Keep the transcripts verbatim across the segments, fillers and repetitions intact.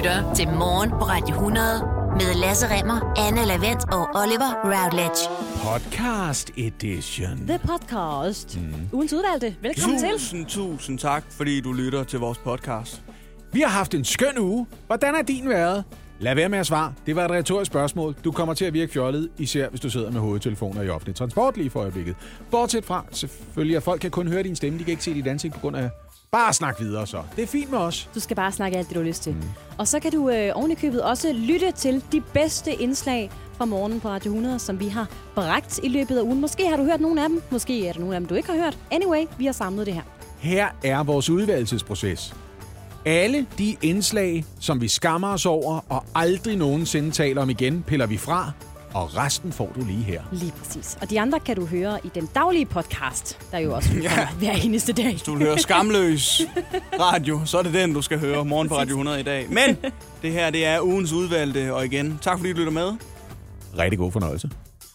lytter til Morgen på Radio hundrede med Lasse Remmer, Anne Lavent og Oliver Routledge. Podcast edition. The podcast. Mm. Ugens udvalgte. Velkommen til. Tusind, tusind tak, fordi du lytter til vores podcast. Vi har haft en skøn uge. Hvordan har din været? Lad være med at svare. Det var et retorisk spørgsmål. Du kommer til at virke fjollet, især hvis du sidder med hovedtelefoner i offentlig transport lige for øjeblikket. Bortset fra, selvfølgelig, at folk kan kun høre din stemme. De kan ikke se dit ansigt på grund af... Bare snak videre så. Det er fint med os. Du skal bare snakke alt det, du har lyst til. Mm. Og så kan du øh, oven i købet også lytte til de bedste indslag fra morgenen på Radio hundrede, som vi har bragt i løbet af ugen. Måske har du hørt nogle af dem. Måske er der nogle af dem, du ikke har hørt. Anyway, vi har samlet det her. Her er vores udvalgelsesproces. Alle de indslag, som vi skammer os over og aldrig nogensinde taler om igen, piller vi fra. Og resten får du lige her. Lige præcis. Og de andre kan du høre i den daglige podcast, der jo også ja. hver eneste dag. Hvis du vil høre skamløs radio, så er det den, du skal høre morgen på Radio hundrede i dag. Men det her, det er ugens udvalgte, og igen, tak fordi du lytter med. Rigtig god fornøjelse.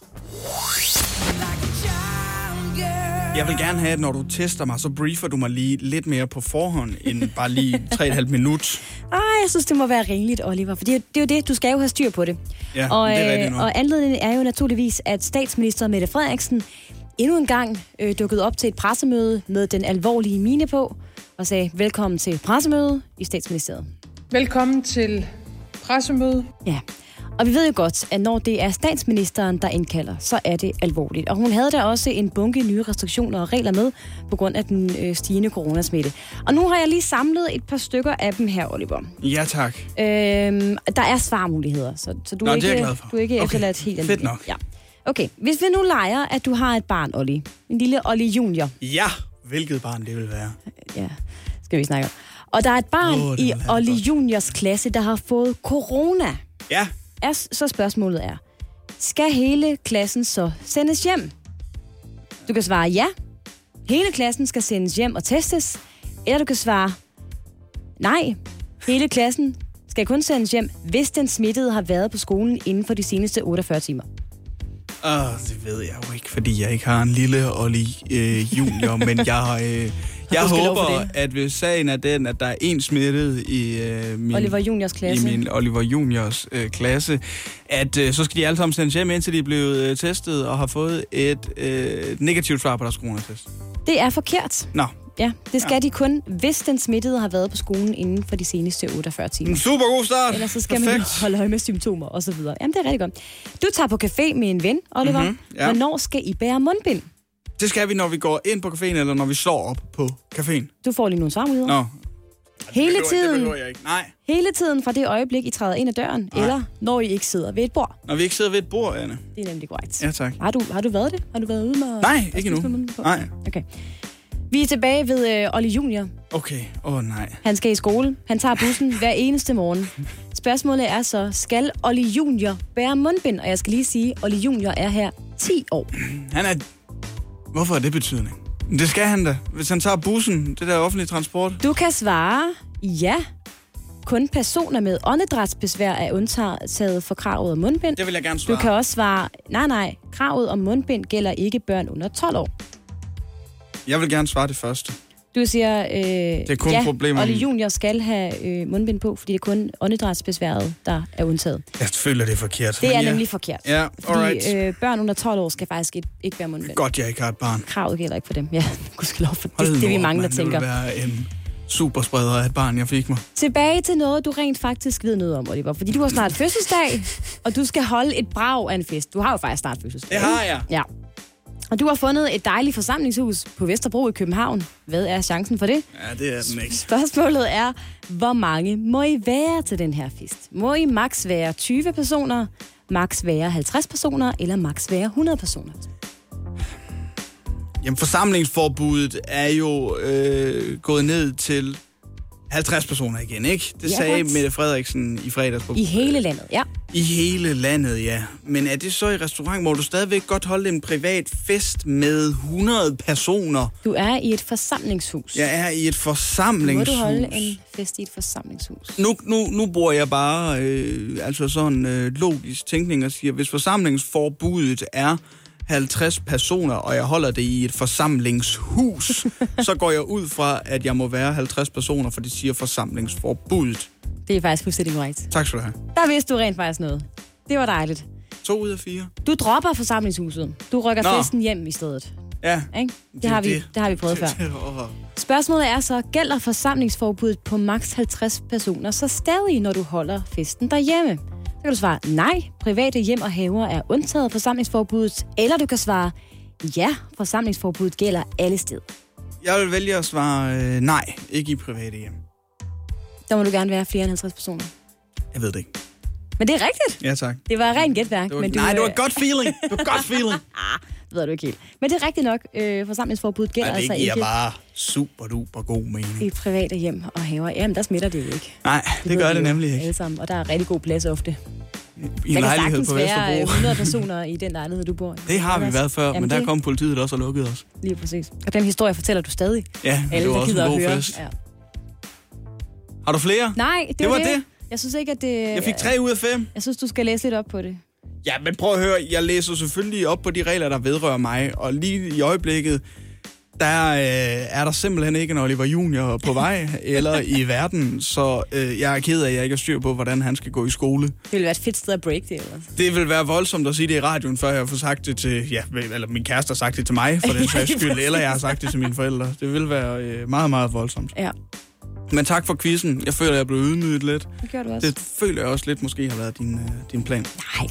Jeg vil gerne have, at når du tester mig, så briefer du mig lige lidt mere på forhånd, end bare lige tre og et halvt minut. Ej, jeg synes, det må være rimeligt, Oliver, for det er, det er jo det, du skal jo have styr på det. Ja, og, det er rigtigt nok. Og anledningen er jo naturligvis, at statsminister Mette Frederiksen endnu en gang øh, dukkede op til et pressemøde med den alvorlige mine på, og sagde velkommen til pressemøde i Statsministeriet. Velkommen til pressemøde. Ja. Og vi ved jo godt, at når det er statsministeren, der indkalder, så er det alvorligt. Og hun havde da også en bunke nye restriktioner og regler med, på grund af den øh, stigende coronasmitte. Og nu har jeg lige samlet et par stykker af dem her, Oliver. Ja, tak. Øhm, der er svarmuligheder, så, så du, Nå, er ikke, det er jeg glad for. du er ikke Okay. efterladt helt Fedt alene. nok. Ja. Okay, hvis vi nu leger, at du har et barn, Olli. En lille Olli junior. Ja, hvilket barn det vil være. Ja, skal vi snakke om. Og der er et barn Åh, det i vil være Olli godt. Juniors klasse, der har fået corona. Ja. Er, så spørgsmålet er, skal hele klassen så sendes hjem? Du kan svare ja. Hele klassen skal sendes hjem og testes. Eller du kan svare nej. Hele klassen skal kun sendes hjem, hvis den smittede har været på skolen inden for de seneste otteogfyrre timer. Åh, det ved jeg jo ikke, fordi jeg ikke har en lille Olli øh, junior, men jeg, øh, jeg håber, at hvis sagen er den, at der er en smittet i, øh, min, Oliver Juniors klasse. i min Oliver Juniors øh, klasse, at øh, så skal de alle sammen sendes hjem, indtil de er blevet øh, testet og har fået et øh, negativt svar på deres coronatest. Det er forkert. Nå. Ja, det skal ja. de kun, hvis den smittede har været på skolen inden for de seneste otteogfyrre timer. En super god start. Ellers så skal Perfekt. man holde øje med symptomer og så videre. Jamen, det er rigtig godt. Du tager på café med en ven, Oliver. Mm-hmm, ja. Hvornår skal I bære mundbind? Det skal vi, når vi går ind på caféen, eller når vi står op på caféen. Du får lige nogle svarmuligheder. Nå. Hele det behøver, tiden. Det behøver jeg ikke. Nej. Hele tiden fra det øjeblik, I træder ind ad døren, Nej. eller når I ikke sidder ved et bord. Når vi ikke sidder ved et bord, Anne. Det er nemlig korrekt. Ja, tak. Har du, har du været det? Har du været ude med... Nej, ikke endnu. Nej. Okay. Vi er tilbage ved øh, Olli Junior. Okay, åh oh, nej. Han skal i skole. Han tager bussen hver eneste morgen. Spørgsmålet er så, skal Olli Junior bære mundbind? Og jeg skal lige sige, Olli Junior er her ti år. Han er... Hvorfor er det betydning? Det skal han da. Hvis han tager bussen, det der offentlige transport. Du kan svare ja. Kun personer med åndedrætsbesvær er undtaget for kravet om mundbind. Det vil jeg gerne svare. Du kan også svare, nej nej, kravet om mundbind gælder ikke børn under tolv år. Jeg vil gerne svare det første. Du siger, øh, det er kun ja, problemer. Olli Junior skal have øh, mundbind på, fordi det er kun åndedrætsbesværet, der er undtaget. Jeg føler, det er forkert. Det er ja. nemlig forkert. Ja, alright. Fordi øh, børn under tolv år skal faktisk ikke, ikke være mundbind. Godt, jeg ikke har et barn. Kravet gælder ikke for dem. Ja, gudskelov for det. Hold Det er vi op, mange, man. der tænker. Det vil være en superspreder af et barn, jeg fik mig. Tilbage til noget, du rent faktisk ved noget om, Oliver. Fordi du har snart fødselsdag, og du skal holde et brag af en fest. Du har jo faktisk snart fødselsdag. Det har jeg. Ja. Og du har fundet et dejligt forsamlingshus på Vesterbro i København. Hvad er chancen for det? Ja, det er den ikke. Spørgsmålet er, hvor mange må I være til den her fest? Må I maks være tyve personer, maks være halvtreds personer, eller maks være hundrede personer? Jamen, forsamlingsforbuddet er jo øh, gået ned til halvtreds personer igen, ikke? Det Ja, sagde godt. Mette Frederiksen i fredags. På, I hele landet, ja. I hele landet, ja. Men er det så i restaurant, hvor du stadigvæk godt holde en privat fest med hundrede personer? Du er i et forsamlingshus. Jeg er i et Må forsamlingshus. du holde en fest i et forsamlingshus? Nu, nu, nu bruger jeg bare øh, altså sådan øh, logisk tænkning og siger, hvis forsamlingsforbuddet er halvtreds personer, og jeg holder det i et forsamlingshus, så går jeg ud fra, at jeg må være halvtreds personer, for det siger forsamlingsforbuddet. Det er faktisk fuldstændig korrekt. Tak skal du have. Der vidste du rent faktisk noget. Det var dejligt. To ud af fire. Du dropper forsamlingshuset. Du rykker Nå. festen hjem i stedet. Ja. Ikke? Det, det, har vi, det. det har vi prøvet før. Spørgsmålet er så, gælder forsamlingsforbuddet på maks halvtreds personer så stadig, når du holder festen derhjemme? Så kan du svare nej, private hjem og haver er undtaget forsamlingsforbuddet, eller du kan svare ja, forsamlingsforbuddet gælder alle steder. Jeg vil vælge at svare øh, nej, ikke i private hjem. Der må du gerne være flere end halvtreds personer. Jeg ved det ikke. Men det er rigtigt. Ja, tak. Det var rent gætværk. Det var, men du, nej, det var godt feeling. Det var godt feeling. Det ved du ikke helt. Men det er rigtigt nok. Øh, forsamlingsforbuddet gælder Ej, altså ikke. ikke Det giver bare super duper god mening. i private hjem og haver. Jamen, der smitter det jo ikke. Nej, det, det gør det nemlig ikke. Alle sammen, og der er rigtig god plads ofte. I en lejlighed på der kan sagtens være Vesterbro. hundrede personer i den lejlighed, du bor i. Det har vi været før, Jamen, men der det... kom politiet også og lukkede os. Lige præcis. Og den historie fortæller du stadig. Ja, alle, det var der også en god høre. fest. Ja. Har du flere? Nej, det, det var det. det. Jeg synes ikke, at det... Jeg fik tre ud af fem. Jeg synes, du skal læse lidt op på det. Ja, men prøv at høre. Jeg læser selvfølgelig op på de regler, der vedrører mig. Og lige i øjeblikket, der øh, er der simpelthen ikke en Oliver Junior på vej eller i verden. Så øh, jeg er ked af, at jeg ikke har styr på, hvordan han skal gå i skole. Det ville være et fedt sted at break det, ellers. Det vil være voldsomt at sige det i radioen, før jeg har fået sagt det til... Ja, eller min kæreste har sagt det til mig, for den sags skyld. Eller jeg har sagt det til mine forældre. Det vil være øh, meget, meget voldsomt. Ja. Men tak for quizzen. Jeg føler, jeg blev ydmyget lidt. Det gør du også. Det føler jeg også lidt måske har været din, øh, din plan. Nej.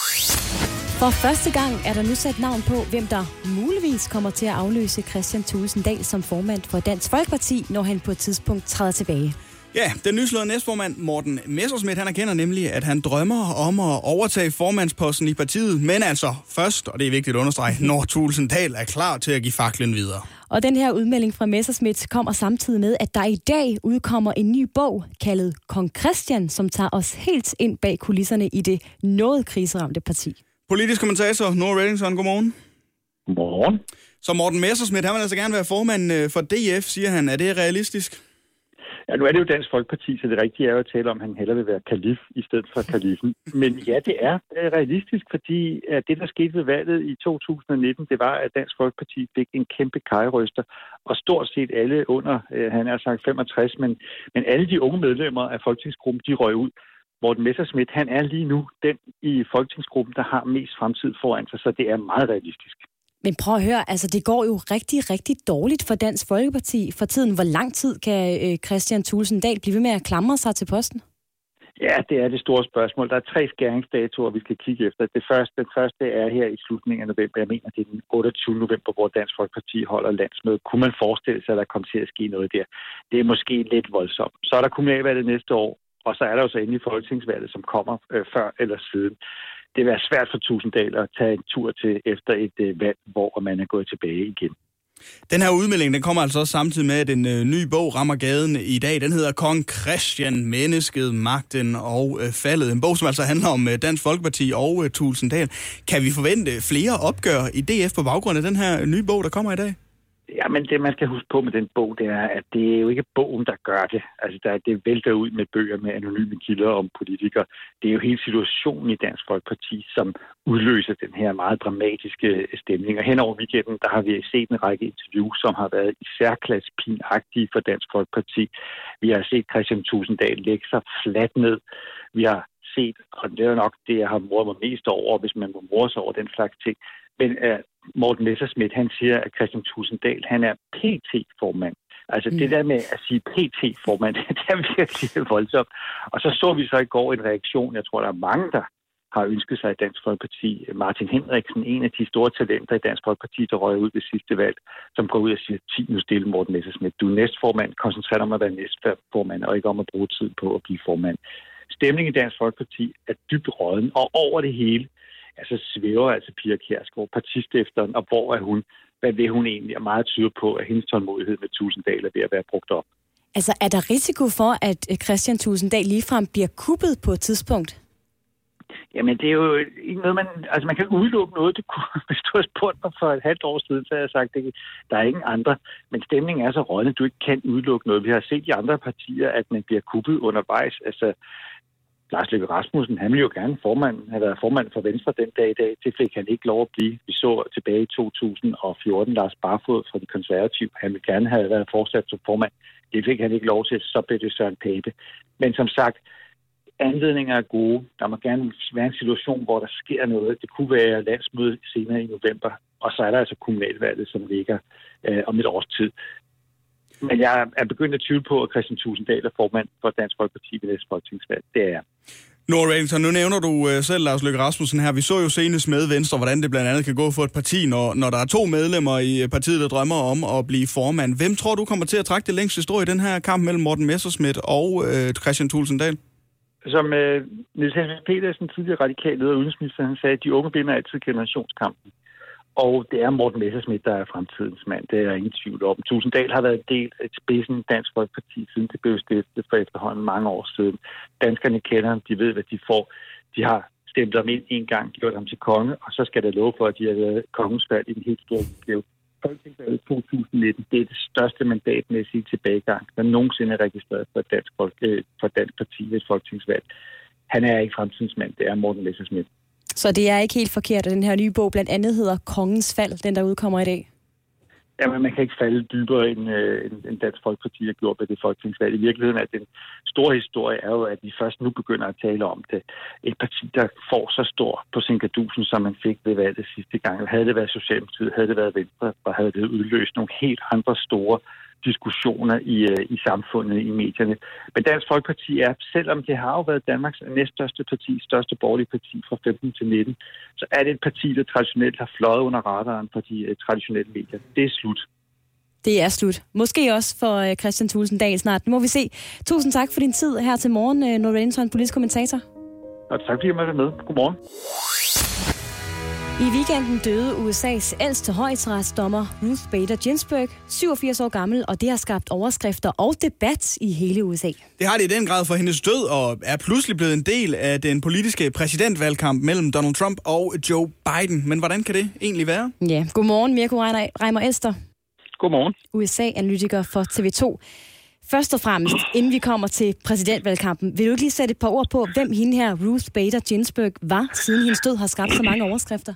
For første gang er der nu sat navn på, hvem der muligvis kommer til at afløse Kristian Thulesen Dahl som formand for Dansk Folkeparti, når han på et tidspunkt træder tilbage. Ja, den nyslåede næstformand Morten Messerschmidt, han erkender nemlig, at han drømmer om at overtage formandsposten i partiet, men altså først, og det er vigtigt at understrege, når Thulesen Dahl er klar til at give faklen videre. Og den her udmelding fra Messerschmidt kommer samtidig med, at der i dag udkommer en ny bog kaldet Kong Christian, som tager os helt ind bag kulisserne i det noget kriseramte parti. Politisk kommentator Nora Reddington, godmorgen. Godmorgen. Så Morten Messerschmidt, han vil altså gerne være formand for D F, siger han. Er det realistisk? Ja, nu er det jo Dansk Folkeparti, så det rigtige er jo at tale om, at han hellere vil være kalif i stedet for kalifen. Men ja, det er realistisk, fordi det, der skete ved valget i to tusind nitten, det var, at Dansk Folkeparti fik en kæmpe kajrøster, og stort set alle under, han har sagt femogtres, men, men alle de unge medlemmer af folketingsgruppen, de røg ud. Morten Messerschmidt, han er lige nu den i folketingsgruppen, der har mest fremtid foran sig, så det er meget realistisk. Men prøv at høre, altså det går jo rigtig, rigtig dårligt for Dansk Folkeparti for tiden. Hvor lang tid kan øh, Kristian Thulesen Dahl blive ved med at klamre sig til posten? Ja, det er det store spørgsmål. Der er tre skæringsdatoer, vi skal kigge efter. Det første, den første er her i slutningen af november. Jeg mener, det er den otteogtyvende november, hvor Dansk Folkeparti holder landsmøde. Kunne man forestille sig, at der kommer til at ske noget der? Det er måske lidt voldsomt. Så er der kommunalvalget næste år, og så er der jo så endelig folketingsvalget, som kommer øh, før eller siden. Det vil være svært for Thulesen Dahl at tage en tur til efter et øh, valg, hvor man er gået tilbage igen. Den her udmelding, den kommer altså også samtidig med, at en øh, ny bog rammer gaden i dag. Den hedder Kong Christian, Mennesket, Magten og øh, Faldet. En bog, som altså handler om øh, Dansk Folkeparti og øh, Thulesen Dahl. Kan vi forvente flere opgør i D F på baggrund af den her nye bog, der kommer i dag? Ja, men det, man skal huske på med den bog, det er, at det er jo ikke bogen, der gør det. Altså, der, det vælter ud med bøger med anonyme kilder om politikere. Det er jo hele situationen i Dansk Folkeparti, som udløser den her meget dramatiske stemning. Og hen over weekenden, der har vi set en række interviews, som har været i særklasse pinagtige for Dansk Folkeparti. Vi har set Kristian Thulesen Dahl lægge sig fladt ned. Vi har set, og det er nok det, jeg har moret mig mest over, hvis man må more sig over den slags ting. Men uh, Morten Messerschmidt, han siger, at Kristian Thulesen Dahl, han er P T-formand. Altså mm. det der med at sige P T-formand, det er virkelig voldsomt. Og så så vi så i går en reaktion, jeg tror, der er mange, der har ønsket sig i Dansk Folkeparti. Martin Henriksen, en af de store talenter i Dansk Folkeparti, der røg ud ved sidste valg, som går ud og siger, ti nu stille Morten Messerschmidt. Du er næstformand, koncentrer dig om at være næstformand, og ikke om at bruge tid på at blive formand. Stemningen i Dansk Folkeparti er dybt rådden, og over det hele, altså svæver altså Pia Kjærsgaard, partistifteren, og hvor er hun? Hvad vil hun egentlig? Og meget tyder på, at hendes tålmodighed med Thulesen Dahl er ved at være brugt op. Altså, er der risiko for, at Kristian Thulesen Dahl ligefrem bliver kuppet på et tidspunkt? Jamen, det er jo ikke noget, man... Altså, man kan udelukke noget. Det kunne, hvis du har spurgt mig for et halvt år siden, så har jeg sagt, at der er ingen andre. Men stemningen er så rådden, at du ikke kan udelukke noget. Vi har set i andre partier, at man bliver kuppet undervejs. Altså, Lars Løkke Rasmussen, han ville jo gerne formand, have været formand for Venstre den dag i dag. Det fik han ikke lov at blive. Vi så tilbage i to tusind og fjorten Lars Barfod fra De Konservative. Han ville gerne have været fortsat som formand. Det fik han ikke lov til, så blev det Søren Pape. Men som sagt, anledninger er gode. Der må gerne være en situation, hvor der sker noget. Det kunne være landsmøde senere i november, og så er der altså kommunalvalget, som ligger øh, om et års tid. Men jeg er begyndt at tvivle på, at Kristian Thulesen Dahl er formand for Dansk Folkeparti ved næste folketingsvalg. Det er jeg. Nora Radington, nu nævner du uh, selv Lars Løkke Rasmussen her. Vi så jo senest med Venstre, hvordan det blandt andet kan gå for et parti, når, når der er to medlemmer i partiet, der drømmer om at blive formand. Hvem tror du kommer til at trække det længste strå i den her kamp mellem Morten Messerschmidt og uh, Kristian Thulesen Dahl? Som uh, Niels Helveg Petersen, tidligere radikal leder udenrigsminister, han sagde, at de unge vinder altid generationskampen. Og det er Morten Messerschmidt, der er fremtidens mand. Det er jeg ingen tvivl om. Thulesen Dahl har været en del af spidsen i Dansk Folkeparti, siden det blev stiftet for efterhånden mange år siden. Danskerne kender ham, de ved, hvad de får. De har stemt ham ind en gang, gjort ham til konge, og så skal der love for, at de har været kongens valg i den helt store udgave. Folketingsvalget to tusind nitten, det er det største mandatmæssige tilbagegang, der nogensinde er registreret for et dansk, folk, for et dansk parti ved et folketingsvalg. Han er ikke fremtidens mand, det er Morten Messerschmidt. Så det er ikke helt forkert, at den her nye bog blandt andet hedder Kongens Fald, den der udkommer i dag? Jamen, man kan ikke falde dybere, end, øh, end Dansk Folkeparti har gjort ved det folketingsvalg. I virkeligheden er den store historie er jo, at vi først nu begynder at tale om det. Et parti, der får så stor på sinkadusen, som man fik ved valget sidste gang. Havde det været Socialdemokratiet, havde det været Venstre, og havde det udløst nogle helt andre store diskussioner i, i samfundet, i medierne. Men Dansk Folkeparti er, selvom det har jo været Danmarks næststørste parti, største borgerlige parti fra femten til nitten, så er det et parti, der traditionelt har fløjet under radaren for de uh, traditionelle medier. Det er slut. Det er slut. Måske også for uh, Kristian Thulesen Dahl snart. Nu må vi se. Tusind tak for din tid her til morgen, uh, Nora Radington, politisk kommentator. Og tak fordi jeg måtte være med. Godmorgen. I weekenden døde U S A's ældste højesteretsdommer Ruth Bader Ginsburg, syvogfirs år gammel, og det har skabt overskrifter og debat i hele U S A. Det har det i den grad for hendes død, og er pludselig blevet en del af den politiske præsidentvalgkamp mellem Donald Trump og Joe Biden. Men hvordan kan det egentlig være? Ja, godmorgen Mirko Reimer Elster. Godmorgen. U S A-analytiker for T V to. Først og fremmest, inden vi kommer til præsidentvalgkampen, vil du ikke lige sætte et par ord på, hvem hende her, Ruth Bader Ginsburg, var, siden hendes død har skabt så mange overskrifter?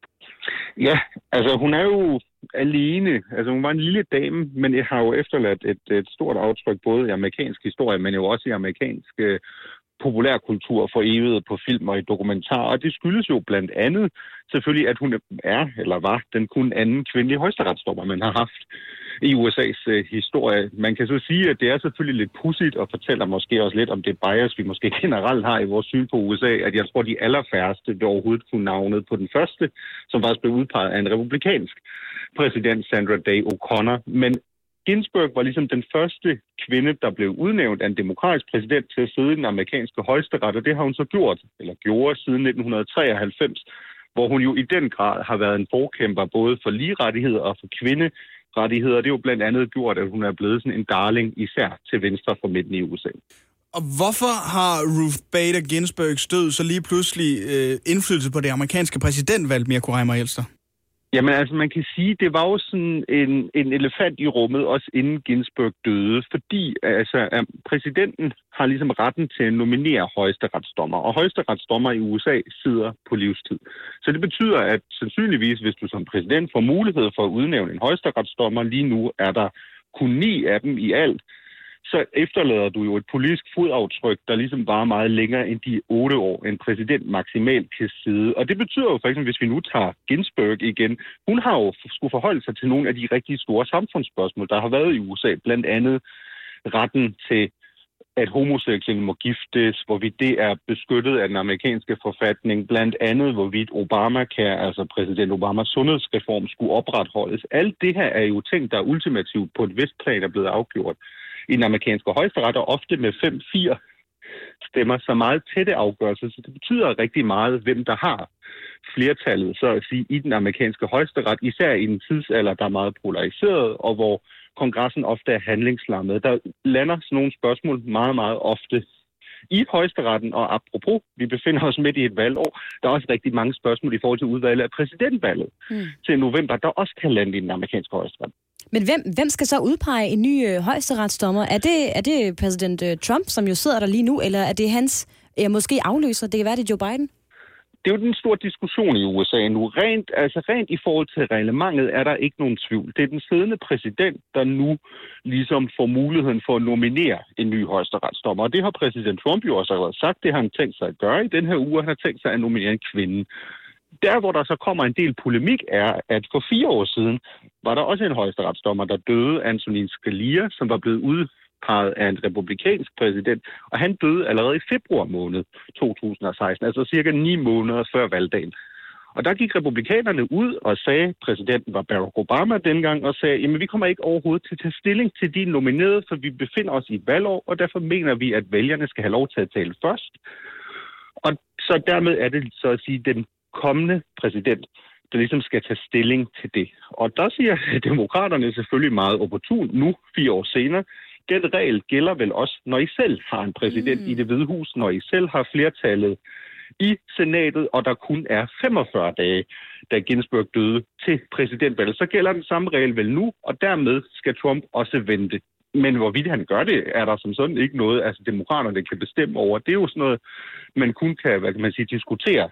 Ja, altså hun er jo alene. Altså hun var en lille dame, men jeg har jo efterladt et, et stort aftryk både i amerikansk historie, men jo også i amerikansk øh, populærkultur for evigt på film og i dokumentar. Og det skyldes jo blandt andet selvfølgelig, at hun er, eller var, den kun anden kvindelige højesteretsdommer, man har haft i U S A's øh, historie. Man kan så sige, at det er selvfølgelig lidt pudsigt og fortæller måske også lidt om det bias, vi måske generelt har i vores syn på U S A, at jeg tror, de allerfærreste vil overhovedet kunne navnet på den første, som faktisk blev udpeget af en republikansk præsident, Sandra Day O'Connor. Men Ginsburg var ligesom den første kvinde, der blev udnævnt af en demokratisk præsident til at sidde i den amerikanske højesteret, og det har hun så gjort, eller gjorde siden nitten treoghalvfems, hvor hun jo i den grad har været en forkæmper både for lige rettigheder og for kvinderettigheder. Det er jo blandt andet gjort, at hun er blevet sådan en darling, især til venstre for midten i U S A. Og hvorfor har Ruth Bader Ginsburgs død så lige pludselig øh, indflydelse på det amerikanske præsidentvalg, Mirko Reimer Elster? Jamen altså, man kan sige, det var jo sådan en, en elefant i rummet, også inden Ginsburg døde, fordi altså, præsidenten har ligesom retten til at nominere højesteretsdommer, og højesteretsdommer i U S A sidder på livstid. Så det betyder, at sandsynligvis, hvis du som præsident får mulighed for at udnævne en højesteretsdommer, lige nu er der kun ni af dem i alt, så efterlader du jo et politisk fodaftryk, der ligesom var meget længere end de otte år, en præsident maksimalt kan sidde. Og det betyder jo for eksempel, hvis vi nu tager Ginsburg igen, hun har jo skulle forholde sig til nogle af de rigtig store samfundsspørgsmål, der har været i U S A. Blandt andet retten til, at homoseksuelle må giftes, hvorvidt det er beskyttet af den amerikanske forfatning. Blandt andet, hvorvidt Obamacare, altså præsident Obamas sundhedsreform, skulle opretholdes. Alt det her er jo ting, der ultimativt på et vist plan er blevet afgjort i den amerikanske højesteret, og ofte med fem fire stemmer, så meget tætte afgørelser. Så det betyder rigtig meget, hvem der har flertallet, så at sige, i den amerikanske højesteret, især i en tidsalder, der er meget polariseret, og hvor kongressen ofte er handlingslammet. Der lander sådan nogle spørgsmål meget, meget ofte i højesteretten, og apropos, vi befinder os midt i et valgår, der er også rigtig mange spørgsmål i forhold til udvalget af præsidentvalget mm. til november, der også kan lande i den amerikanske højesteret. Men hvem, hvem skal så udpege en ny øh, højesteretsdommer? Er det, er det præsident øh, Trump, som jo sidder der lige nu, eller er det hans, øh, måske afløser? Det kan være, det er Joe Biden? det er jo den store diskussion i U S A nu. Rent, altså rent i forhold til reglementet er der ikke nogen tvivl. Det er den siddende præsident, der nu ligesom får muligheden for at nominere en ny højesteretsdommer. Og det har præsident Trump jo også allerede sagt. Det har han tænkt sig at gøre i den her uge. Han har tænkt sig at nominere en kvinde. Der, hvor der så kommer en del polemik, er, at for fire år siden var der også en højesteretsdommer, der døde, Antonin Scalia, som var blevet udpeget af en republikansk præsident, og han døde allerede i februar måned to tusind og seksten, altså cirka ni måneder før valgdagen. Og der gik republikanerne ud og sagde, præsidenten var Barack Obama dengang, og sagde, jamen vi kommer ikke overhovedet til at tage stilling til de nominerede, for vi befinder os i et valgår, og derfor mener vi, at vælgerne skal have lov til at tale først. Og så dermed er det så at sige den kommende præsident, der ligesom skal tage stilling til det. Og der siger demokraterne selvfølgelig meget opportun nu, fire år senere. Den regel gælder vel også, når I selv har en præsident mm. i Det Hvide Hus, når I selv har flertallet i senatet, og der kun er femogfyrre dage, da Ginsburg døde til præsidentvalget. Så gælder den samme regel vel nu, og dermed skal Trump også vente. Men hvorvidt han gør det, er der som sådan ikke noget, altså demokraterne kan bestemme over. Det er jo sådan noget, man kun kan, hvad kan man sige, diskutere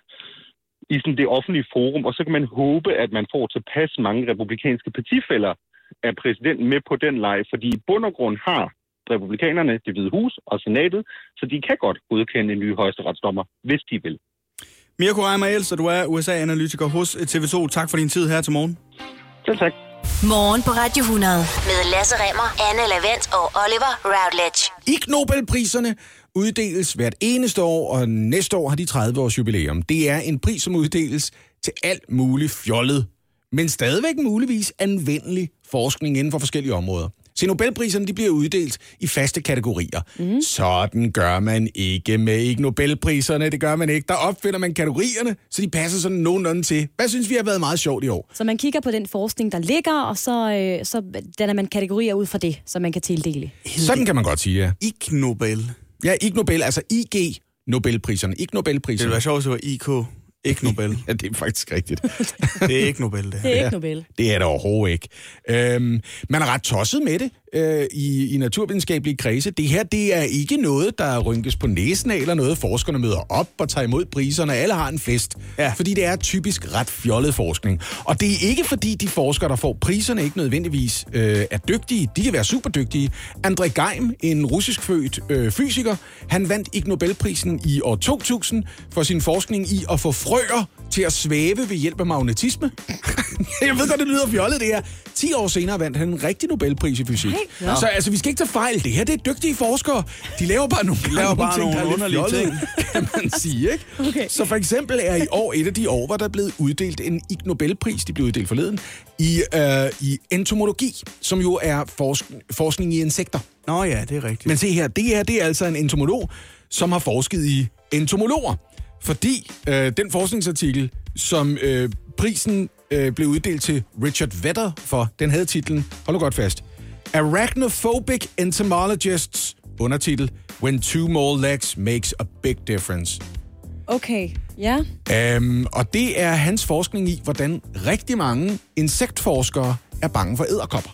i sådan det offentlige forum, og så kan man håbe, at man får tilpas mange republikanske partifæller af præsidenten med på den leg, fordi i bund og grund har republikanerne Det Hvide Hus og senatet, så de kan godt godkende en ny højesteretsdommer, hvis de vil. Mirko Reimer-Elst, du er U S A-analytiker hos T V to. Tak for din tid her til morgen. Selv tak. Morgen på Radio hundrede med Lasse Remmer, Anne Lavent og Oliver Routledge. Ig Nobelpriserne uddeles hvert eneste år, og næste år har de tredive års jubilæum. Det er en pris, som uddeles til alt muligt fjollet, men stadigvæk muligvis anvendelig forskning inden for forskellige områder. Så Nobelpriserne de bliver uddelt i faste kategorier. Mm. Sådan gør man ikke med Ig Nobelpriserne. Det gør man ikke. Der opfinder man kategorierne, så de passer sådan nogenlunde til. Hvad synes vi har været meget sjovt i år? Så man kigger på den forskning, der ligger, og så, øh, så danner man kategorier ud fra det, så man kan tildele. Sådan kan man godt sige, ja. Ig Nobel. Ja, Ig Nobel, altså I G Nobelpriserne. Ig Nobelpriserne. Det ville være sjovt, hvis det var I K. Ikke Nobel. Ja, det er faktisk rigtigt. Det er ikke Nobel, det. Det er ikke Nobel. Det er det overhovedet ikke. Øhm, man er ret tosset med det øh, i, i naturvidenskabelige kredse. Det her, det er ikke noget, der rynkes på næsen af, eller noget, forskerne møder op og tager imod priserne. Alle har en fest. Ja. Fordi det er typisk ret fjollet forskning. Og det er ikke fordi, de forskere, der får priserne, ikke nødvendigvis øh, er dygtige. De kan være super dygtige. André Geim, en russisk født øh, fysiker, han vandt Ig Nobelprisen i år to tusind for sin forskning i at få frøer til at svæve ved hjælp af magnetisme. Jeg ved godt, det lyder fjollet, det her. ti år senere vandt han en rigtig Nobelpris i fysik. Hey, ja. Så altså, vi skal ikke tage fejl. Det her, det er dygtige forskere. De laver bare nogle, de laver bare nogle, nogle underlige ting, kan man sige, ikke? Okay. Så for eksempel er i år et af de år, hvor der er blevet uddelt en Ig Nobelpris, de blev uddelt forleden, i, øh, i entomologi, som jo er forsk- forskning i insekter. Nå ja, det er rigtigt. Men se her, det her, det er altså en entomolog, som har forsket i entomologer. Fordi øh, den forskningsartikel, som øh, prisen øh, blev uddelt til Richard Vedder for, den havde titlen, hold nu godt fast, Arachnophobic Entomologists, undertitel, When Two More Legs Makes a Big Difference. Okay, ja. Øhm, og det er hans forskning i, hvordan rigtig mange insektforskere er bange for edderkopper.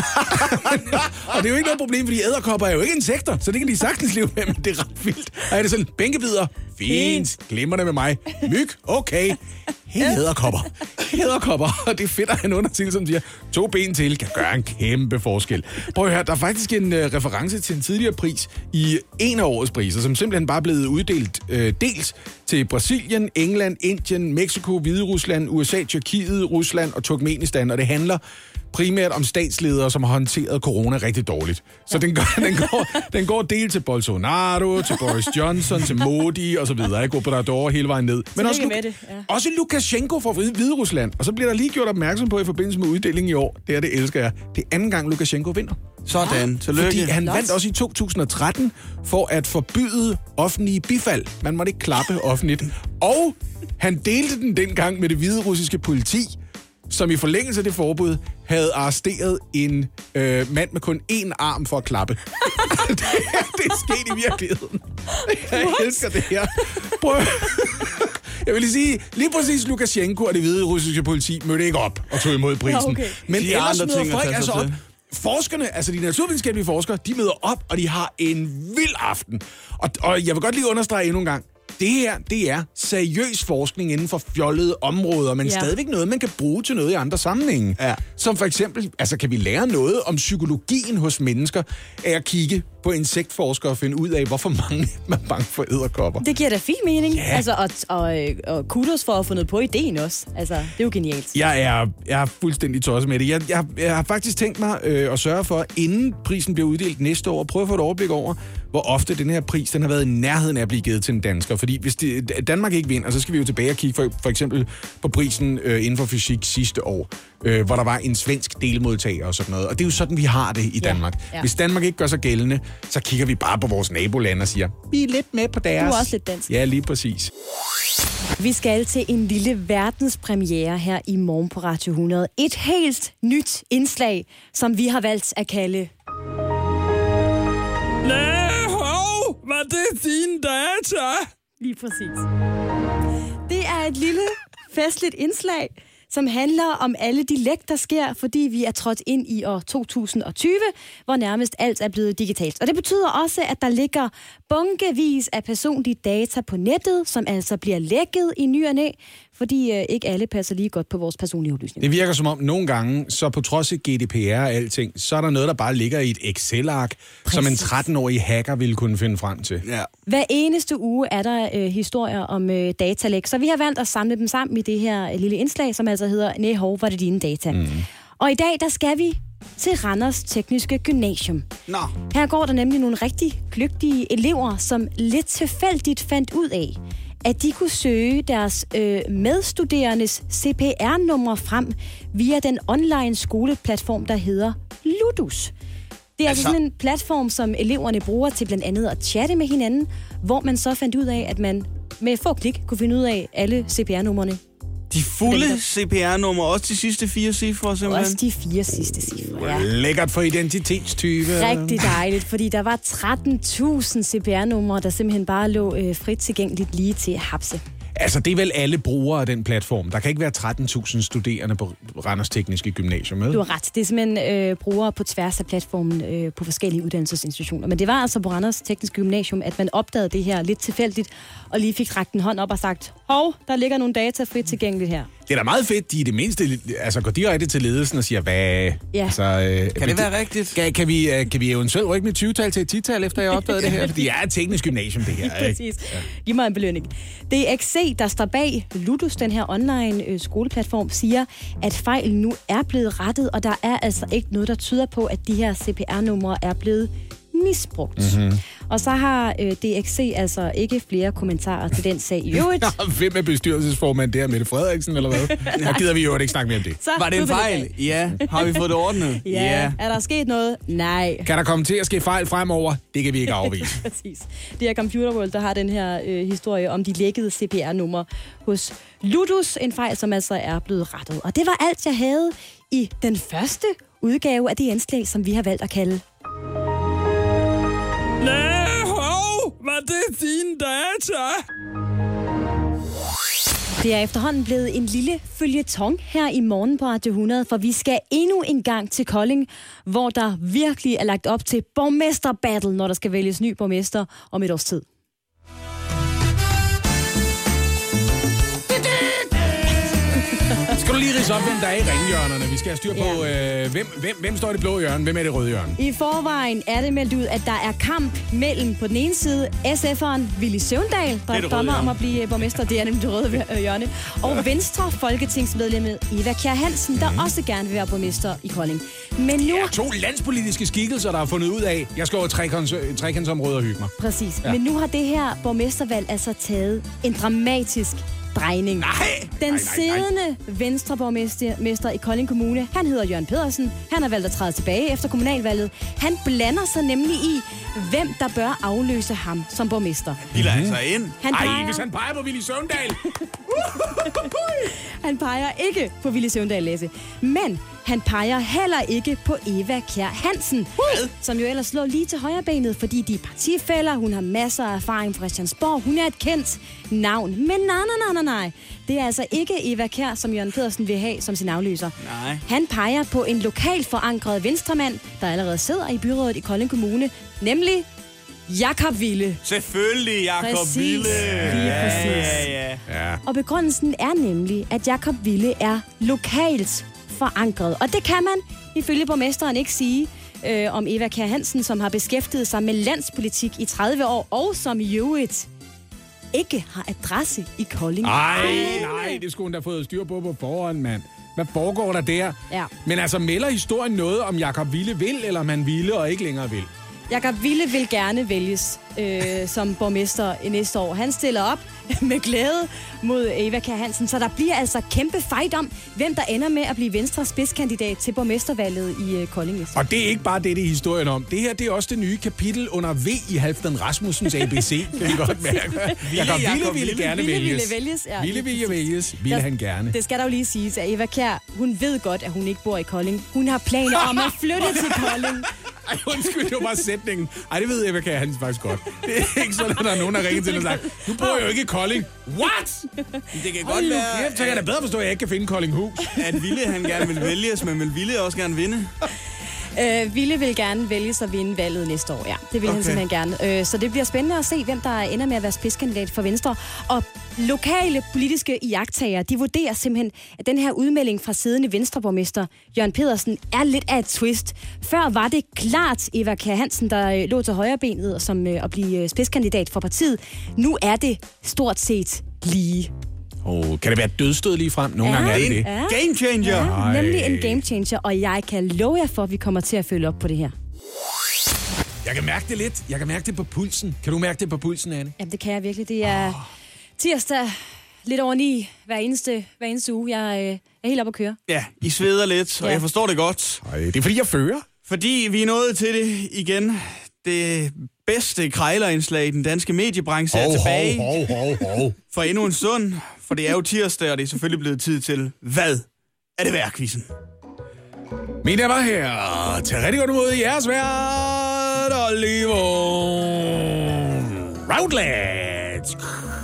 Og det er jo ikke noget problem, fordi edderkopper er jo ikke insekter, så det kan de sagtens leve med, men det er ret vildt. Og er det sådan, bænkebider? Fint. Glimmer det med mig. Myg? Okay. Helt edderkopper. Edderkopper. Og det er fedt, at han undertitel, som siger, to ben til kan gøre en kæmpe forskel. Prøv at høre, der er faktisk en uh, reference til en tidligere pris i en af årets priser, som simpelthen bare er blevet uddelt uh, dels til Brasilien, England, Indien, Mexico, Hviderusland, U S A, Tyrkiet, Rusland og Turkmenistan, og det handler primært om statsledere, som har håndteret corona rigtig dårligt. Så ja. den, går, den, går, den går del til Bolsonaro, til Boris Johnson, til Modi og så videre. Jeg går på der hele vejen ned. Men også, med det, ja. også Lukashenko fra Hviderusland. Og så bliver der lige gjort opmærksom på i forbindelse med uddelingen i år. Det er det elsker jeg. Det er anden gang Lukashenko vinder. Sådan. Tillykke. Fordi han vandt også i to tusind og tretten for at forbyde offentlige bifald. Man måtte ikke klappe offentligt. Og han delte den dengang med det hviderussiske politi, som i forlængelse af det forbud havde arresteret en øh, mand med kun én arm for at klappe. det, det er sket i virkeligheden. Jeg What? elsker det her. Prøv. Jeg vil lige sige, lige præcis Lukashenko og det hvide russiske politi mødte ikke op og tog imod prisen. Ja, okay. Men de ellers møder folk altså op. Forskerne, altså de naturvidenskabelige forskere, de møder op, og de har en vild aften. Og, og jeg vil godt lige understrege endnu en gang, Det her, det er seriøs forskning inden for fjollede områder, men Ja. stadigvæk noget, man kan bruge til noget i andre sammenhænge. Ja. Som for eksempel, altså kan vi lære noget om psykologien hos mennesker af at kigge på insektforskere og finde ud af, hvorfor mange er bange for edderkopper. Det giver da fin mening. Ja. Altså, og, og, og kudos for at få noget på ideen også. Altså, det er jo genialt. Jeg er, jeg er fuldstændig tosset med det. Jeg, jeg, jeg har faktisk tænkt mig øh, at sørge for, inden prisen bliver uddelt næste år, prøve at få et overblik over, hvor ofte den her pris den har været i nærheden af at blive givet til en dansker. Fordi hvis det, Danmark ikke vinder, så skal vi jo tilbage og kigge for, for eksempel på prisen øh, inden for fysik sidste år, øh, hvor der var en svensk delmodtager og sådan noget. Og det er jo sådan, vi har det i Ja, Danmark. ja. Hvis Danmark ikke gør sig gældende, så kigger vi bare på vores nabolande og siger, vi er lidt med på deres. Du er også lidt dansk. Ja, lige præcis. Vi skal til en lille verdenspremiere her i morgen på Radio hundrede. Et helt nyt indslag, som vi har valgt at kalde... Nej, hov, var det dine data? Lige præcis. Det er et lille festligt indslag, som handler om alle de læk, der sker, fordi vi er trådt ind i år to tusind og tyve, hvor nærmest alt er blevet digitalt. Og det betyder også, at der ligger bunkevis af personlige data på nettet, som altså bliver lækket i ny og næ, fordi øh, ikke alle passer lige godt på vores personlige oplysninger. Det virker som om, nogle gange, så på trods af G D P R og alting, så er der noget, der bare ligger i et Excel-ark, som en tretten-årig hacker ville kunne finde frem til. Ja. Hver eneste uge er der øh, historier om øh, datalæk, så vi har valgt at samle dem sammen i det her øh, lille indslag, som altså hedder Næh, hov, var det dine data? Mm. Og i dag, der skal vi til Randers Tekniske Gymnasium. Nå. Her går der nemlig nogle rigtig kløgtige elever, som lidt tilfældigt fandt ud af, at de kunne søge deres øh, medstuderendes C P R-numre frem via den online skoleplatform, der hedder Ludus. Det er altså, Altså- altså sådan en platform, som eleverne bruger til blandt andet at chatte med hinanden, hvor man så fandt ud af, at man med få klik kunne finde ud af alle C P R-numrene. De fulde C P R-numre, også de sidste fire cifre, simpelthen. Også de fire sidste cifre, ja. Lækkert for identitetstyve. Rigtig dejligt, fordi der var tretten tusind C P R-numre, der simpelthen bare lå øh, frit tilgængeligt lige til at hapse. Altså, det er vel alle brugere af den platform. Der kan ikke være tretten tusind studerende på Randers Tekniske Gymnasium med. Du har ret. Det er simpelthen øh, brugere på tværs af platformen øh, på forskellige uddannelsesinstitutioner. Men det var altså på Randers Tekniske Gymnasium, at man opdagede det her lidt tilfældigt, og lige fik rakt en hånd op og sagt, hov, der ligger nogle data frit tilgængeligt her. Det er da meget fedt, de i det mindste altså, går direkte til ledelsen og siger, hvad... Ja. Altså, øh, Kan det være rigtigt? Kan, kan, vi, øh, kan vi eventuelt rykke med tyve-tal til et ti-tal, efter jeg opdagede det her? Fordi det er et teknisk gymnasium, det her. Ikke? Præcis. Giv mig en belønning. Det er X C, der står bag Ludus, den her online øh, skoleplatform, siger, at fejlen nu er blevet rettet, og der er altså ikke noget, der tyder på, at de her C P R-numre er blevet misbrugt. Mm-hmm. Og så har øh, D X C altså ikke flere kommentarer til den sag i øvrigt. Hvem er bestyrelsesformand der? Mette Frederiksen, eller hvad? Der gider vi jo ikke snakke mere om det. Så, Var det nu en vil fejl? Ja. Har vi fået det ordnet? Ja. ja. Er der sket noget? Nej. Kan der komme til at ske fejl fremover? Det kan vi ikke afvise. Præcis. Det er Computer World, der har den her øh, historie om de lækkede C P R-numre hos Ludus. En fejl, som altså er blevet rettet. Og det var alt, jeg havde i den første udgave af det indslag, som vi har valgt at kalde... Nej, hov, var det dine data? Det er efterhånden blevet en lille føljeton her i morgen på Radio hundrede, for vi skal endnu en gang til Kolding, hvor der virkelig er lagt op til borgmesterbattle, når der skal vælges ny borgmester om et års tid. Skal du lige ridse op, hvem der er i ringhjørnerne? Vi skal have styr på, Ja. øh, hvem, hvem, hvem står i det blå hjørne, hvem er det røde hjørne? I forvejen er det meldt ud, at der er kamp mellem på den ene side S F'eren Villy Søvndal, der det er røde dommer om hjørne. at blive borgmester, det er nemlig det røde øh, hjørne, og Venstre folketingsmedlemmet Eva Kjær Hansen, der også gerne vil være borgmester i Kolding. Men nu... Ja, to landspolitiske skikkelser, der har fundet ud af, jeg skal over trekants, trekantsområde og hygge mig. Præcis. Ja. Men nu har det her borgmestervalg altså taget en dramatisk drejning. Nej! Den nej, nej, nej. siddende venstreborgmester mester i Kolding Kommune, han hedder Jørgen Pedersen. Han har valgt at træde tilbage efter kommunalvalget. Han blander sig nemlig i, hvem der bør afløse ham som borgmester. Vi lader altså ind. Han Ej, peger, hvis han peger på Villy Søvndal. han peger ikke på Villy Søvndal, Lasse. Men han peger heller ikke på Eva Kjær Hansen, Hvad? som jo ellers slår lige til højre benet, fordi de er partifæller, hun har masser af erfaring fra Christiansborg, hun er et kendt navn. Men nej, nej, nej, nej, nej. Det er altså ikke Eva Kjær, som Jørgen Pedersen vil have som sin afløser. Nej. Han peger på en lokalt forankret venstremand, der allerede sidder i byrådet i Kolding Kommune, nemlig Jakob Wille. Selvfølgelig, Jakob Præcis. Wille. Lige præcis. Ja, ja, ja. Ja. Og begrundelsen er nemlig, at Jakob Wille er lokalt forankret. Og det kan man ifølge borgmesteren ikke sige øh, om Eva Kjær Hansen, som har beskæftiget sig med landspolitik i tredive år, og som i øvrigt ikke har adresse i Kolding. Ej, nej, det skulle hun da fået styr på på forhånd, mand. Hvad foregår der der? Ja. Men altså, melder historien noget om Jakob Wille vil, eller om han ville og ikke længere vil? Jakob Wille vil gerne vælges øh, som borgmester i næste år. Han stiller op med glæde mod Eva Kjær Hansen, så der bliver altså kæmpe fight om, hvem der ender med at blive Venstres spidskandidat til borgmestervalget i øh, Kolding næste år. Og det er ikke bare det, det er historien om. Det her, det er også det nye kapitel under V i Halfdan Rasmussens A B C. Kan vi godt mærke. Jakob Wille ville gerne Ville vælges. ville vælges, ja. Ville ville vælges, ville han gerne. Det skal der jo lige siges, at Eva Kjær, hun ved godt, at hun ikke bor i Kolding. Hun har planer om at flytte til Kolding. Ej, undskyld, det var bare sætningen. Ej, det ved Eva Kjær Hansen faktisk godt. Det er ikke sådan, at der er nogen, der ringer til og sagt, du bor jo ikke i Kolding. What? Det kan godt være, Ja, så kan jeg da bedre forstå, at jeg ikke kan finde Koldinghus. at Wille han gerne vil vælges, men vil Wille også gerne vinde. Øh, Wille vil gerne vælge sig at vinde valget næste år, ja. Det vil okay. han simpelthen gerne. Øh, så det bliver spændende at se, hvem der ender med at være spidskandidat for Venstre. Og lokale politiske iagttagere, de vurderer simpelthen, at den her udmelding fra siddende Venstreborgmester Jørgen Pedersen er lidt af et twist. Før var det klart Eva Kjær Hansen, der øh, lå til højrebenet som øh, at blive øh, spidskandidat for partiet. Nu er det stort set lige. Oh, kan det være dødstød lige frem? Nogle Ja. gange er det det. Ja. Game changer. Ja, nemlig en game changer, og jeg kan love jer for, at vi kommer til at følge op på det her. Jeg kan mærke det lidt. Jeg kan mærke det på pulsen. Kan du mærke det på pulsen, Anne? Jamen, det kan jeg virkelig. Det er oh. tirsdag, lidt over ni, hver eneste, hver eneste uge. Jeg øh, er helt oppe at køre. Ja, I sveder lidt, og Ja. jeg forstår det godt. Ej, det er fordi, jeg fører. Fordi vi er nået til det igen. Det bedste krejlerindslag i den danske mediebranche er tilbage hov, hov, hov. for endnu en stund. For det er jo tirsdag, og det er selvfølgelig blevet tid til, hvad er det værd, quizzen? Mine damer her, tag rigtig godt imod jeres vært, Oliver Routledge.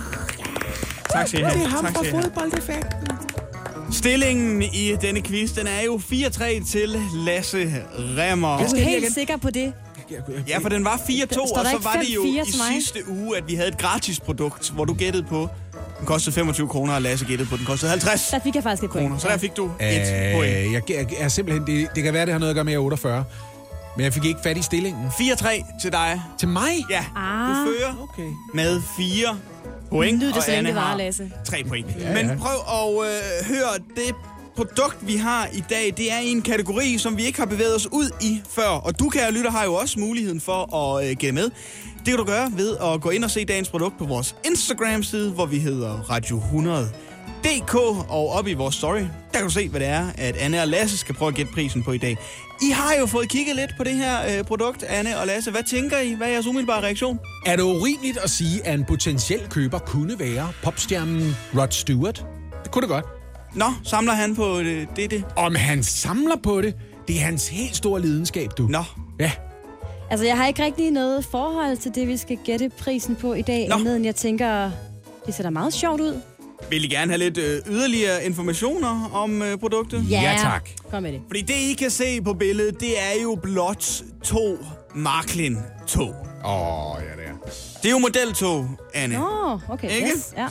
Tak skal I have. Det er ham Tak fra skal I have. fodboldeffekten. Stillingen i denne quiz, den er jo fire tre til Lasse Remmer. Er du helt sikker på det? Ja, for den var fire to, Står og der så ikke var fem det jo fire i til mig? sidste uge, at vi havde et gratis produkt, hvor du gættede på. Den kostede femogtyve kroner, og Lasse gættede på, den kostede halvtreds Der fik jeg faktisk et point. kroner. Så der fik du et Øh, point. jeg, jeg er simpelthen, det, det kan være, det har noget at gøre med otteogfyrre. Men jeg fik ikke fat i stillingen. fire tre til dig. Til mig? Ja, Ah. du fører Okay. med fire point, Nyd det, og så længe Anne det varer, har Lasse. tre point. Ja, Men ja. prøv at øh, høre, det produkt, vi har i dag, det er i en kategori, som vi ikke har bevæget os ud i før. Og du, kære lytter, har jo også muligheden for at øh, gætte med. Det kan du gøre ved at gå ind og se dagens produkt på vores Instagram-side, hvor vi hedder Radio hundrede punktum d k, og op i vores story, der kan du se, hvad det er, at Anne og Lasse skal prøve at gætte prisen på i dag. I har jo fået kigget lidt på det her øh, produkt, Anne og Lasse. Hvad tænker I? Hvad er jeres umiddelbare reaktion? Er det urimeligt at sige, at en potentiel køber kunne være popstjernen Rod Stewart? Det kunne det godt. Nå, samler han på øh, det, det? Om han samler på det, det er hans helt store lidenskab, du. Nå, Ja. Altså, jeg har ikke rigtig noget forhold til det, vi skal gætte prisen på i dag. Nå. Andet end jeg tænker, det ser da meget sjovt ud. vil I gerne have lidt øh, yderligere informationer om øh, produktet? Ja, tak. Kom med det. Fordi det, I kan se på billedet, det er jo blot to Marklin-tog. Åh, oh, ja, det er. Det er jo modeltog, Anne. Nå, okay. Ikke? Yes, ja.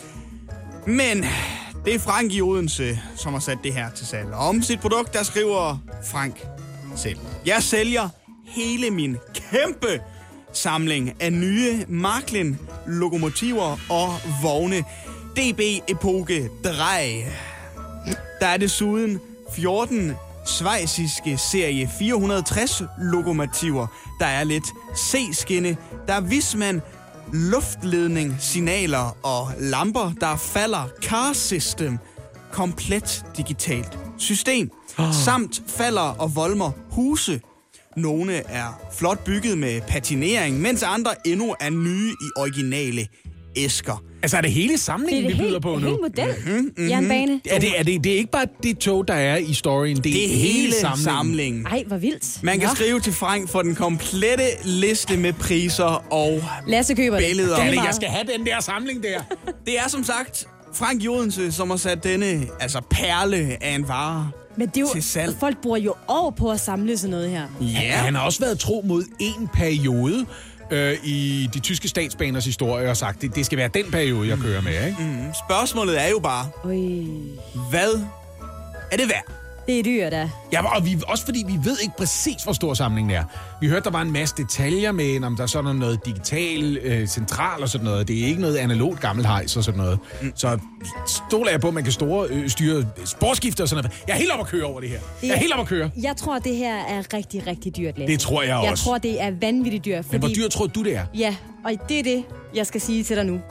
Men det er Frank i Odense, som har sat det her til salg. Og om sit produkt, der skriver Frank selv: jeg sælger hele min kæmpe samling af nye Marklin-lokomotiver og vogne. D B Epoke Drej. Der er desuden fjorten schweiziske serie fire hundrede og tres lokomotiver. Der er lidt C-skinne. Der er Visman, luftledning, signaler og lamper. Der falder car system. Komplet digitalt system. Oh. Samt falder og volmer huse. Nogle er flot bygget med patinering, mens andre endnu er nye i originale æsker. Altså, er det hele Det samlingen, er det vi byder helt, på nu? helt model. Mhm, Mm-hmm. Jernbane. Er det, er det, det er ikke bare det tog, der er i storyen, det er, Det er hele samlingen. samlingen. Ej, hvor vildt. Man kan Nå. skrive til Frank for den komplette liste med priser og Lasse køber det. billeder. Det er Anne, meget. jeg skal have den der samling der. Det er som sagt Frank Jodense, som har sat denne altså perle af en vare Men det er til jo, salg. folk bruger jo år på at samle sådan noget her. Ja. Han har også været tro mod en periode, øh, i de tyske statsbaners historie og sagt, det, det skal være den periode, jeg kører med, ikke? Mm. Spørgsmålet er jo bare, Ui. hvad er det værd? Det er dyrt, da. Ja, og vi, også fordi vi ved ikke præcis, hvor stor samlingen er. Vi hørte, der var en masse detaljer med, om der er sådan noget digital, øh, central og sådan noget. Det er ikke noget analogt gammelt hejs og sådan noget. Mm. Så stoler jeg på, at man kan store, øh, styre sporskifter og sådan noget. Jeg er helt op at køre over det her. Jeg er helt op at køre. Jeg tror, det her er rigtig, rigtig dyrt, Lasse. Det tror jeg også. Jeg tror, det er vanvittigt dyrt. Fordi... Men hvor dyrt tror du, det er? Ja, og det er det, jeg skal sige til dig nu.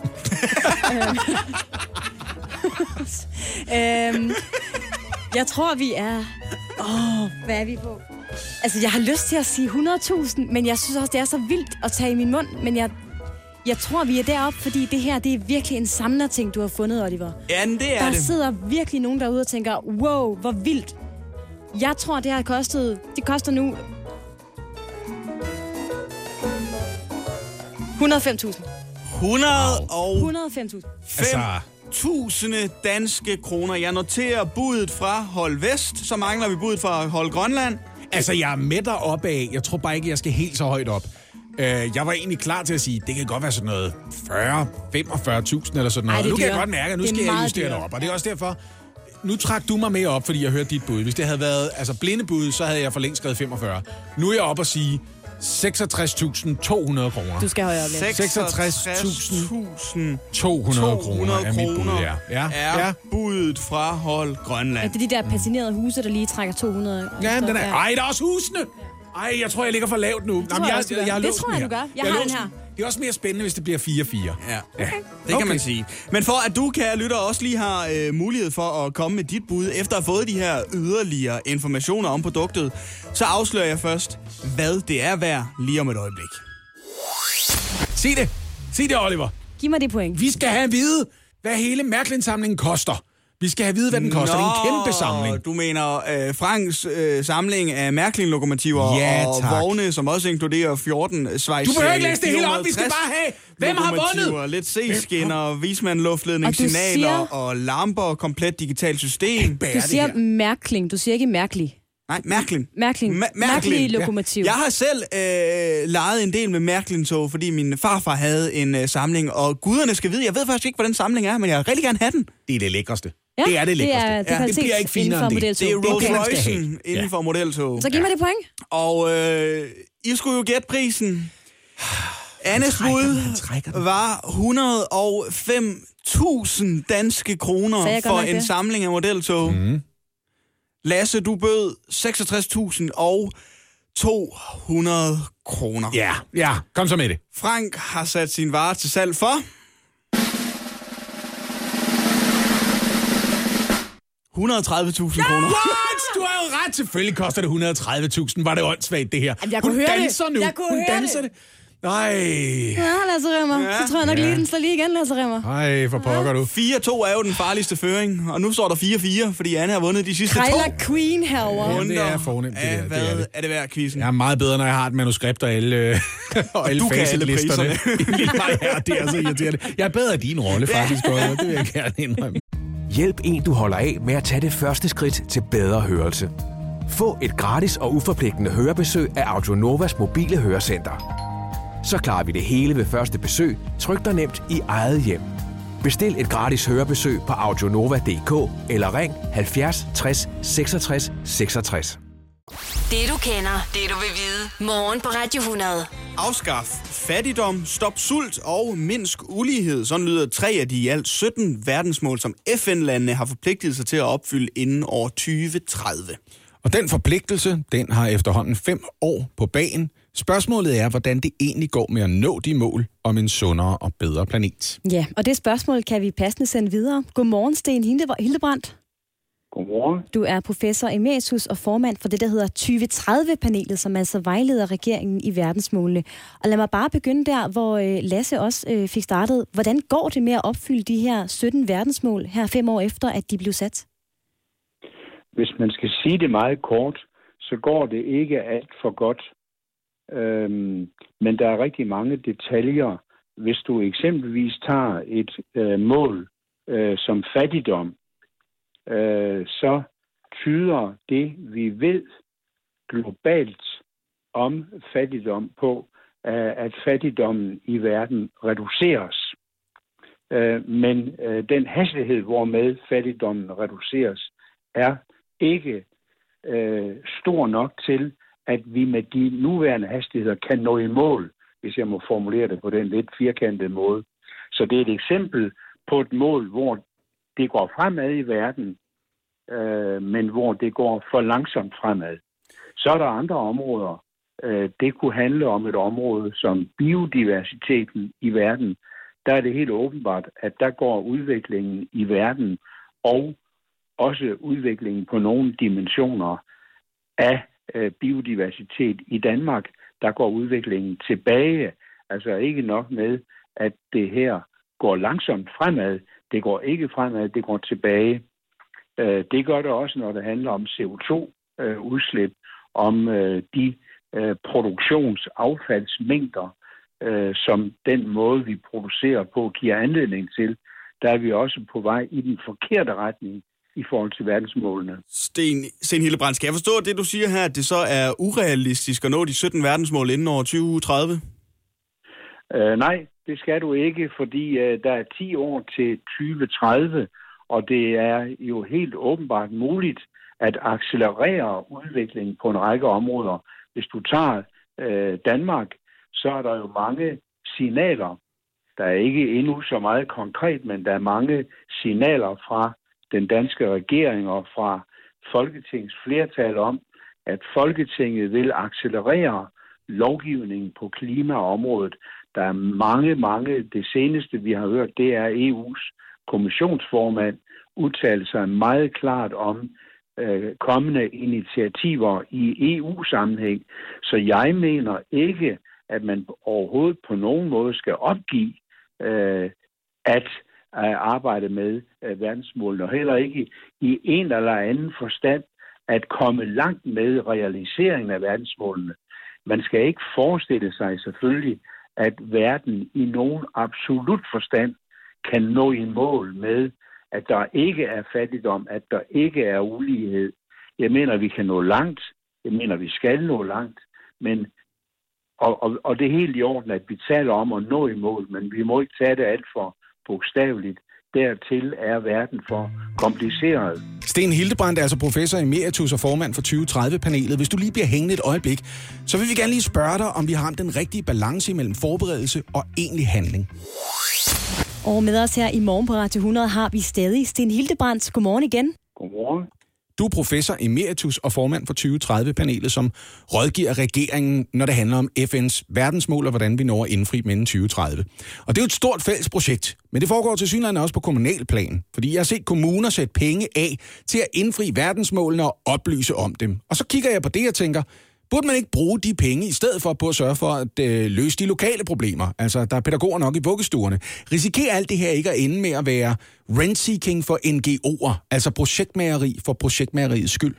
øhm, jeg tror, vi er... Åh, oh, hvad er vi på? Altså, jeg har lyst til at sige hundrede tusind, men jeg synes også, det er så vildt at tage i min mund. Men jeg, jeg tror, vi er deroppe, fordi det her, det er virkelig en samlerting, du har fundet, Oliver. Ja, det er Der det. sidder virkelig nogen derude og tænker, wow, hvor vildt. Jeg tror, det har kostet... Det koster nu... hundrede og fem tusind. hundrede og hundrede og fem tusind. fem tusinde danske kroner. Jeg noterer budet fra Hold Vest, så mangler vi budet fra Hold Grønland. Altså, jeg er med dig op af. Jeg tror bare ikke, jeg skal helt så højt op. Uh, jeg var egentlig klar til at sige, det kan godt være sådan noget fyrre til femogfyrre tusind eller sådan noget. Ej, nu kan dyrt. jeg godt mærke, at nu Det er skal jeg meget justere det dyrt. op. Og det er også derfor, nu trak du mig med op, fordi jeg hørte dit bud. Hvis det havde været altså blindebud, så havde jeg for længst skrevet femogfyrre. Nu er jeg oppe at sige seksogtres tusind to hundrede kroner. Du skal højere op lidt. seksogtres tusind to hundrede kroner er mit bud, ja. Ja, er ja. budet fra Hold Grønland. Er det de der patinerede huse, der lige trækker to hundrede? Ja, den er... Ej, der er også husene! Ej, jeg tror, jeg ligger for lavt nu. tror jeg også, du gør. Det låst tror den jeg, du her. gør. Jeg har har låst den her. Det er også mere spændende, hvis det bliver fire fire. Ja, okay. Det kan okay. man sige. Men for at du, kære lytter, også lige har øh, mulighed for at komme med dit bud, efter at have fået de her yderligere informationer om produktet, så afslører jeg først, hvad det er værd lige om et øjeblik. Sig det. Sig det, Oliver. Giv mig det point. Vi skal have at vide, hvad hele Mærklin-samlingen koster. Vi skal have at vide, hvad den koster. Nå, det er en kæmpe samling. Du mener øh, Franks øh, samling af Märklin-lokomotiver Ja, og tak. vogne, som også inkluderer fjorten Schweiz. Du behøver ikke læse det hele op, vi skal bare have, hvem har vundet? Lidt C-skinner, Wiesmann-luftledning, Og du signaler siger- og lamper, komplet digitalt system. Du siger mærkling, du siger ikke mærkelig. Nej, Märklin. Mærkling. Ma- Mærkelig Märklin. lokomotiv. Jeg har selv øh, lejet en del med Märklin-tog, fordi min farfar havde en øh, samling, og guderne skal vide, jeg ved faktisk ikke, hvad den samling er, men jeg vil rigtig gerne have den. Det er det lækreste. Ja, det er det lækreste. Det, er, det, ja, er det bliver ikke finere end det. Det er Rolls det, man skal Royce'en have. inden Ja. for modeltog. Så giv mig det point. Og øh, I skulle jo gætte prisen. Annes trækker bud den, han trækker den. var hundrede og fem tusind danske kroner Sagde jeg godt for nok en det? samling af modeltog. Mm. Lasse, du bød seksogtres tusind og to hundrede kroner. Ja, ja, kom så med det. Frank har sat sin vare til salg for... et hundrede og tredive tusind kroner. What? Du har jo ret. Selvfølgelig koster det et hundrede og tredive tusind. Var det åndssvagt, det her? Jamen, jeg Hun kunne høre det. danser nu. Jeg kunne Hun høre danser det. det. Nej. Ja, Lasse Remmer. Ja. Så tror jeg nok Ja. lige, den slår lige igen, Lasse Remmer. Ej, for pokker du. fire to er jo den farligste føring, og nu står der fire fire, fordi Anne har vundet de sidste to. Kyler Queen herovre. Ja, det er fornemt, det Af der. Det hvad er det. er det værd, quizzen? Jeg er meget bedre, når jeg har et manuskript og alle, øh, og alle du kan alle facitlisterne. priserne. Nej, ja, det er så irriterende. Jeg er bedre af din rolle, faktisk. Ja. Det vil jeg gerne indrømme. Hjælp en, du holder af med at tage det første skridt til bedre hørelse. Få et gratis og uforpligtende hørebesøg af Audionovas mobile hørecenter. Så klarer vi det hele ved første besøg, tryk dig nemt i eget hjem. Bestil et gratis hørebesøg på audionova punktum d k eller ring halvfjerds tres seksogtres seksogtres. Det du kender, det du vil vide. Morgen på Radio hundrede. Afskaf fattigdom, stop sult og mindsk ulighed. Sådan lyder tre af de i alt sytten verdensmål, som F N-landene har forpligtet sig til at opfylde inden år tyve tredive. Og den forpligtelse, den har efterhånden fem år på bagen. Spørgsmålet er, hvordan det egentlig går med at nå de mål om en sundere og bedre planet. Ja, og det spørgsmål kan vi passende sende videre. Godmorgen, Sten Hildebrandt. Godmorgen. Du er professor emeritus og formand for det, der hedder tyve tredive-panelet, som altså vejleder regeringen i verdensmålene. Og lad mig bare begynde der, hvor Lasse også fik startet. Hvordan går det med at opfylde de her sytten verdensmål her fem år efter, at de blev sat? Hvis man skal sige det meget kort, så går det ikke alt for godt. Øhm, men der er rigtig mange detaljer. Hvis du eksempelvis tager et øh, mål øh, som fattigdom, øh, så tyder det, vi ved globalt om fattigdom på, at fattigdommen i verden reduceres. Men den hastighed, hvormed fattigdommen reduceres, er ikke stor nok til, at vi med de nuværende hastigheder kan nå i mål, hvis jeg må formulere det på den lidt firkantede måde. Så det er et eksempel på et mål, hvor det går fremad i verden, øh, men hvor det går for langsomt fremad. Så er der andre områder. Øh, det kunne handle om et område som biodiversiteten i verden. Der er det helt åbenbart, at der går udviklingen i verden og også udviklingen på nogle dimensioner af øh, biodiversitet i Danmark. Der går udviklingen tilbage. Altså ikke nok med, at det her går langsomt fremad. Det går ikke fremad, det går tilbage. Det gør det også, når det handler om C O to udslip, om de produktionsaffaldsmængder, som den måde, vi producerer på, giver anledning til. Der er vi også på vej i den forkerte retning i forhold til verdensmålene. Sten, Sten Hildebrandt, skal jeg forstå det, du siger her, at det så er urealistisk at nå de sytten verdensmål inden år tyve tredive? Uh, nej, det skal du ikke, fordi uh, der er ti år til tyve tredive, og det er jo helt åbenbart muligt at accelerere udviklingen på en række områder. Hvis du tager uh, Danmark, så er der jo mange signaler. Der er ikke endnu så meget konkret, men der er mange signaler fra den danske regering og fra Folketingets flertal om, at Folketinget vil accelerere lovgivningen på klimaområdet. Der er mange, mange, det seneste vi har hørt, det er E U's kommissionsformand udtale sig meget klart om øh, kommende initiativer i E U-sammenhæng. Så jeg mener ikke, at man overhovedet på nogen måde skal opgive øh, at arbejde med øh, verdensmålene, og heller ikke i en eller anden forstand at komme langt med realiseringen af verdensmålene. Man skal ikke forestille sig selvfølgelig, at verden i nogen absolut forstand kan nå i mål med, at der ikke er fattigdom, at der ikke er ulighed. Jeg mener, vi kan nå langt. Jeg mener, vi skal nå langt. Men, og, og, og det er helt i orden, at vi taler om at nå i mål, men vi må ikke tage det alt for bogstaveligt. Dertil er verden for kompliceret. Sten Hildebrandt er altså professor emeritus og formand for tyve tredive-panelet. Hvis du lige bliver hængende et øjeblik, så vil vi gerne lige spørge dig, om vi har den rigtige balance mellem forberedelse og egentlig handling. Og med os her i morgen på Radio hundrede har vi stadig Sten Hildebrandt. Godmorgen igen. Godmorgen. Du er professor emeritus og formand for tyve tredive-panelet, som rådgiver regeringen, når det handler om F N's verdensmål og hvordan vi når at indfri dem inden tyve tredive. Og det er jo et stort fælles projekt, men det foregår til synligheden også på kommunalplan, fordi jeg har set kommuner sætte penge af til at indfri verdensmålene og oplyse om dem. Og så kigger jeg på det og tænker, burde man ikke bruge de penge i stedet for på at sørge for at øh, løse de lokale problemer? Altså, der er pædagoger nok i vuggestuerne. Risikerer alt det her ikke at ende med at være rent-seeking for N G O'er, altså projektmageri for projektmageriets skyld?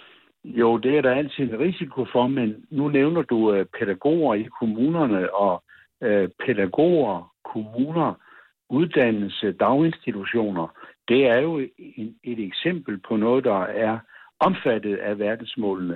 Jo, det er der altid en risiko for, men nu nævner du øh, pædagoger i kommunerne, og øh, pædagoger, kommuner, uddannelse, daginstitutioner. Det er jo en, et eksempel på noget, der er omfattet af verdensmålene.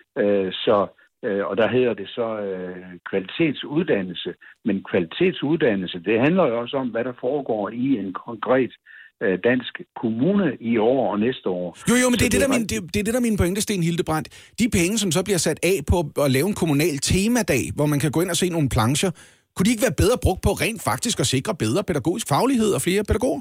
Så, og der hedder det så øh, kvalitetsuddannelse. Men kvalitetsuddannelse, det handler jo også om, hvad der foregår i en konkret øh, dansk kommune i år og næste år. Jo, jo, men det er det, der min, det, det er det, der er min pointe, Sten Hildebrandt. De penge, som så bliver sat af på at lave en kommunal temadag, hvor man kan gå ind og se nogle plancher, kunne de ikke være bedre brugt på rent faktisk at sikre bedre pædagogisk faglighed og flere pædagoger?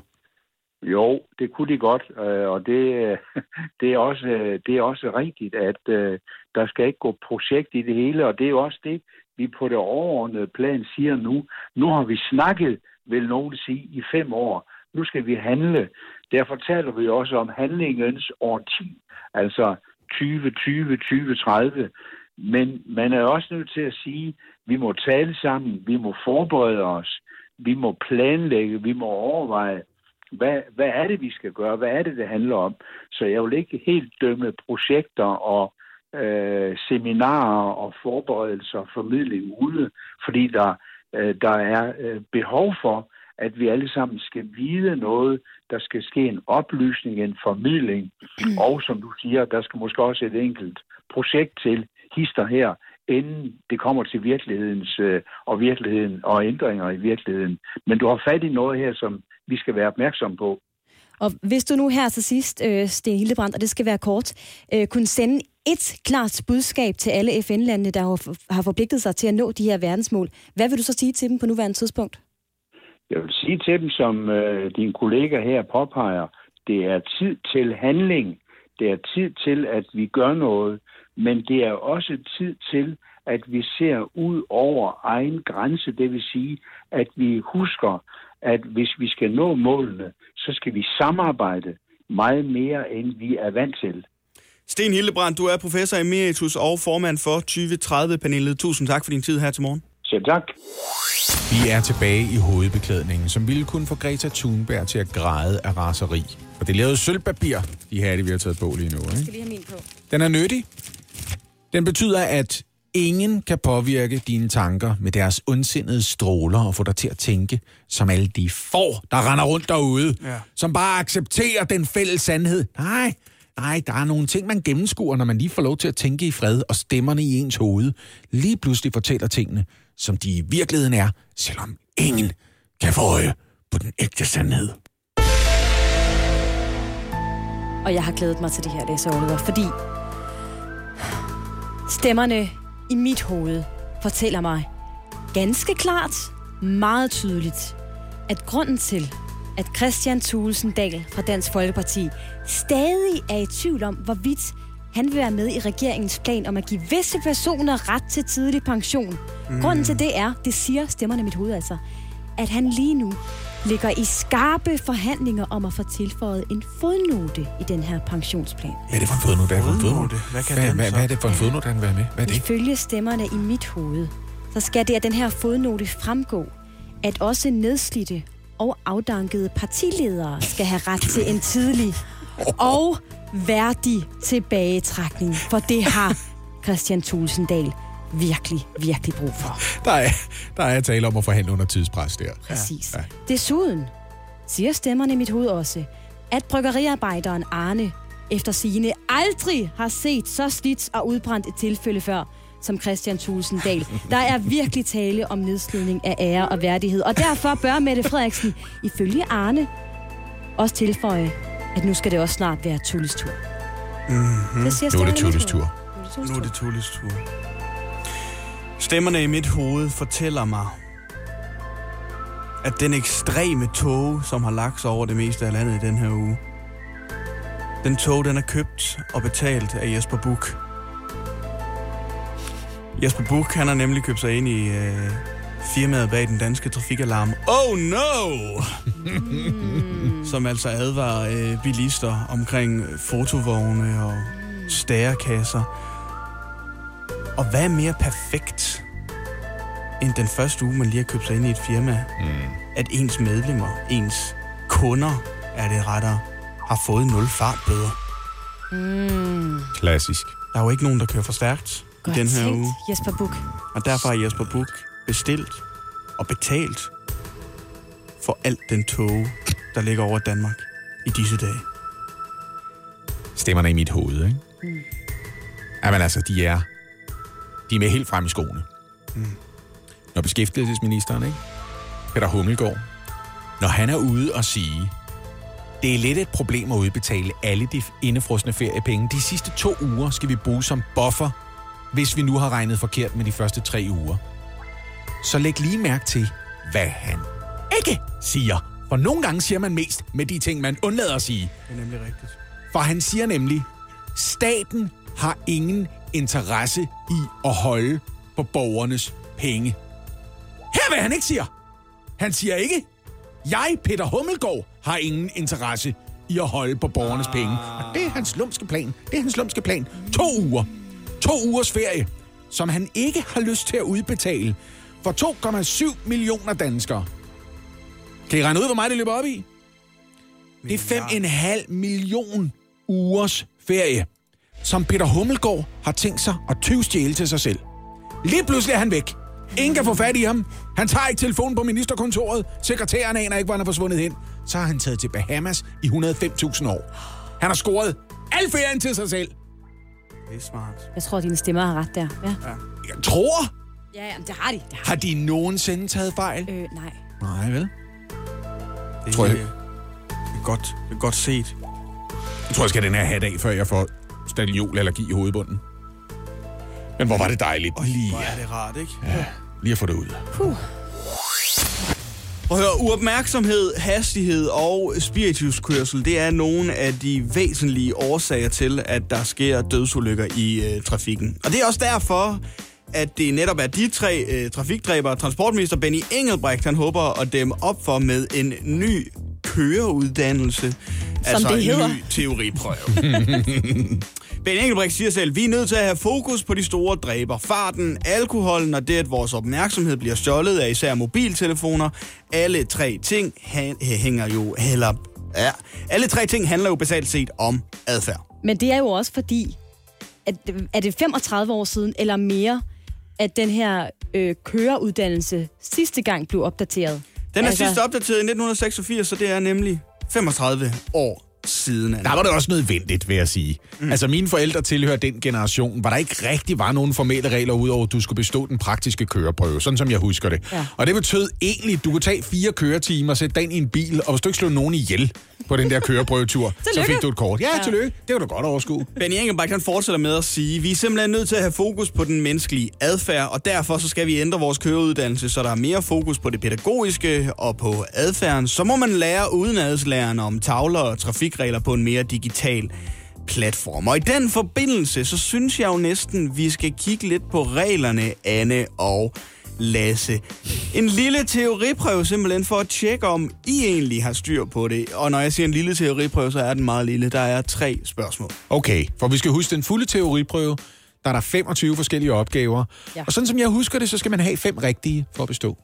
Jo, det kunne de godt, og det, det, er, også, det er også rigtigt, at der skal ikke gå projekt i det hele, og det er jo også det, vi på det overordnede plan siger nu. Nu har vi snakket, vil nogen sige, i fem år. Nu skal vi handle. Derfor taler vi også om handlingens årti, altså tyve tyve til tyve tredive. Men man er også nødt til at sige, at vi må tale sammen, vi må forberede os, vi må planlægge, vi må overveje, Hvad, hvad er det, vi skal gøre? Hvad er det, det handler om? Så jeg vil ikke helt dømme projekter og øh, seminarer og forberedelser og formidling ude, fordi der, øh, der er øh, behov for, at vi alle sammen skal vide noget. Der skal ske en oplysning, en formidling, og som du siger, der skal måske også et enkelt projekt til, hister her, inden det kommer til virkelighedens øh, og virkeligheden og ændringer i virkeligheden. Men du har fat i noget her, som vi skal være opmærksom på. Og hvis du nu her til sidst, øh, Sten Hildebrandt, og det skal være kort, øh, kunne sende et klart budskab til alle F N-landene, der har forpligtet sig til at nå de her verdensmål, hvad vil du så sige til dem på nuværende tidspunkt? Jeg vil sige til dem, som øh, dine kolleger her påpeger, det er tid til handling. Det er tid til, at vi gør noget, men det er også tid til, at vi ser ud over egen grænse. Det vil sige, at vi husker, at hvis vi skal nå målene, så skal vi samarbejde meget mere, end vi er vant til. Sten Hildebrandt, du er professor emeritus og formand for tyve tredive-panelet. Tusind tak for din tid her til morgen. Selv tak. Vi er tilbage i hovedbeklædningen, som ville kunne få Greta Thunberg til at græde af raseri. For det lavede sølvpapir, de her, vi har taget på lige nu. Ikke? Jeg skal lige have min på. Den er nyttig. Den betyder, at ingen kan påvirke dine tanker med deres ondsindede stråler og få dig til at tænke som alle de får, der render rundt derude, ja. Som bare accepterer den fælles sandhed. Nej, nej, der er nogle ting, man gennemskuer, når man lige får lov til at tænke i fred, og stemmerne i ens hoved lige pludselig fortæller tingene, som de i virkeligheden er, selvom ingen kan få øje på den ægte sandhed. Og jeg har glædet mig til det her, Lasse Oliver, fordi stemmerne i mit hoved fortæller mig ganske klart, meget tydeligt, at grunden til, at Kristian Thulesen Dahl fra Dansk Folkeparti stadig er i tvivl om, hvorvidt han vil være med i regeringens plan om at give visse personer ret til tidlig pension. Mm. Grunden til det er, det siger stemmerne i mit hoved altså, at han lige nu ligger i skarpe forhandlinger om at få tilføjet en fodnote i den her pensionsplan. Hvad er det for en fodnote? Hvad er, en fodnote? Hvad, kan hvad, den hvad, hvad er det for en fodnote, han vil være med? Hvad er det? Ifølge stemmerne i mit hoved, så skal det af den her fodnote fremgå, at også nedslidte og afdankede partiledere skal have ret til en tidlig og værdig tilbagetrækning. For det har Kristian Thulesen Dahl virkelig, virkelig brug for. Der er, der er tale om at forhandle under tidspres der. Præcis. Ja. Ja. Desuden siger stemmerne i mit hoved også, at bryggeriarbejderen Arne efter sigende aldrig har set så slidt og udbrændt et tilfælde før som Kristian Thulesen Dahl. Der er virkelig tale om nedslidning af ære og værdighed, og derfor bør Mette Frederiksen ifølge Arne også tilføje, at nu skal det også snart være Tulles tur. Mm-hmm. Det siger nu er det Tulles tur. Nu er det Tulles tur. Stemmerne i mit hoved fortæller mig, at den ekstreme tåge, som har lagt sig over det meste af landet i den her uge, den tåge, den er købt og betalt af Jesper Buch. Jesper Buch, han har nemlig købt sig ind i øh, firmaet bag den danske trafikalarm Oh No! Mm. Som altså advarer øh, bilister omkring fotovogne og stærekasser. Og hvad er mere perfekt end den første uge, man lige har købt sig ind i et firma, mm. at ens medlemmer, ens kunder, er det rettere, har fået nul fartbøder. Mm. Klassisk. Der er jo ikke nogen, der kører for stærkt i den her tænkt, uge. Jesper Buch. Og derfor har Jesper Buch bestilt og betalt for alt den tåge, der ligger over Danmark i disse dage. Stemmerne i mit hoved, ikke? Mm. Jamen altså, de er, de er med helt frem i skoene. Mm. Når beskæftigelsesministeren, ikke? Peter Hummelgaard, når han er ude og sige, det er lidt et problem at udbetale alle de indefrosne feriepenge. De sidste to uger skal vi bruge som buffer, hvis vi nu har regnet forkert med de første tre uger. Så læg lige mærke til, hvad han ikke siger. For nogle gange siger man mest med de ting, man undlader at sige. Det er nemlig rigtigt. For han siger nemlig, staten har ingen interesse i at holde på borgernes penge. Her hvad han ikke siger. Han siger ikke, jeg, Peter Hummelgaard, har ingen interesse i at holde på borgernes ah. penge. Og det er hans lumske plan. Det er hans lumske plan. To uger. To ugers ferie, som han ikke har lyst til at udbetale for to komma syv millioner danskere. Kan I regne ud, hvor meget det løber op i? Det er fem komma fem million ugers ferie, som Peter Hummelgaard har tænkt sig at tyvstjæle til sig selv. Lige pludselig er han væk. Ingen kan få fat i ham. Han tager ikke telefonen på ministerkontoret. Sekretæren aner ikke, hvor han er forsvundet hen. Så har han taget til Bahamas i et hundrede og fem tusind år. Han har scoret al ferien til sig selv. Det er smart. Jeg tror, dine stemmer har ret der. Ja, Ja. Jeg tror, ja, ja det har de. Det har har de nogensinde taget fejl? de. Øh, nej. Nej, vel? Det Tror jeg- er, det er godt, det er godt set. Jeg tror, jeg skal have den her hat af, før jeg får stadionallergi i hovedbunden. Men hvor var det dejligt lige, Hvor er det rart, ikke? ja, lige at få det ud. Puh. Prøv at høre, uopmærksomhed, hastighed og spirituskørsel, det er nogle af de væsentlige årsager til, at der sker dødsulykker i øh, trafikken. Og det er også derfor, at det netop er de tre øh, trafikdræbere, transportminister Benny Engelbrecht, han håber at dæmme op for med en ny køreuddannelse. altså det en hedder. ny teoriprøve. Benny Engelbrecht siger selv, vi er nødt til at have fokus på de store dræber. Farten, alkoholen og det, at vores opmærksomhed bliver stjålet af især mobiltelefoner. Alle tre ting ha- hænger jo heller... Ja, alle tre ting handler jo basalt set om adfærd. Men det er jo også fordi, at er det femogtredive år siden eller mere, at den her øh, køreuddannelse sidste gang blev opdateret. Den er Altså- sidst opdateret i nitten seksogfirs, så det er nemlig femogtredive år siden. Der var det også nødvendigt, vil jeg sige. Mm. Altså, mine forældre tilhører den generation, hvor der ikke rigtig var nogen formelle regler, udover at du skulle bestå den praktiske køreprøve, sådan som jeg husker det. Ja. Og det betød egentlig, at du kunne tage fire køretimer, sætte dig ind i en bil, og hvis du ikke slog nogen ihjel på den der køreprøvetur, så fik du et kort. Ja, ja, tillykke. Det var du godt overskue. Benny Engelbrecht, han fortsætter med at sige, vi er simpelthen nødt til at have fokus på den menneskelige adfærd, og derfor så skal vi ændre vores køreuddannelse, så der er mere fokus på det pædagogiske og på adfærden. Så må man lære udenadslærerne om tavler og trafikregler på en mere digital platform. Og i den forbindelse, så synes jeg jo næsten, vi skal kigge lidt på reglerne, Anne og Lasse. En lille teoriprøve simpelthen for at tjekke, om I egentlig har styr på det. Og når jeg siger en lille teoriprøve, så er den meget lille. Der er tre spørgsmål. Okay, for vi skal huske den fulde teoriprøve. Der er der femogtyve forskellige opgaver. Ja. Og sådan som jeg husker det, så skal man have fem rigtige for at bestå.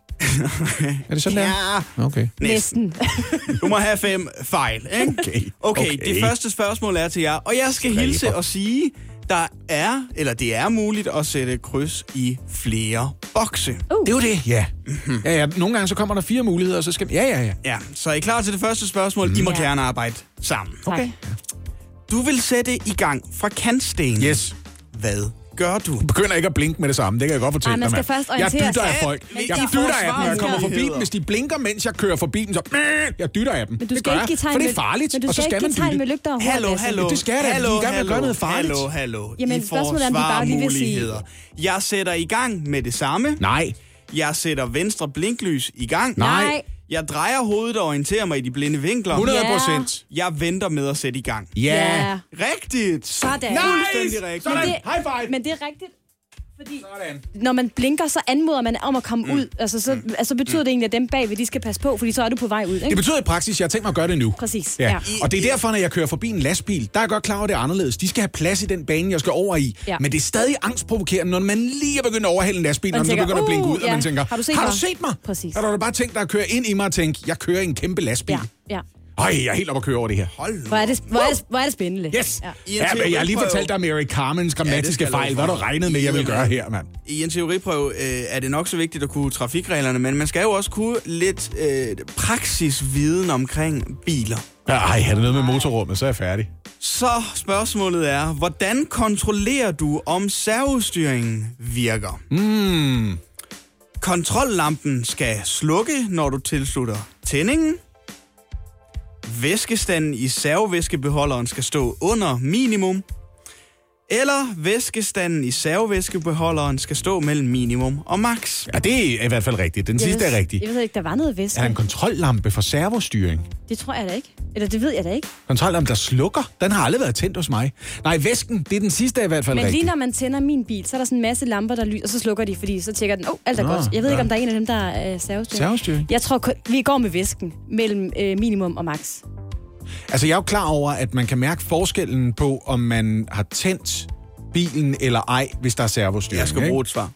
Er det sådan der? Ja, Okay. Næsten. du må have fem fejl, ikke? Okay. Okay, Okay. det første spørgsmål er til jer. Og jeg skal Stræber. hilse og sige, der er, eller det er muligt at sætte kryds i flere bokse. Uh. Det er jo det, ja. ja, ja. Nogle gange så kommer der fire muligheder, og så skal... Ja, ja, ja. Ja, så er I klar til det første spørgsmål? Mm. I må Ja. gerne arbejde sammen. Okay. Du vil sætte i gang fra kantstenen. Yes. Hvad gør du? Du begynder ikke at blinke med det samme, det kan jeg godt fortælle Ej, man dig, skal mand. først Jeg orientere dytter af sig. folk. Men Jeg I dytter får af dem, når jeg kommer forbi svarmuligheder. dem. Hvis de blinker, mens jeg kører forbi dem, så... Jeg dytter af dem. Men du Det skal gør ikke give jeg, tegn for det med, er farligt, men du og så skal skal ikke man give tegn dytte. med lygter og hår, Hallo, Lasse. hallo. Det skal jeg da, hallo, vi er i gang med at hallo, gøre noget farligt. Hallo, hallo. Jamen, I får spørgsmålet er, om de bare lige vil sige- svarmuligheder. Jeg sætter i gang med det samme. Nej. Jeg sætter venstre blinklys i gang. Nej. Jeg drejer hovedet og orienterer mig i de blinde vinkler. hundrede procent. Jeg venter med at sætte i gang. Ja. Rigtigt. Sådan. Fuldstændig rigtigt. Sådan. Men det, High five. Men det er rigtigt. Fordi Sådan. når man blinker, så anmoder man om at komme mm. ud. Altså, så, mm. altså betyder det egentlig, at dem bagved, de skal passe på, fordi så er du på vej ud, ikke? Det betyder i praksis, at jeg har tænkt mig at gøre det nu. Præcis, Ja. ja. Og det er derfor, når jeg kører forbi en lastbil, der er jeg godt klar over, at det er anderledes. De skal have plads i den bane, jeg skal over i. Ja. Men det er stadig angstprovokerende, når man lige er begyndt at overhale en lastbil, Man når den så tænker, begynder at blinke uh, ud, og ja. man tænker, Har du set har mig? du set mig? Præcis. Har du da bare tænkt dig at køre ind i mig og tænke, jeg kører i en kæmpe lastbil? Ja, ja. Øj, jeg er helt oppe at køre over det her. Hold nu. Hvor er det, hvor er det, hvor er det spændende. Yes! Ja. I en Ja, men jeg har lige teoriprøve- fortalt dig om Eric Carmens grammatiske Ja, det skal jeg fejl. love Hvad har du for. regnet med, jeg vil gøre her, mand? I en teoriprøve øh, er det nok så vigtigt at kunne trafikreglerne, men man skal jo også kunne lidt øh, praksisviden omkring biler. Ja, ej, er det noget med motorrummet, så er jeg færdig. Så spørgsmålet er, hvordan kontrollerer du, om servostyringen virker? Mm. Kontrollampen skal slukke, når du tilslutter tændingen. Væskestanden i servovæskebeholderen skal stå under minimum. Eller væskestanden i servovæskebeholderen skal stå mellem minimum og max. Ja, det er i hvert fald rigtigt. Den Jeg sidste ved- er rigtig. Jeg ved ikke, der var noget væske. Er der en kontrollampe for servostyring? Det tror jeg da ikke. Eller det ved jeg da ikke. Kontrollampe, der slukker? Den har aldrig været tændt hos mig. Nej, væsken, det er den sidste er i hvert fald Men lige rigtig. når man tænder min bil, så er der sådan en masse lamper, der lyser, og så slukker de, fordi så tjekker den, åh, oh, alt er Nå, godt. Jeg ved ja. ikke, om der er en af dem, der er øh, servostyring. Servostyring? Jeg tror, kun- vi går med væsken mellem øh, minimum og max. Altså, jeg er jo klar over, at man kan mærke forskellen på, om man har tændt bilen eller ej, hvis der er servostyring. Jeg skal ikke? bruge et svar.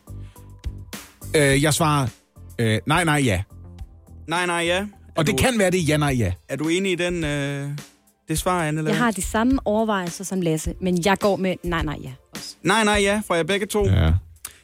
Øh, jeg svarer, øh, nej, nej, ja. Nej, nej, ja. Er Og det du, kan være det ja, nej, ja. Er du enig i den, øh, det svar, Anne? eller Jeg hvad? har de samme overvejelser som Lasse, men jeg går med nej, nej, ja. Også. Nej, nej, ja, fra jer begge to. Ja.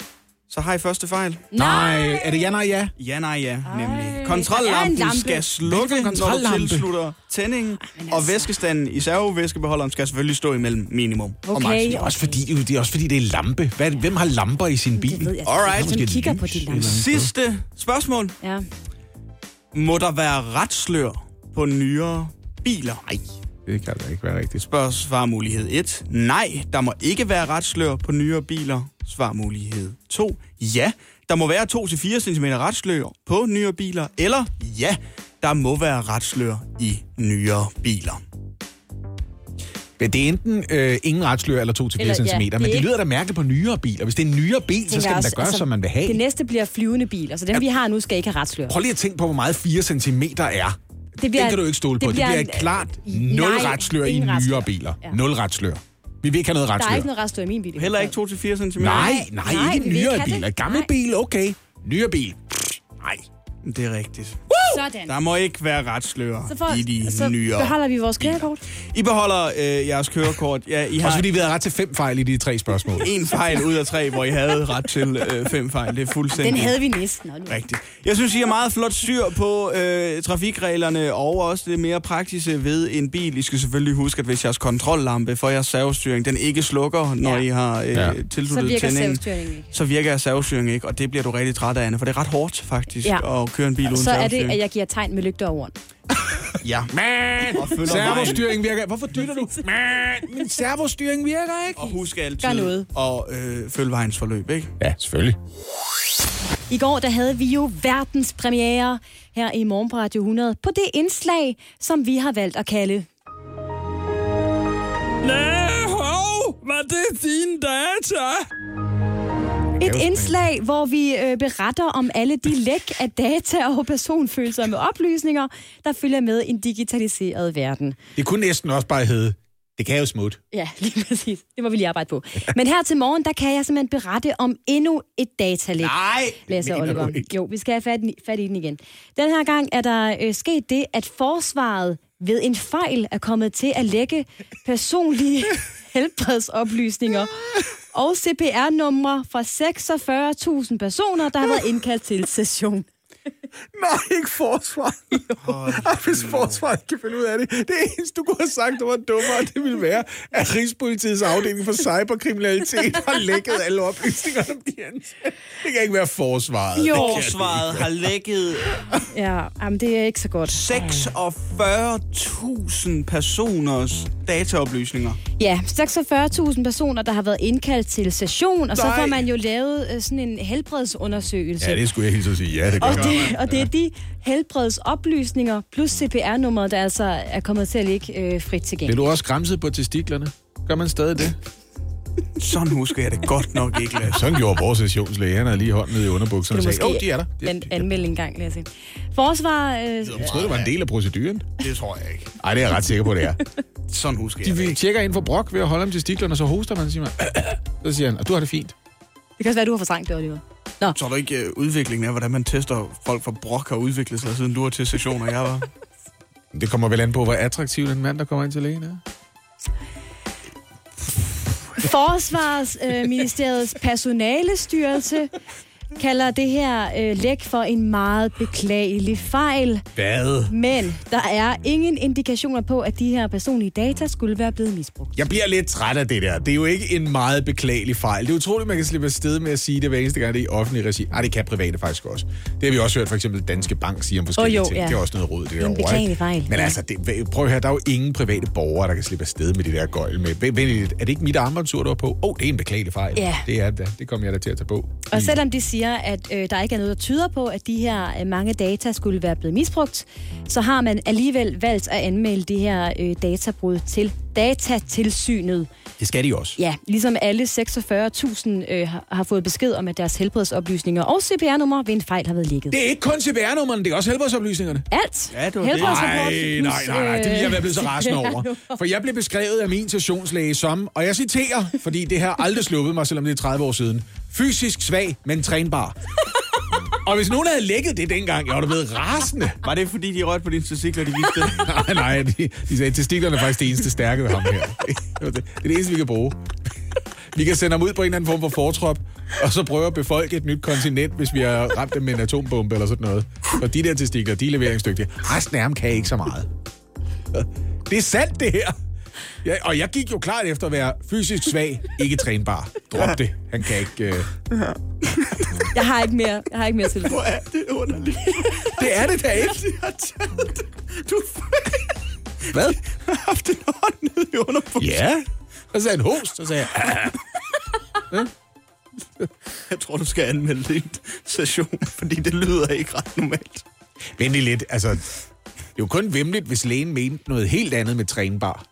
Så har I første fejl. Nej, er det ja, nej, ja? Ja, nej, ja, nemlig. der er en Kontrollampen lampe. skal slukke, når du kontrollampe? tilslutter tændingen, altså. og væskestanden i servovæskebeholderen skal selvfølgelig stå imellem minimum og Okay, maksimum. Det er også fordi, det er også fordi, det er lampe. Hvad, hvem har lamper i sin bil? Det ved jeg. Alright. Som kigger på de lamper. Sidste spørgsmål. Ja. Må der være retslør på nyere biler? Nej. Det kan da ikke være rigtigt. Spørg svarmulighed et. Nej, der må ikke være retslør på nyere biler. Svarmulighed to. Ja, der må være to til fire centimeter retslør på nyere biler. Eller ja, der må være retslør i nyere biler. Men det er enten øh, ingen retslør eller to til fire Eller, ja, centimeter, det men er det ikke- lyder da mærkeligt på nyere biler. Hvis det er en nyere bil, så skal den da også, gøre, altså, som man vil have. Det næste bliver flyvende biler, så dem, vi har nu, skal ikke have retslør. Prøv lige at tænke på, hvor meget fire centimeter er. Det Den kan du ikke stole på. Det bliver, en- et klart Nej, nul retslør i ingen nyere retslør. biler. Ja. Nul retslør. Vi vil ikke have noget Der er retslør. ikke noget retslør i min bil. i Heller hvert ikke fald. to til fire centimeter? Nej, nej, Nej, ikke vi vil ikke nyere have biler. det. Gammel Nej. bil, okay. Nyere bil. Nej. Det er rigtigt. Sådan. Der må ikke være retslør Så, for, i de så nyere. beholder vi vores kørekort. I beholder øh, jeres kørekort. Ja, I Også har fordi vi havde ret til fem fejl i de tre spørgsmål. en fejl ud af tre, hvor I havde ret til øh, fem fejl. Det er fuldstændig Den havde vi næsten. Nå, nu. rigtigt. Jeg synes, I har meget flot styr på øh, trafikreglerne, og også det mere praktiske ved en bil. I skal selvfølgelig huske, at hvis jeres kontrollampe for jeres servostyring, den ikke slukker, når Ja. I har øh, Ja. Så tilsluttet virker tændingen, servostyringen ikke. så virker servostyringen ikke, og det bliver du rigtig træt af, Anne, for det er ret hårdt faktisk Ja. at køre en bil uden Så er det, servostyring. at jeg giver tegn med lygter over. Ja. Man, Og følger servostyring virker. Hvorfor dytter du? Man, min servostyring virker ikke. Og husk altid Gør noget. at øh, følge vejens forløb, ikke? Ja, selvfølgelig. I går der havde vi jo verdens premiere her i Morgen på Radio hundrede på det indslag, som vi har valgt at kalde. Nej, hov, var det dine data? Et indslag, hvor vi øh, beretter om alle de læk af data og personfølsomme oplysninger, der følger med en digitaliseret verden. Det kunne næsten også bare hedde, det kan jo smutte. Ja, lige præcis. Det må vi lige arbejde på. Men her til morgen, der kan jeg simpelthen berette om endnu et datalæk. Nej, Lasse mener Oliver. du ikke. Jo, vi skal have fat i, fat i den igen. Den her gang er der øh, sket det, at forsvaret ved en fejl er kommet til at lægge personlige helbredsoplysninger og C P R-numre fra seksogfyrre tusind personer, der har været indkaldt til session. Nej, ikke forsvar. Oh, hvis forsvaret kan finde ud af det. Det eneste, du kunne have sagt, der var dummere, det ville være, at Rigspolitiets afdeling for cyberkriminalitet har lækket alle oplysninger om de ansatte. Det kan ikke være forsvaret. Jo. Forsvaret har lækket Ja, jamen det er ikke så godt. seksogfyrre tusind personers dataoplysninger. Ja, seksogfyrre tusind personer, der har været indkaldt til session, og så Nej. får man jo lavet øh, sådan en helbredsundersøgelse. Ja, det skulle jeg helt så sige. Ja, det Og gør det, og det er de helbredsoplysninger plus C P R-nummeret, der altså er kommet til at ligge øh, frit Bliver tilgængeligt. du også skræmset på testiklerne? Gør man stadig det? Sådan husker jeg det godt nok ikke, Lasse. Sådan gjorde vores sessionslæge. Han havde lige hånden ned i underbukserne og Skal du sagde, åh, måske oh, de er der. De- An- anmelde en gang, lad os se. Forsvar... Øh, Jeg troede, det var en del af proceduren. Det tror jeg ikke. Nej, det er jeg ret sikker på, det er. Sådan husker jeg det De ikke. tjekker ind for brok ved at holde ham til stiklerne, så hoster man, siger man. Så siger han, og du har det fint. det kan også være, du har fortrængt det, Oliver. Tror du ikke, uh, udviklingen af, hvordan man tester folk for brok har udviklet sig, siden du var til sessioner, jeg var? Det kommer vel an på, hvor attraktiv den mand, der kommer ind til lægen er. Forsvarsministeriets øh, personalestyrelse kalder det her øh, læk for en meget beklagelig fejl. Hvad? Men der er ingen indikationer på, at de her personlige data skulle være blevet misbrugt. Jeg bliver lidt træt af det der. Det er jo ikke en meget beklagelig fejl. Det er utroligt, man kan slippe afsted med at sige det hver eneste gang, det er i offentlig regi. Ej, det kan private faktisk også. Det har vi også hørt for eksempel Danske Bank sige om forskellige Oh, jo, ting. ja. Det er også noget råd, det En derovre. beklagelig ikke? fejl, Men ja. altså, det, prøv at høre, der er jo ingen private borgere, der kan slippe afsted med det der gøjl med. Vent lidt, er det ikke mit armbåndsur, du var på? Åh, oh, det er en beklagelig fejl. Ja. Det er det. Det kommer jeg da til at tage på. Og selvom de siger, at øh, der ikke er noget, der tyder på, at de her øh, mange data skulle være blevet misbrugt, så har man alligevel valgt at anmelde de her øh, databrud til Datatilsynet. Det skal de også. Ja, ligesom alle seksogfyrre tusind øh, har, har fået besked om, at deres helbredsoplysninger og C P R-nummer ved en fejl har været ligget. Det er ikke kun C P R-nummerne, det er også helbredsoplysningerne. Alt. Ja, det var det. Helbredsrapport Nej, plus, nej, nej, nej, det vil jeg være blevet så øh, rasende over. For jeg blev beskrevet af min sessionslæge som, og jeg citerer, fordi det her aldrig sluppet mig, selvom det er tredive år siden, fysisk svag, men trænbar. Og hvis nogen havde lækket det dengang, jeg var da blevet rasende. Var det, fordi de rørte på dine testikler, de viste det? Nej, nej, de, de sagde, at testiklerne er faktisk det eneste stærke ved ham her. Det er det, det, er det eneste, vi kan bruge. Vi kan sende ham ud på en eller anden form for fortrop, og så prøve at befolke et nyt kontinent, hvis vi har ramt dem med en atombombe eller sådan noget. Og de der testikler, de er leveringsdygtige. Resten af dem kan ikke så meget. Det er sandt, det her. Ja, og jeg gik jo klart efter at være fysisk svag, ikke trænbar. Drop det. Han kan ikke... Øh... Jeg har ikke mere, jeg har ikke mere til det. Hvor er det underligt? Det er det da ikke. Du Hvad? har haft en hånd nede i underbuksen. Ja. Så sagde han host, så sagde jeg... Ja. Jeg tror, du skal anmelde din session, fordi det lyder ikke ret normalt. Vent lige lidt, altså... Det er jo kun vemmeligt, hvis lægen mente noget helt andet med trænbar.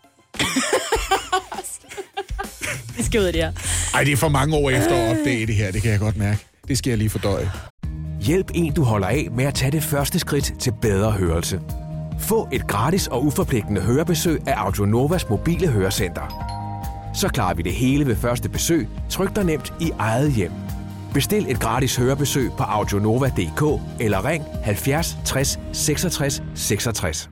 Det skal ud af det her. Ej, det er for mange år efter at opdage det her, det kan jeg godt mærke. Det skal jeg lige fordøje. Hjælp en, du holder af med at tage det første skridt til bedre hørelse. Få et gratis og uforpligtende hørebesøg af Audionovas mobile hørecenter. Så klarer vi det hele ved første besøg, tryk dig nemt i eget hjem. Bestil et gratis hørebesøg på audionova punktum d k eller ring halvfjerds tres seksogtres seksogtres.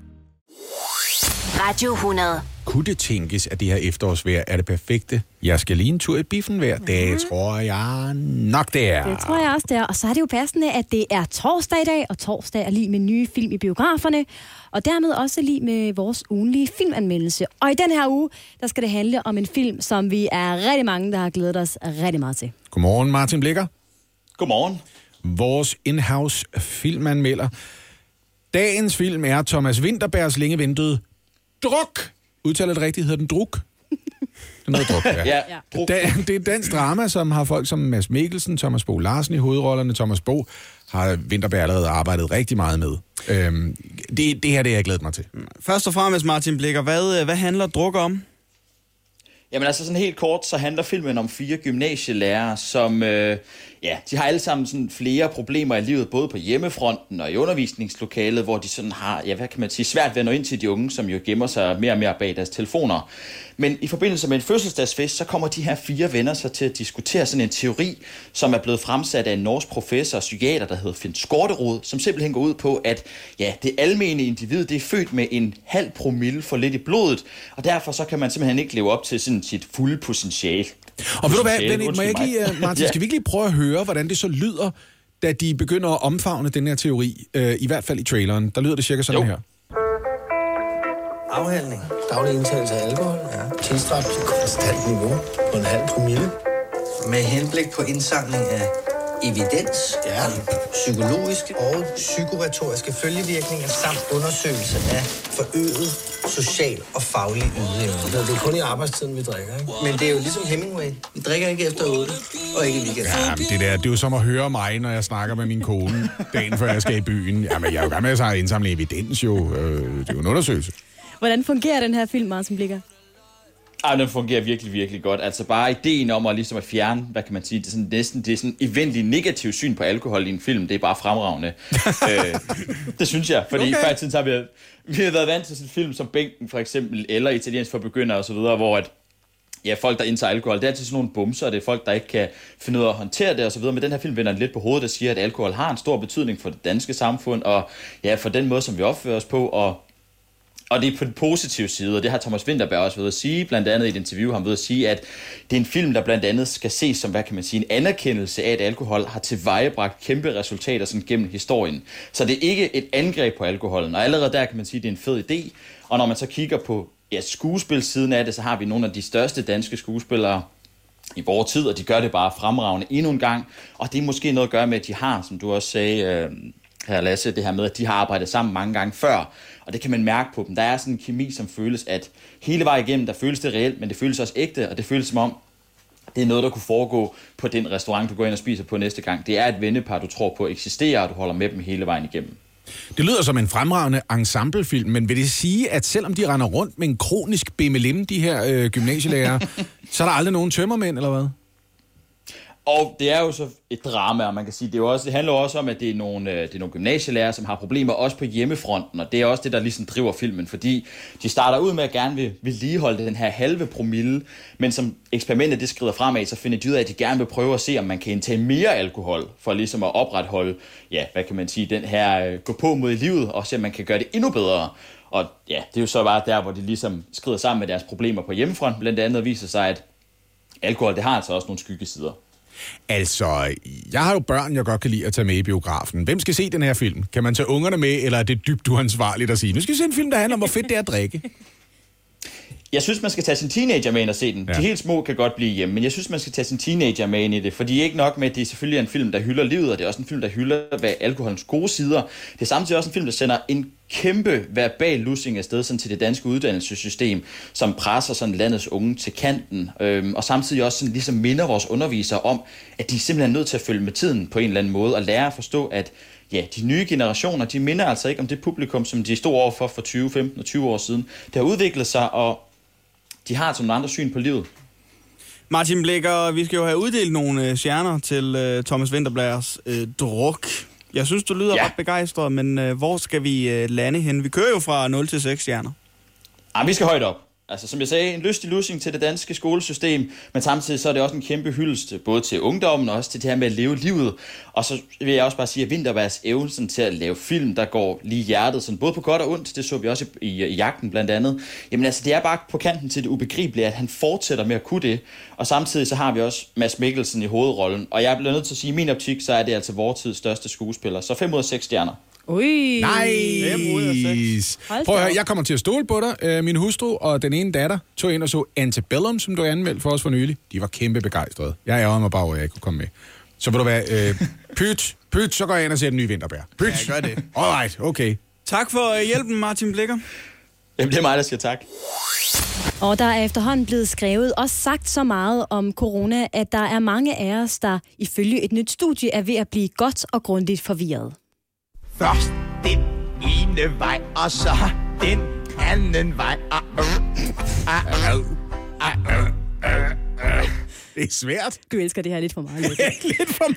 Radio hundrede. Kunne det tænkes, at det her efterårsvejr er det perfekte? Jeg skal lige en tur i biffen vejr. Det tror jeg nok, det er. Det tror jeg også, det er. Og så er det jo passende, at det er torsdag i dag, og torsdag er lige med nye film i biograferne, og dermed også lige med vores ugenlige filmanmeldelse. Og i den her uge, der skal det handle om en film, som vi er rigtig mange, der har glædet os rigtig meget til. Godmorgen, Martin Blikker. Godmorgen. Vores in-house filmanmelder. Dagens film er Thomas Vinterbergs længe ventede Druk. Udtaler det rigtigt? Hedder den Druk? Det er noget druk, ja. Ja, Da, det er et dansk drama, som har folk som Mads Mikkelsen, Thomas Bo Larsen i hovedrollerne. Thomas Bo har Vinterberg allerede arbejdet rigtig meget med. Øhm, det, det her, det er jeg glædet mig til. Først og fremmest, Martin Blikker, hvad, hvad handler Druk om? Jamen altså sådan helt kort, så handler filmen om fire gymnasielærere, som øh, ja, de har alle sammen sådan flere problemer i livet, både på hjemmefronten og i undervisningslokalet, hvor de sådan har, ja, hvad kan man sige, svært ved at nå ind til de unge, som jo gemmer sig mere og mere bag deres telefoner. Men i forbindelse med en fødselsdagsfest, så kommer de her fire venner så til at diskutere sådan en teori, som er blevet fremsat af en norsk professor og psykiater, der hedder Finn Skårderud, som simpelthen går ud på, at ja, det almene individ, det er født med en halv promille for lidt i blodet, og derfor så kan man simpelthen ikke leve op til sådan sit fulde potentiale. Og ved du hvad, Benny, må jeg ikke lige, uh, Martin, ja. skal vi ikke lige prøve at høre, hvordan det så lyder, da de begynder at omfavne den her teori, uh, i hvert fald i traileren. Der lyder det cirka sådan jo. her. Afhandling. Daglig indtagelse af alkohol. Ja. Tilstræbt til konstant niveau på en halv promille. Med henblik på indsamling af evidens, ja. Psykologiske og psykoretoriske følgevirkninger samt undersøgelse af forøget social og faglig ydeevne. Det er kun i arbejdstiden, vi drikker, ikke? Men det er jo ligesom Hemingway. Vi drikker ikke efter otte, og ikke i weekenden. Ja, men det der, det er jo som at høre mig, når jeg snakker med min kone dagen før jeg skal i byen. Jamen, jeg er jo gammel med at indsamle evidens, jo. Øh, det er jo en undersøgelse. Hvordan fungerer den her film, Martin Blikker? Ah, den fungerer virkelig, virkelig godt. Altså bare ideen om at, ligesom at fjerne, hvad kan man sige, det er sådan, næsten det er sådan eventligt negativt syn på alkohol i en film, det er bare fremragende. øh, det synes jeg, fordi okay. Før i tiden så har vi, vi har været vant til sådan en film som Bænken for eksempel, eller Italiensk for begyndere og så videre, hvor at, ja, folk, der indtager alkohol, det er altid sådan nogle bumser, det er folk, der ikke kan finde ud af at håndtere det og så videre, men den her film vender lidt på hovedet og siger, at alkohol har en stor betydning for det danske samfund, og ja, for den måde, som vi opfører os på, og Og det er på den positive side, og det har Thomas Vinterberg også ved at sige, blandt andet i et interview, han ved at sige, at det er en film, der blandt andet skal ses som, hvad kan man sige, en anerkendelse af, at alkohol har tilvejebragt kæmpe resultater sådan gennem historien. Så det er ikke et angreb på alkoholen, og allerede der kan man sige, at det er en fed idé. Og når man så kigger på ja, skuespilsiden af det, så har vi nogle af de største danske skuespillere i vores tid, og de gør det bare fremragende endnu en gang. Og det er måske noget at gøre med, at de har, som du også sagde, øh, her Lasse, det her med, at de har arbejdet sammen mange gange før. Og det kan man mærke på dem. Der er sådan en kemi, som føles, at hele vejen igennem, der føles det reelt, men det føles også ægte, og det føles som om, det er noget, der kunne foregå på den restaurant, du går ind og spiser på næste gang. Det er et vennepar, du tror på eksisterer, og du holder med dem hele vejen igennem. Det lyder som en fremragende ensemblefilm, men vil det sige, at selvom de render rundt med en kronisk bimmelim, de her øh, gymnasielærere, så er der aldrig nogen tømmermænd, eller hvad? Og det er jo så et drama, og man kan sige, det, er jo også, det handler også om, at det er, nogle, det er nogle gymnasielærere, som har problemer også på hjemmefronten, og det er også det, der ligesom driver filmen, fordi de starter ud med at gerne vil vedligeholde den her halve promille, men som eksperimentet det skrider fremad, så finder de ud af, at de gerne vil prøve at se, om man kan indtage mere alkohol, for ligesom at opretholde, ja, hvad kan man sige, den her gå på mod i livet, og se, om man kan gøre det endnu bedre. Og ja, det er jo så bare der, hvor de ligesom skrider sammen med deres problemer på hjemmefronten, blandt andet viser sig, at alkohol, det har altså også nogle skyggesider. Altså, jeg har jo børn, jeg godt kan lide at tage med i biografen. Hvem skal se den her film? Kan man tage ungerne med, eller er det dybt uansvarligt at sige, nu skal vi se en film, der handler om, hvor fedt det er at drikke? Jeg synes, man skal tage sin teenager med ind og se den. Ja. De helt små kan godt blive hjemme, men jeg synes, man skal tage sin teenager med ind i det, fordi ikke nok med, at det selvfølgelig er en film, der hylder livet, og det er også en film, der hylder hvad alkoholens gode sider. Det er samtidig også en film, der sender en kæmpe verbal lussing afsted sådan til det danske uddannelsessystem, som presser sådan landets unge til kanten, øhm, og samtidig også sådan, ligesom minder vores undervisere om, at de er simpelthen nødt til at følge med tiden på en eller anden måde, og lære at forstå, at ja, de nye generationer, de minder altså ikke om det publikum, som de stod overfor for tyve, femten og tyve år siden. Det har udviklet sig, og de har altså nogle andre syn på livet. Martin Blikker, vi skal jo have uddelt nogle øh, stjerner til øh, Thomas Vinterblers øh, druk. Jeg synes, du lyder ja. ret begejstret, men øh, hvor skal vi øh, lande hen? Vi kører jo fra nul til seks stjerner. Ja, vi skal højt op. Altså, som jeg sagde, en lystig lussing til det danske skolesystem, men samtidig så er det også en kæmpe hyldest, både til ungdommen og også til det her med at leve livet. Og så vil jeg også bare sige, at Vinterbergs evne sådan, til at lave film, der går lige hjertet, sådan, både på godt og ondt, det så vi også i, i, i Jagten blandt andet. Jamen altså, det er bare på kanten til det ubegribelige, at han fortsætter med at kunne det. Og samtidig så har vi også Mads Mikkelsen i hovedrollen. Og jeg bliver nødt til at sige, at i min optik, så er det altså vores tids største skuespiller. Så fem ud af seks stjerner. Ui. Nice. Prøv at høre, jeg kommer til at stole på dig. Min hustru og den ene datter tog ind og så Antebellum, som du har anmeldt for os for nylig. De var kæmpe begejstrede. Jeg ærger mig bare over, at jeg ikke kunne komme med. Så vil du være, øh, pyt, pyt, så går jeg ind og ser den nye Vinterberg. Pyt. Ja, gør det. Alright, okay. Tak for hjælpen, Martin Blikker. Jamen, det er mig, der siger tak. Og der er efterhånden blevet skrevet og sagt så meget om corona, at der er mange af os, der ifølge et nyt studie er ved at blive godt og grundigt forvirret. Først den ene vej, og så den anden vej. Det er svært. Du elsker det her lidt for meget. Lidt for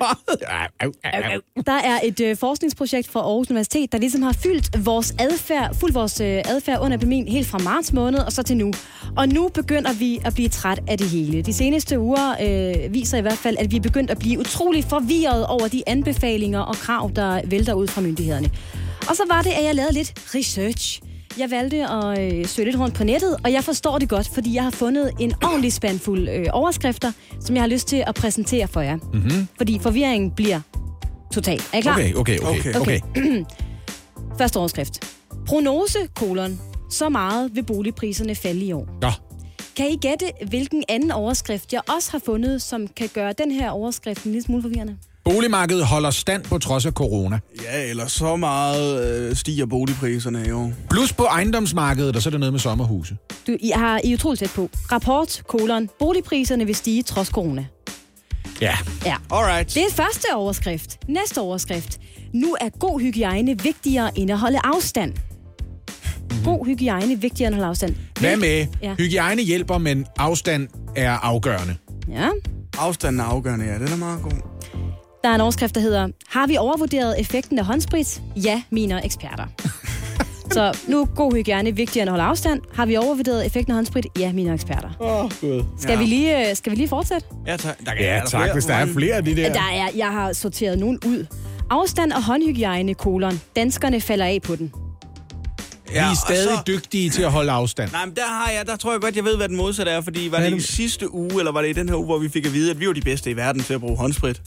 meget. Der er et øh, forskningsprojekt fra Aarhus Universitet, der ligesom har fyldt vores adfærd, fuldt vores øh, adfærd under epidemien helt fra marts måned og så til nu. Og nu begynder vi at blive træt af det hele. De seneste uger øh, viser i hvert fald, at vi er begyndt at blive utrolig forvirret over de anbefalinger og krav, der vælter ud fra myndighederne. Og så var det, at jeg lavede lidt research. Jeg valgte at øh, søge lidt rundt på nettet, og jeg forstår det godt, fordi jeg har fundet en ordentlig spandfuld øh, overskrifter, som jeg har lyst til at præsentere for jer. Mm-hmm. Fordi forvirringen bliver total. Er I klar? Okay, okay, okay. okay. okay. Første overskrift. Prognose, kolon. Så meget vil boligpriserne falde i år. Ja. Kan I gætte, hvilken anden overskrift, jeg også har fundet, som kan gøre den her overskrift en lille smule forvirrende? Boligmarkedet holder stand på trods af corona. Ja, eller så meget øh, stiger boligpriserne i år. Plus på ejendomsmarkedet, og så er det noget med sommerhuse. Du, I har I er utroligt tæt på. Rapport, kolon. Boligpriserne vil stige trods corona. Ja. Ja. Alright. Det er første overskrift. Næste overskrift. Nu er god hygiejne vigtigere end at holde afstand. Mm-hmm. God hygiejne vigtigere end at holde afstand. Hvad med? Ja. Hygiejne hjælper, men afstand er afgørende. Ja. Afstanden er afgørende, ja. Det er meget god. Der er en overskrift, der hedder, har vi overvurderet effekten af håndsprit? Ja, mener eksperter. Så nu god hygiejne vigtigere end at holde afstand. Har vi overvurderet effekten af håndsprit? Ja, mine eksperter. Åh, oh, gud. Skal, ja. vi lige, skal vi lige fortsætte? Ja, tak. Der ja, der tak, hvis der er flere af de der. der er, jeg har sorteret nogen ud. Afstand og håndhygiejne, kolon. Danskerne falder af på den. Ja, vi er stadig så dygtige til at holde afstand. Nej, men der har jeg, der tror jeg godt, jeg ved, hvad den modsatte er. Fordi var det i sidste uge, eller var det i den her uge, hvor vi fik at vide, at vi var de bedste i verden til at bruge håndsprit?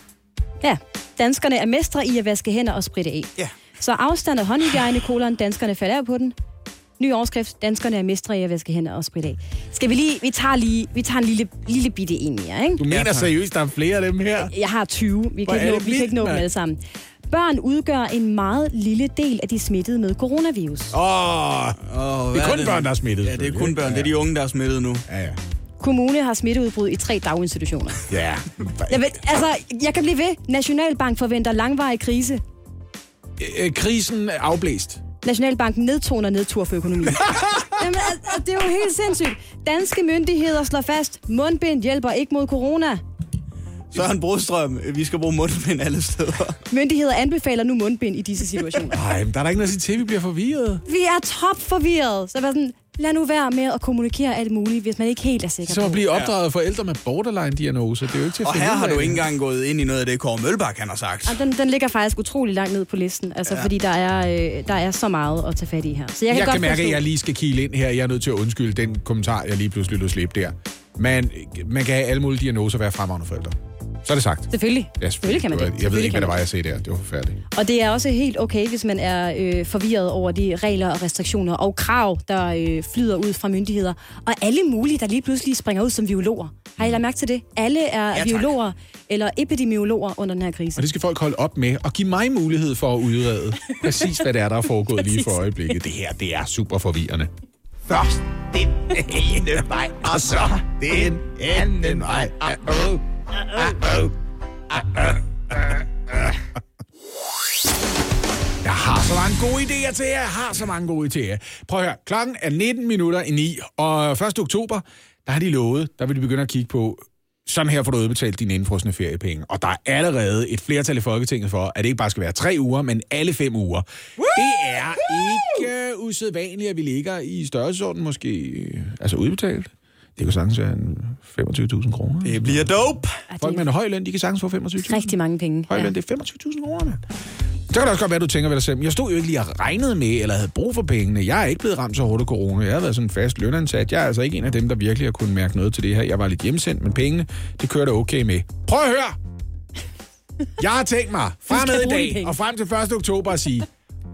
Ja, danskerne er mestre i at vaske hænder og spritte af. Ja. Så afstand og håndhygiejne, kolon, danskerne falder af på den. Ny overskrift, danskerne er mestre i at vaske hænder og spritte af. Skal vi lige, vi tager lige, vi tager en lille, lille bitte en mere, ikke? Du mener ja, seriøst, der er flere af dem her? Jeg har tyve, vi kan, ikke nå, vi kan ikke nå dem alle sammen. Børn udgør en meget lille del af de smittede med coronavirus. Åh, oh, oh, det er kun er børn, der er smittet. Ja, det er kun børn. Det er de unge, der er smittet nu. Ja, ja. Kommune har smitteudbrud i tre daginstitutioner. Ja. Jeg, ved, altså, jeg kan blive ved. Nationalbank forventer langvarig krise. Øh, krisen er afblæst. Nationalbanken nedtoner nedtur for økonomien. Jamen, altså, det er jo helt sindssygt. Danske myndigheder slår fast, mundbind hjælper ikke mod corona. Søren Brostrøm, vi skal bruge mundbind alle steder. Myndigheder anbefaler nu mundbind i disse situationer. Nej, men der er da ikke noget at sige til, vi bliver forvirret. Vi er top forvirret. Så sådan, lad nu være med at kommunikere alt muligt, hvis man ikke helt er sikker så på. Så bliver opdraget ja. forældre med borderline-diagnose. Det er jo ikke til at og her har du ikke engang gået ind i noget af det, Kåre Mølbak, han har sagt. Ja, den, den ligger faktisk utrolig langt ned på listen, altså, ja. fordi der er, øh, der er så meget at tage fat i her. Så jeg kan, jeg godt kan mærke, forstå... at jeg lige skal kile ind her. Jeg er nødt til at undskylde den kommentar, jeg lige pludselig lød slippe der. Men man kan have alle mulige diagnoser og være fremragende forældre. Så er det sagt. Selvfølgelig. Ja, selvfølgelig kan man det. Jeg ved ikke, hvad det var, jeg sagde der. Det var forfærdeligt. Og det er også helt okay, hvis man er øh, forvirret over de regler og restriktioner og krav, der øh, flyder ud fra myndigheder. Og alle mulige, der lige pludselig springer ud som biologer. Har I lagt mærke til det? Alle er ja, biologer eller epidemiologer under den her krise. Og det skal folk holde op med og give mig mulighed for at udrede præcis, hvad det er, der er foregået lige for øjeblikket. Det her, det er super forvirrende. Først den ene vej, og så den anden vej. Uh-oh. Uh-oh. Jeg har så mange gode idéer til jer. Jeg har så mange gode idéer til jer. Prøv at høre. Klokken er nitten minutter i ni, og første oktober, der har de lovet, der vil de begynde at kigge på, sådan her får du udbetalt dine indfrosne feriepenge. Og der er allerede et flertal i Folketinget for, at det ikke bare skal være tre uger, men alle fem uger. Woo! Det er ikke usædvanligt, at vi ligger i størrelsesorden måske, altså udbetalt. Det kan sagtens være femogtyve tusind kroner. Det bliver dope. Folk med en høj løn, de kan sagtens få femogtyve tusind. Rigtig mange penge. Høj løn, ja. Det er femogtyve tusind kroner, mand. Så kan det også godt være, at du tænker ved dig selv, jeg stod jo ikke lige og regnede med, eller havde brug for pengene. Jeg er ikke blevet ramt så hårdt af corona. Jeg har været sådan en fast lønansat. Jeg er altså ikke en af dem, der virkelig har kunnet mærke noget til det her. Jeg var lidt hjemsendt, men pengene, det kørte okay med. Prøv at høre! Jeg har tænkt mig fremad i dag og frem til første oktober at sige,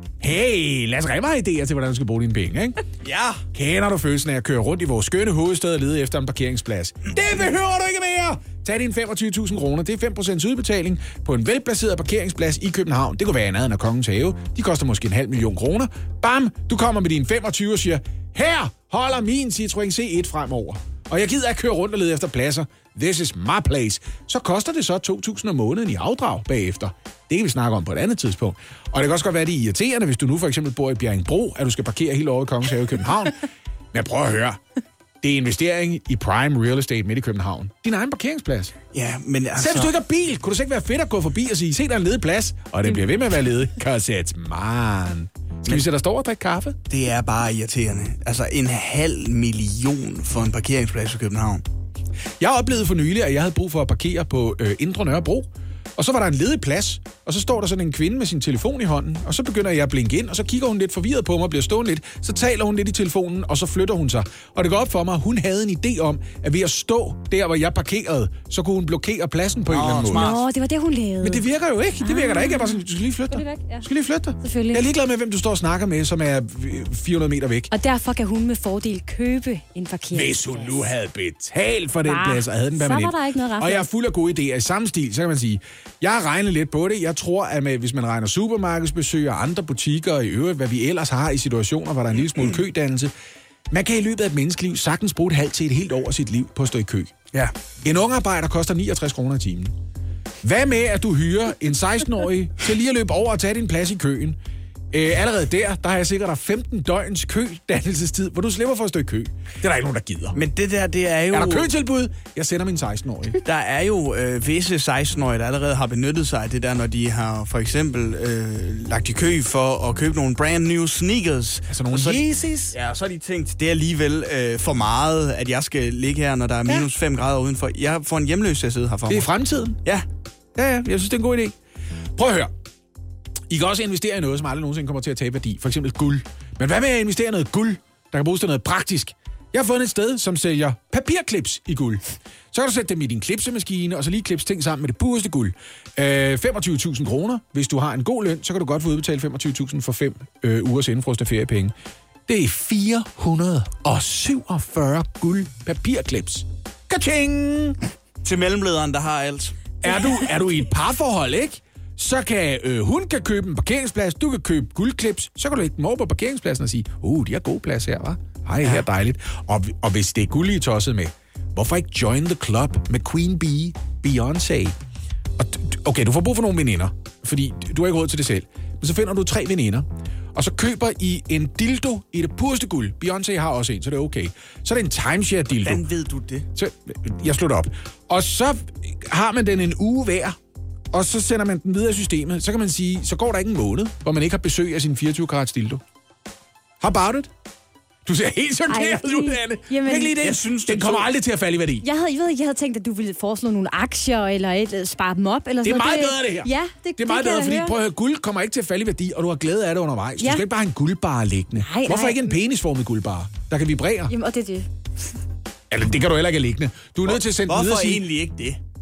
hey, lad os remme idéer til, hvordan du skal bruge dine penge, ikke? Ja. Kender du følelsen af at køre rundt i vores skønne hovedstad og lede efter en parkeringsplads? Det behøver du ikke mere! Tag dine femogtyve tusind kroner. Det er fem procent udbetaling på en velplaceret parkeringsplads i København. Det kunne være andet end af Kongens Have. De koster måske en halv million kroner. Bam! Du kommer med dine femogtyve og siger, her holder min Citroën C et fremover. Og jeg gider at køre rundt og lede efter pladser. This is my place. Så koster det så to tusind om måneden i afdrag bagefter. Det kan vi snakke om på et andet tidspunkt. Og det kan også godt være, det er irriterende, hvis du nu for eksempel bor i Bjerringbro, at du skal parkere helt over i Kongens Have i København. Men prøv at høre. Det er investering i prime real estate midt i København. Din egen parkeringsplads. Ja, men altså... Selv hvis du ikke har bil, kunne det så ikke være fedt at gå forbi og sige, se, der er en ledig plads, og det bliver ved med at være ledig. Cause it's man. Skal men, vi sætte os over og drikke kaffe? Det er bare irriterende. Altså en halv million for en parkeringsplads i København. Jeg oplevede for nylig, at jeg havde brug for at parkere på øh, Indre Nørrebro. Og så var der en ledig plads, og så står der sådan en kvinde med sin telefon i hånden, og så begynder jeg at blinke ind, og så kigger hun lidt forvirret på mig og bliver stående lidt. Så taler hun lidt i telefonen, og så flytter hun sig. Og det går op for mig, at hun havde en idé om, at ved at stå der, hvor jeg parkerede, så kunne hun blokere pladsen på oh, en eller anden måde. Nå, det var det, hun lavede. Men det virker jo ikke. Det virker da ikke. Jeg er bare sådan, du skal lige flytte dig. Du skal lige flytte dig. Selvfølgelig. Jeg er ligeglad med, hvem du står og snakker med, som er fire hundrede meter væk. Og derfor kan hun med fordel købe en parkeringsplads. Hvis hun nu havde betalt for den Bare. plads, og havde den permanent. Så var der ikke noget ret. Og jeg er fuld af gode idéer. I samme stil, så kan man sige, jeg har regnet lidt på det. Jeg tror, at med, hvis man regner supermarkedsbesøg og andre butikker og i øvrigt, hvad vi ellers har i situationer, hvor der er en lille smule kødannelse, man kan i løbet af et menneskeliv sagtens bruge et halvt til et helt år af sit liv på at stå i kø. Ja. En ung arbejder koster niogtres kroner i timen. Hvad med, at du hyrer en seksten-årig til lige at løbe over og tage din plads i køen? Øh, allerede der, der har jeg sikkert femten døgns kødannelsestid, hvor du slipper for at stå i kø. Det er der ikke nogen, der gider. Men det der, det er jo... Er der køtilbud? Jeg sender min seksten-årige. Der er jo øh, visse seksten-årige, der allerede har benyttet sig af det der, når de har for eksempel øh, lagt i kø for at købe nogle brand new sneakers. Altså nogle Yeezys? Ja, og så har de tænkt, det er alligevel øh, for meget, at jeg skal ligge her, når der er minus fem grader udenfor. Jeg får en hjemløs til at sidde her for mig. Det er fremtiden. Ja. Ja, ja, jeg synes, det er en god idé. Prøv at høre. I kan også investere i noget, som aldrig nogensinde kommer til at tabe værdi. For eksempel guld. Men hvad med at investere i noget guld, der kan bruges til noget praktisk? Jeg har fundet et sted, som sælger papirklips i guld. Så kan du sætte dem i din klipsemaskine, og så lige klips ting sammen med det pureste guld. Øh, femogtyve tusind kroner. Hvis du har en god løn, så kan du godt få udbetalt femogtyve tusind for fem øh, ugers indfrosne feriepenge. Det er fire hundrede og syvogfyrre guld papirklips. Ka-ching! Til mellemlederen, der har alt. Er du, er du i et parforhold, ikke? Så kan øh, hun kan købe en parkeringsplads, du kan købe guldklips, så kan du lægge dem over på parkeringspladsen og sige, uh, de har god plads her, hva'? Hej, her er dejligt. Og, og hvis det er guld, I er tosset med, hvorfor ikke join the club med Queen Bee, Beyoncé? Og, okay, du får brug for nogle veninder, fordi du har ikke råd til det selv. Men så finder du tre veninder, og så køber I en dildo i det pureste guld. Beyoncé har også en, så det er okay. Så er det en timeshare-dildo. Hvordan ved du det? Så, jeg slutter op. Og så har man den en uge hver, og så sender man den videre i systemet. Så kan man sige, så går der ikke en måned, hvor man ikke har besøg af sin fireogtyve karats dildo. How about it? Du ser helt chokeret ud, Anne. Jamen, ikke lige det? Jeg synes, den kommer aldrig til at falde i værdi. Jeg havde, jeg ved ikke, jeg havde tænkt, at du ville foreslå nogle aktier, eller et, spare dem op, eller det er sådan meget noget. bedre, det her. Ja, det, det er meget det bedre, fordi høre. prøv at høre, guld kommer ikke til at falde i værdi, og du har glæde af det undervejs. Ja. Du skal ikke bare have en guldbar liggende. Nej, Hvorfor nej. ikke en penisformet guldbar, der kan vibrere? Jamen, og det er det. Eller det kan du heller ikke have liggende. Du er nødt til at sende Hvorfor videre og sige, egentlig ikke det?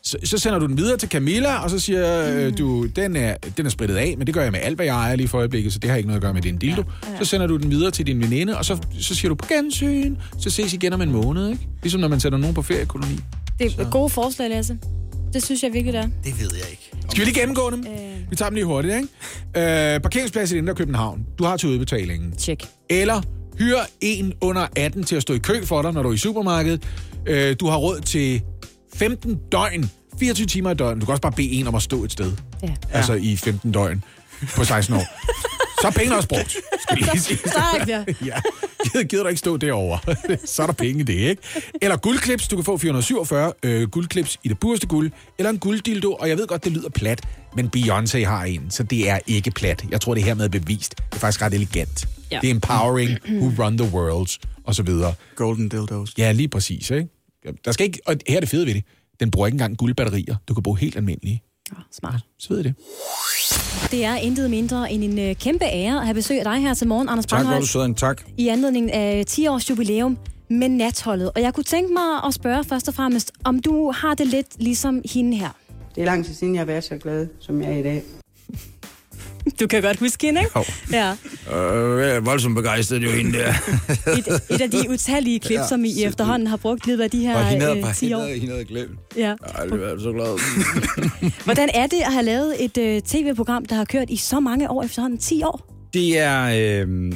Så, så sender du den videre til Camilla, og så siger øh, du, den er, den er spritet af, men det gør jeg med alt, hvad jeg ejer lige for øjeblikket, så det har ikke noget at gøre med din dildo. Ja, ja. Så sender du den videre til din veninde, og så, så siger du på gensyn, så ses igen om en måned, ikke? Ligesom når man sætter nogen på feriekoloni. Det er et gode forslag, Lasse. Det synes jeg virkelig, det er. Det ved jeg ikke. Skal vi lige gennemgå dem? Øh... Vi tager dem lige hurtigt, ikke? Øh, parkeringsplads i Indre København. Du har til udbetalingen. Tjek. Eller hyr en under atten til at stå i kø for dig, når du er i supermarkedet. Øh, du har råd til femten døgn, fireogtyve timer i døgn. Du kan også bare bede en om at stå et sted. Ja. Altså i femten døgn på seksten år. Så er pengene også brugt, skal vi lige sige. Tak, ja. Ja. Gider, gider du ikke stå derovre? Så er der penge i det, ikke? Eller guldklips. Du kan få fire hundrede syvogfyrre øh, guldklips i det pureste guld. Eller en gulddildo. Og jeg ved godt, det lyder plat, men Beyoncé har en, så det er ikke plat. Jeg tror, det er hermed bevist. Det er faktisk ret elegant. Ja. Det er empowering, who run the worlds, og så videre. Golden dildos. Ja, lige præcis, ikke? Der skal ikke, og her er det fede ved det. Den bruger ikke engang guldbatterier. Du kan bruge helt almindelige. Oh, smart. Så ved I det. Det er intet mindre end en uh, kæmpe ære at have besøg af dig her til morgen, Anders Tak, Brandhøj. hvor du sidder. Tak. I anledning af ti års jubilæum med Natholdet. Og jeg kunne tænke mig at spørge først og fremmest, om du har det lidt ligesom hende her. Det er lang tid siden, jeg har været så glad, som jeg er i dag. Du kan godt huske hende, ikke? Jo. Ja. Øh, jeg er voldsomt begejstret, jo hende der. et, et af de utallige klip, ja, som I efterhånden har brugt lidt af de her øh, ti år. Hende havde glemt. Ja. Jeg har aldrig været så glad. Hvordan er det at have lavet et øh, tv-program, der har kørt i så mange år efterhånden? ti år? Det er øh,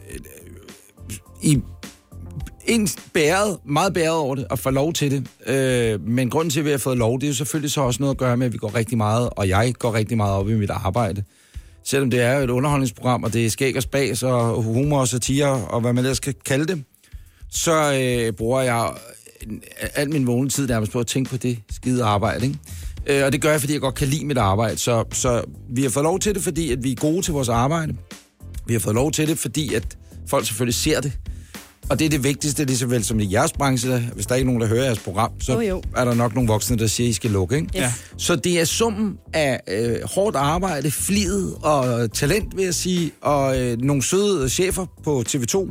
i en bæret, meget bæret over det, at få lov til det. Øh, men grunden til, at vi har fået lov, det er jo selvfølgelig så også noget at gøre med, at vi går rigtig meget, og jeg går rigtig meget op i mit arbejde. Selvom det er jo et underholdningsprogram, og det er skæg og spas, og humor og satire, og hvad man ellers kan kalde det, så øh, bruger jeg al min vågne tid nærmest på at tænke på det skide arbejde, ikke? Øh, og det gør jeg, fordi jeg godt kan lide mit arbejde. Så, så vi har fået lov til det, fordi at vi er gode til vores arbejde. Vi har fået lov til det, fordi at folk selvfølgelig ser det. Og det er det vigtigste, det er så vel som i jeres branche. Hvis der ikke er nogen, der hører jeres program, så oh, er der nok nogle voksne, der siger, at I skal lukke, ikke? Ja. Så det er summen af øh, hårdt arbejde, flid og talent, vil jeg sige, og øh, nogle søde chefer på T V to,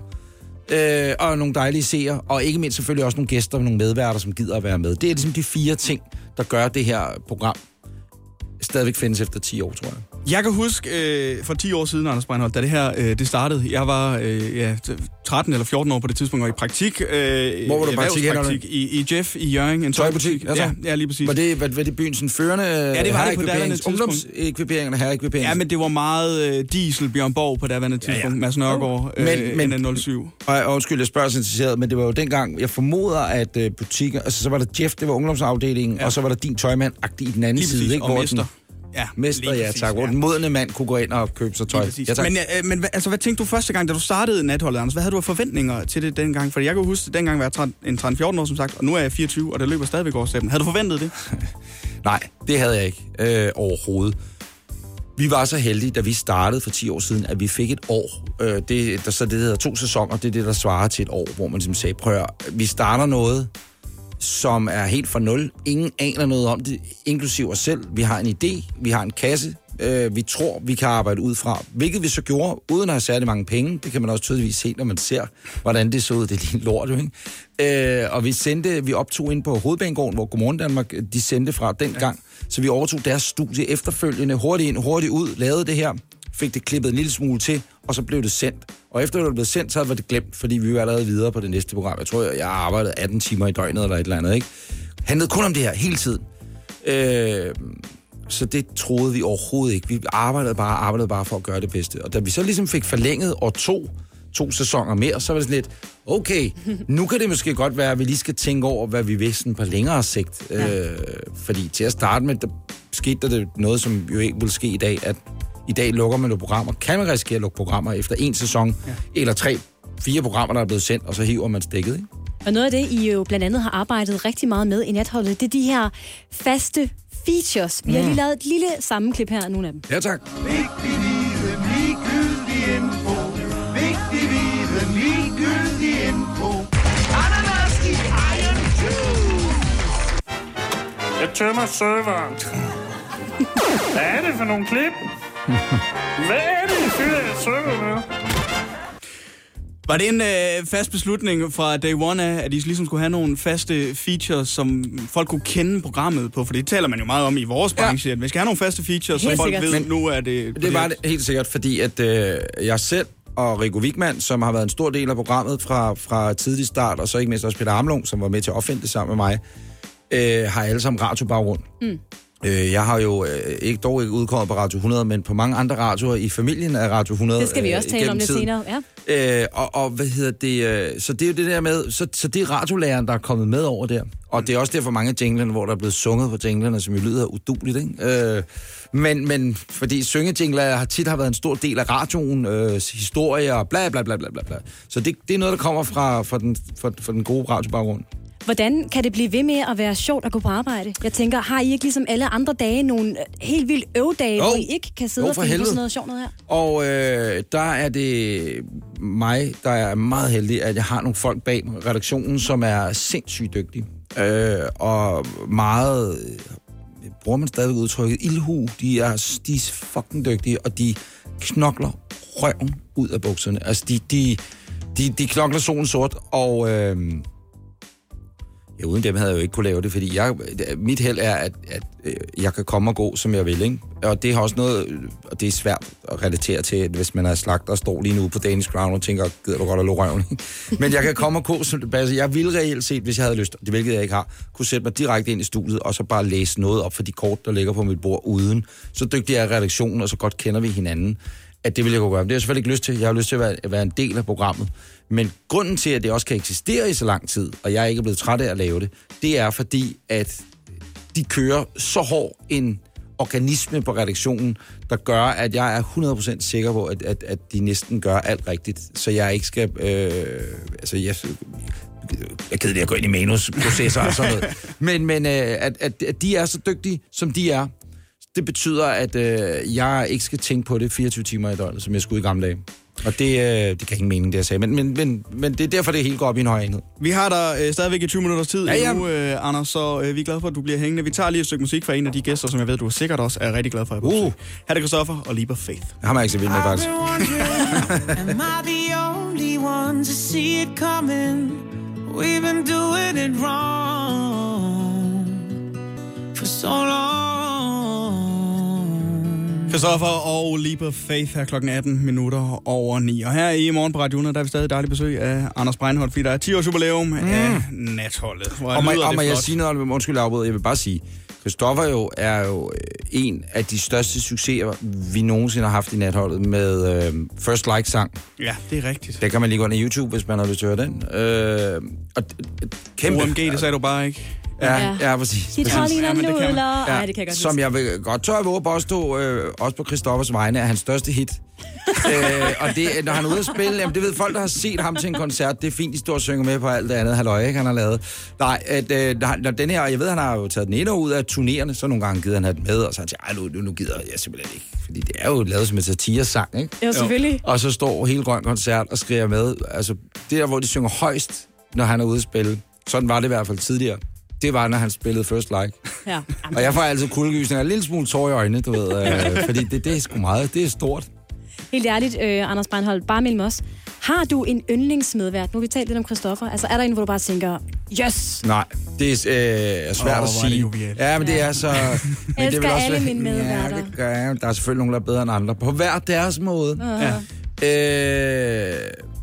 øh, og nogle dejlige seere, og ikke mindst selvfølgelig også nogle gæster og nogle medværter, som gider at være med. Det er ligesom de fire ting, der gør det her program stadigvæk findes efter ti år, tror jeg. Jeg kan huske øh, for ti år siden, Anders Brandholt, da det her øh, det startede. Jeg var øh, ja, tretten eller fjorten år på det tidspunkt, og i praktik. Øh, Hvor var du praktik? praktik i, i Jeff i Hjørring. En tøjbutik. Altså, ja, ja, lige præcis. Var det, var, var det byen sådan førende? Ja, det var det på daværende tidspunkt. Ungdomsekviperingen og herreekviperingen? Ja, men det var meget øh, diesel Bjørn Borg på daværende tidspunkt. Ja, ja. Mads Nørgaard, øh, men, men, N nul syv. Og, og undskyld, jeg spørger så interesseret, men det var jo dengang, jeg formoder, at øh, butikker, altså så var der Jeff, det var ungdomsafdelingen, ja. Og så var der din tøjmand-agtig i den anden lige side, præcis, ikke? Og Mester. Ja, Mester, ja, tak. Hvor ja. Den modne mand kunne gå ind og købe sig tøj. Ja, men, øh, men altså, hvad tænkte du første gang, da du startede Natholdet, Anders? Hvad havde du af forventninger til det dengang? For jeg kan huske, at dengang var jeg en tretten fjorten år, som sagt, og nu er jeg fireogtyve, og det løber stadigvæk over steppen. Havde du forventet det? Nej, det havde jeg ikke øh, overhovedet. Vi var så heldige, da vi startede for ti år siden, at vi fik et år. Øh, det, der, så det hedder to sæsoner, det er det, der svarer til et år, hvor man ligesom sagde, prøv at, vi starter noget, som er helt fra nul. Ingen aner noget om det, inklusiv os selv. Vi har en idé, vi har en kasse, øh, vi tror, vi kan arbejde ud fra. Hvilket vi så gjorde, uden at have særlig mange penge. Det kan man også tydeligvis se, når man ser, hvordan det så ud. Det er lige lort, jo, ikke? Øh, og vi sendte, vi optog ind på Hovedbanegården, hvor Godmorgen Danmark, de sendte fra den gang. Så vi overtog deres studie efterfølgende, hurtigt ind, hurtigt ud, lavede det her, fik det klippet en lille smule til, og så blev det sendt. Og efter det var blevet sendt, så var det glemt, fordi vi var allerede videre på det næste program. Jeg tror, jeg har arbejdet atten timer i døgnet eller et eller andet, ikke? Handlede kun om det her hele tiden. Øh, så det troede vi overhovedet ikke. Vi arbejdede bare, arbejdede bare for at gøre det bedste. Og da vi så ligesom fik forlænget år to, to sæsoner mere, så var det sådan lidt, okay, nu kan det måske godt være, at vi lige skal tænke over, hvad vi vil sådan på længere sigt. Ja. Øh, fordi til at starte med, der skete der noget, som jo ikke vil ske i dag, at i dag lukker man jo programmer. Kan man risikere at lukke programmer efter en sæson, ja. Eller tre, fire programmer, der er blevet sendt, og så hiver man stikket, ikke? Og noget af det, I jo blandt andet har arbejdet rigtig meget med i Natholdet, det er de her faste features. Vi har lige lavet et lille sammenklip her, nogle af dem. Ja, tak. Vigtig viden, ligegyldig info. Vigtig viden, ligegyldig info. Ananas i egen juice. Jeg tømmer serveren. Hvad er det for nogle klip? Hvad er det, I fylder jeres server med? Var det en øh, fast beslutning fra day one af, at I ligesom skulle have nogle faste features, som folk kunne kende programmet på? For det taler man jo meget om i vores branche, ja. At vi skal have nogle faste features, helt så folk sikkert. Ved, nu er det... Det var det helt sikkert, fordi at øh, jeg selv og Rico Wigman, som har været en stor del af programmet fra, fra tidlig start, og så ikke mindst også Peter Amlung, som var med til at opfinde det sammen med mig, øh, har alle sammen radiobaggrund. Mm. Øh, jeg har jo øh, ikke dog ikke udkommet på Radio hundrede, men på mange andre radioer i familien af Radio hundrede. Det skal vi også øh, tale om lidt senere, ja. Øh, og, og hvad hedder det? Øh, så det er jo det der med, så, så det er radiolæreren, der er kommet med over der. Og det er også derfor mange af jinglerne, hvor der er blevet sunget på jinglerne, som jo lyder uduligt, ikke? Øh, men, men fordi syngejingler har tit har været en stor del af radioen, øh, historie og bla bla bla bla bla. Så det, det er noget, der kommer fra, fra, den, fra, fra den gode radiobaggrund. Hvordan kan det blive ved med at være sjovt at gå på arbejde? Jeg tænker, har I ikke ligesom alle andre dage nogle helt vildt øvedage, oh. hvor I ikke kan sidde oh, og finde på sådan noget sjovt noget her? Og øh, der er det mig, der er meget heldig, at jeg har nogle folk bag redaktionen, som er sindssygt dygtige. Øh, og meget, bruger man stadig udtrykket, ildhu. De er, de er fucking dygtige, og de knokler røven ud af bukserne. Altså, de, de, de, de knokler solen sort, og... Øh, Ja, uden dem havde jeg jo ikke kunne lave det, fordi jeg, mit held er, at, at jeg kan komme og gå, som jeg vil, ikke? Og det har også noget, og det er svært at relatere til, hvis man er slagter og står lige nu på Danish Crown og tænker, gider du godt at lukke røven, ikke? Men jeg kan komme og gå, som det passer. Jeg ville reelt set, hvis jeg havde lyst, det hvilket jeg ikke har, kunne sætte mig direkte ind i studiet, og så bare læse noget op for de kort, der ligger på mit bord uden. Så dygtig er redaktionen, og så godt kender vi hinanden, at det vil jeg kunne gøre. Det har jeg selvfølgelig ikke lyst til. Jeg har lyst til at være, at være en del af programmet. Men grunden til, at det også kan eksistere i så lang tid, og jeg er ikke blevet træt af at lave det, det er fordi, at de kører så hård en organisme på redaktionen, der gør, at jeg er hundrede procent sikker på, at, at, at de næsten gør alt rigtigt. Så jeg ikke skal... Øh, altså, jeg... Jeg keder det at gå ind i manusprocesser og sådan noget. Men, men øh, at, at, at de er så dygtige, som de er, det betyder, at øh, jeg ikke skal tænke på det fireogtyve timer i døgnet, som jeg skulle i gamle dage. Og det, øh, det kan ingen mening, det jeg sagde. Men, men, men, men det er derfor, det er helt godt op i en høj enhed. Vi har der øh, stadigvæk i tyve minutters tid ja, ja. nu, øh, Anders, så øh, vi er glade for, at du bliver hængende. Vi tager lige et stykke musik fra en af de gæster, som jeg ved, du sikkert også er rigtig glad for. At uh. Her er det Christoffer og Leap of Faith. Jeg har mig ikke så vild med, faktisk. Am I the only one to see it coming? We've been doing it wrong for so long. Christoffer og Leap of Faith her klokken atten minutter over ni. Og her i morgen på Radio hundrede, der er vi stadig dejligt besøg af Anders Breinholt, fordi der er ti års jubilæum mm. af Natholdet. Hvor og må, og må jeg sige noget om, undskyld afbryder, jeg vil bare sige, Christoffer jo er jo en af de største succeser, vi nogensinde har haft i Natholdet med øh, First Like-sang. Ja, det er rigtigt. Det kan man lige gå ind i YouTube, hvis man har lyst til at høre den. Øh, og, kæmpe. O M G, det sagde du bare ikke. Ja, ja, ja, præcis. De tror lige nogle nudler. Ja, Ej, det kan jeg godt som jeg vil godt tør at våge påstå, øh, også på Christoffers vegne, er hans største hit. øh, og det, når han er ude at spille, jamen, det ved folk, der har set ham til en koncert, det er fint, de står og synger med på alt det andet halløj, ikke, han har lavet. Nej, at, øh, når den her, jeg ved, han har jo taget den ene ud af turnerende, så nogle gange gider han have den med, og så har han sagt, nu, nu, nu gider jeg simpelthen ikke. Fordi det er jo lavet som en satiresang, ikke? Ja, selvfølgelig. Og så står hele Grøn Koncert og skriver med. Altså, det der, hvor de synger højst, når han er ude at spille, sådan var det i hvert fald tidligere. Det var, når han spillede First Like. Ja. Og jeg får altid kuldegysninger, en lille smule tår i øjnene, du ved. Øh, fordi det, det er sgu meget, det er stort. Helt ærligt, øh, Anders Breinholt, bare mellem os. Har du en yndlingsmedvært? Nu har vi talt lidt om Christoffer. Altså, er der en, hvor du bare tænker, yes? Nej, det er, øh, er svært oh, at sige. Ja, men det er så... Jeg elsker også, alle mine medværter. Ja, det gør jeg. Der er selvfølgelig nogen, der er bedre end andre. På hver deres måde. Uh-huh. Ja. Øh,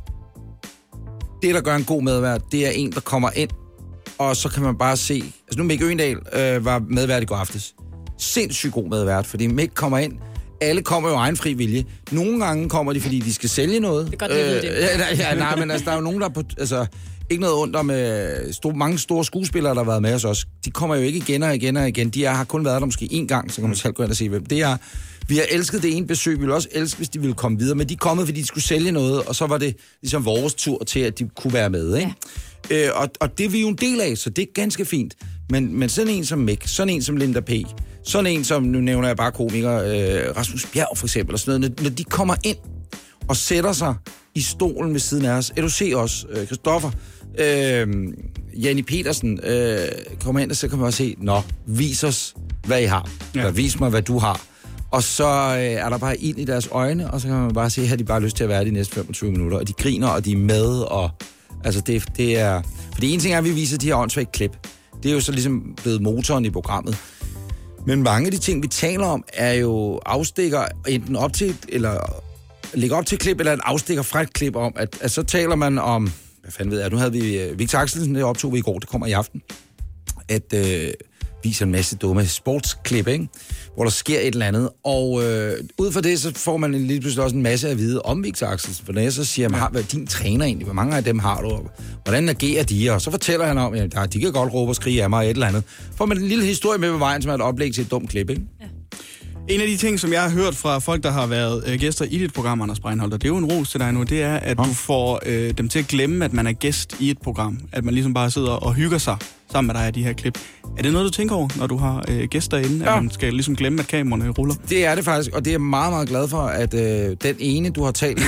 det, der gør en god medvært, det er en, der kommer ind, og så kan man bare se... Altså nu Mick Øgendahl øh, var medvært i går aftes. Sindssygt god medvært, fordi Mick kommer ind. Alle kommer jo egen fri vilje. Nogle gange kommer de, fordi de skal sælge noget. Det er godt, øh, det. Ja, ja, nej, men altså, der er jo nogen, der... På, altså, ikke noget ondt med store, mange store skuespillere, der har været med os også. De kommer jo ikke igen og igen og igen. De er, har kun været der måske én gang, så kan man selv gå ind og se, hvem det er. Vi har elsket det ene besøg. Vi ville også elske, hvis de ville komme videre. Men de er kommet, fordi de skulle sælge noget, og så var det ligesom vores tur til, at de kunne være med, ikke? Ja. Øh, og, og det er vi jo en del af, så det er ganske fint. Men, men sådan en som Mick, sådan en som Linda P., sådan en som, nu nævner jeg bare komikere, øh, Rasmus Bjerg for eksempel, og sådan noget, når, når de kommer ind og sætter sig i stolen ved siden af os, er du se os, øh, Christoffer, øh, Janni Petersen, øh, kommer ind, og så kan man også se, nå, vis os, hvad I har. Ja. Eller vis mig, hvad du har. Og så øh, er der bare ild i deres øjne, og så kan man bare se, at de bare har lyst til at være de næste femogtyve minutter. Og de griner, og de er med, og altså det, det er... Fordi en ting er, at vi viser de her åndssvagt klip. Det er jo så ligesom blevet motoren i programmet. Men mange af de ting, vi taler om, er jo afstikker enten op til, eller ligger op til et klip, eller en afstikker fra et klip om, at, at så taler man om... Hvad fanden ved jeg? Nu havde vi Victor Axelsen, det optog vi i går, det kommer i aften. At... Øh, viser en masse dumme sportsklip, ikke? Hvor der sker et eller andet. Og øh, ud fra det, så får man lige pludselig også en masse at vide om Victor Axelsen. For når jeg så siger, ja. Hvad er din træner egentlig? Hvor mange af dem har du? Hvordan agerer de? Og så fortæller han om, at ja, de kan godt råbe og skrige af mig et eller andet. Får man en lille historie med på vejen, som er et oplæg til et dumt klip, ikke? Ja. En af de ting, som jeg har hørt fra folk, der har været øh, gæster i dit program, Anders Breinholt, og det er jo en ros til dig nu, det er, at ja. du får øh, dem til at glemme, at man er gæst i et program. At man ligesom bare sidder og hygger sig sammen med dig af de her klip. Er det noget, du tænker over, når du har øh, gæster inde, ja. At man skal ligesom glemme, at kameraerne ruller? Det er det faktisk, og det er jeg meget, meget glad for, at øh, den ene, du har talt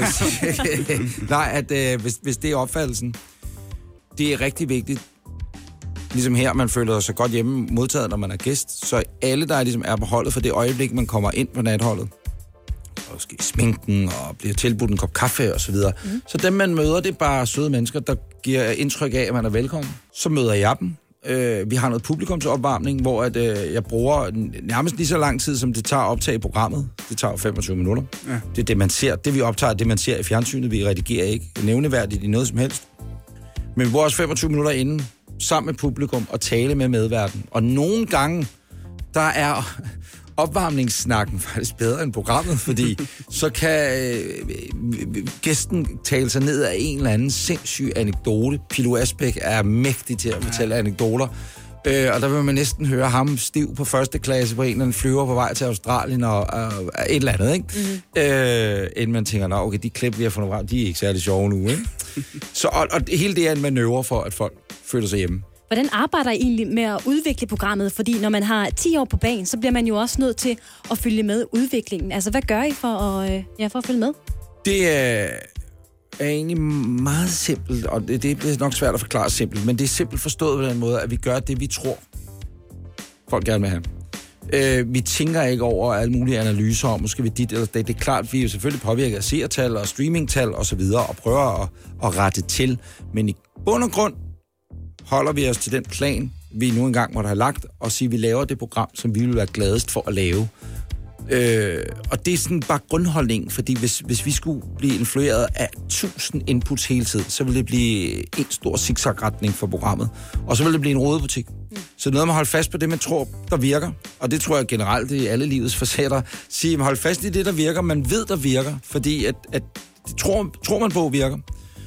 med... nej, at øh, hvis, hvis det er opfattelsen, det er rigtig vigtigt. Ligesom her, man føler sig godt hjemme modtaget, når man er gæst. Så alle, der ligesom er på holdet for det øjeblik, man kommer ind på natholdet, og skal i sminken og bliver tilbudt en kop kaffe og så videre. Mm. Så dem, man møder, det er bare søde mennesker, der giver indtryk af, at man er velkommen. Så møder jeg dem. Øh, vi har noget publikumsopvarmning, hvor at, øh, jeg bruger nærmest lige så lang tid, som det tager at optage programmet. Det tager femogtyve minutter. Ja. Det er det, man ser. Det, vi optager, det, man ser i fjernsynet. Vi redigerer ikke nævneværdigt i noget som helst. Men vi bruger også femogtyve minutter inden, sammen med publikum og tale med medverden. Og nogle gange, der er opvarmningssnakken faktisk bedre end programmet, fordi så kan øh, gæsten tale sig ned af en eller anden sindssyg anekdote. Pilo Asbæk er mægtig til at fortælle anekdoter. Øh, og der vil man næsten høre ham stiv på første klasse på en eller anden flyver på vej til Australien og, og, og et eller andet, ikke? Mm-hmm. Øh, inden man tænker, nå, okay, de klip, vi har fundet frem, de er ikke særlig sjove nu, ikke? Så, og, og hele det er en manøvre for, at folk føler sig hjemme. Hvordan arbejder I egentlig med at udvikle programmet? Fordi når man har ti år på banen, så bliver man jo også nødt til at følge med udviklingen. Altså, hvad gør I for at, ja, for at følge med? Det er, er egentlig meget simpelt, og det, det er nok svært at forklare simpelt, men det er simpelt forstået på den måde, at vi gør det, vi tror, folk gerne vil have. Øh, vi tænker ikke over alle mulige analyser om, måske vi dit eller det. Det er klart, vi er jo selvfølgelig påvirket af seertal og streamingtal og så videre, og prøver at, at rette til. Men i bund og grund holder vi os til den plan, vi nu engang måtte have lagt, og sige, at vi laver det program, som vi vil være gladest for at lave. Øh, og det er sådan bare grundholdningen, fordi hvis, hvis vi skulle blive influeret af tusind inputs hele tiden, så ville det blive en stor zigzag-retning for programmet, og så ville det blive en rodebutik. Mm. Så noget med at holde fast på det, man tror, der virker, og det tror jeg generelt i alle livets facetter, sige, hold fast i det, der virker, man ved, der virker, fordi at, at det tror, tror man på virker.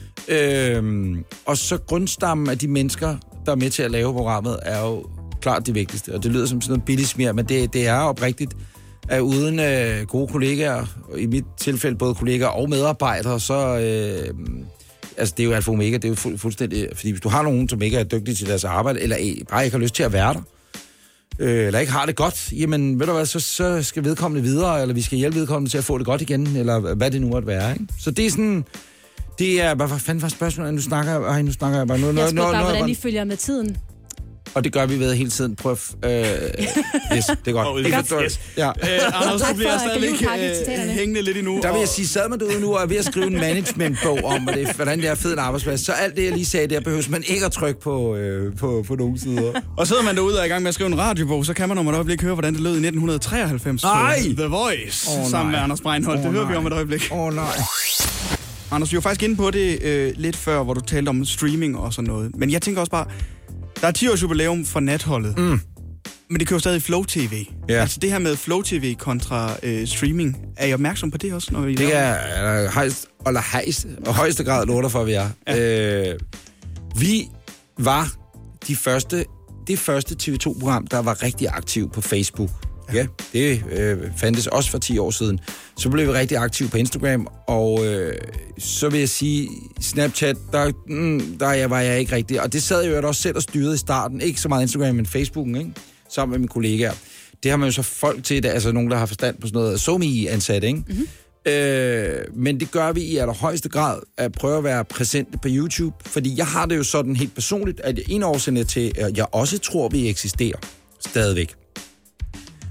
Øh, og så grundstammen af de mennesker, der er med til at lave programmet, er jo klart det vigtigste, og det lyder som sådan noget billigt smier, men det, det er oprigtigt, at uden øh, gode kollegaer, i mit tilfælde både kollegaer og medarbejdere, så øh, altså det er jo alfa omega, det er jo fu- fuldstændig, fordi hvis du har nogen, som ikke er dygtige til deres arbejde, eller bare ikke har lyst til at være der, øh, eller ikke har det godt, jamen ved du hvad, så, så skal vedkommende videre, eller vi skal hjælpe vedkommende til at få det godt igen, eller hvad det nu måtte være, ikke? Så det er sådan, det er, hvad fanden var spørgsmålet, nu snakker, ej, nu snakker jeg bare noget. Jeg spørger bare, hvordan I følger med tiden. Og det gør vi ved hele tiden. Prøv øh, yes, det er godt. Oh, det er godt. Yes. Ja. Øh, Anders, du bliver stadigvæk øh, hængende lidt endnu. Der vil jeg sige, sad man derude nu og er ved at skrive en managementbog om, hvordan det er fed en arbejdsplads. Så alt det, jeg lige sagde, der behøves man ikke at trykke på, øh, på, på nogle sider. Og sidder man derude og er i gang med at skrive en radiobog, så kan man om et øjeblik høre, hvordan det lød i nitten treoghalvfems på The Voice, oh, sammen med Anders Breinholt. Oh, det hører nej. vi om et øjeblik. Åh oh, nej. Anders, vi var faktisk inde på det øh, lidt før, hvor du talte om streaming og sådan noget. Men jeg tænker også bare, der er ti års jubilæum for natholdet. Mm. Men det kører stadig Flow T V. Yeah. Altså det her med Flow T V kontra øh, streaming, er I opmærksom på det også? Når I det er øh, højst, eller højst, og højeste grad lorter for, vi er. Ja. Øh, vi var de første, det første T V to-program, der var rigtig aktiv på Facebook. Ja, det øh, fandtes også for ti år siden. Så blev vi rigtig aktive på Instagram, og øh, så vil jeg sige, Snapchat, der, mm, der var jeg ikke rigtig. Og det sad jeg jo også selv og styrede i starten. Ikke så meget Instagram, men Facebooken, ikke? Sammen med mine kollegaer. Det har man jo så folk til, der, altså nogen, der har forstand på sådan noget SoMe-ansat, ikke? Mm-hmm. Øh, men det gør vi i allerhøjeste grad, at prøve at være præsente på YouTube. Fordi jeg har det jo sådan helt personligt, at en årsag til, at jeg også tror, vi eksisterer stadigvæk.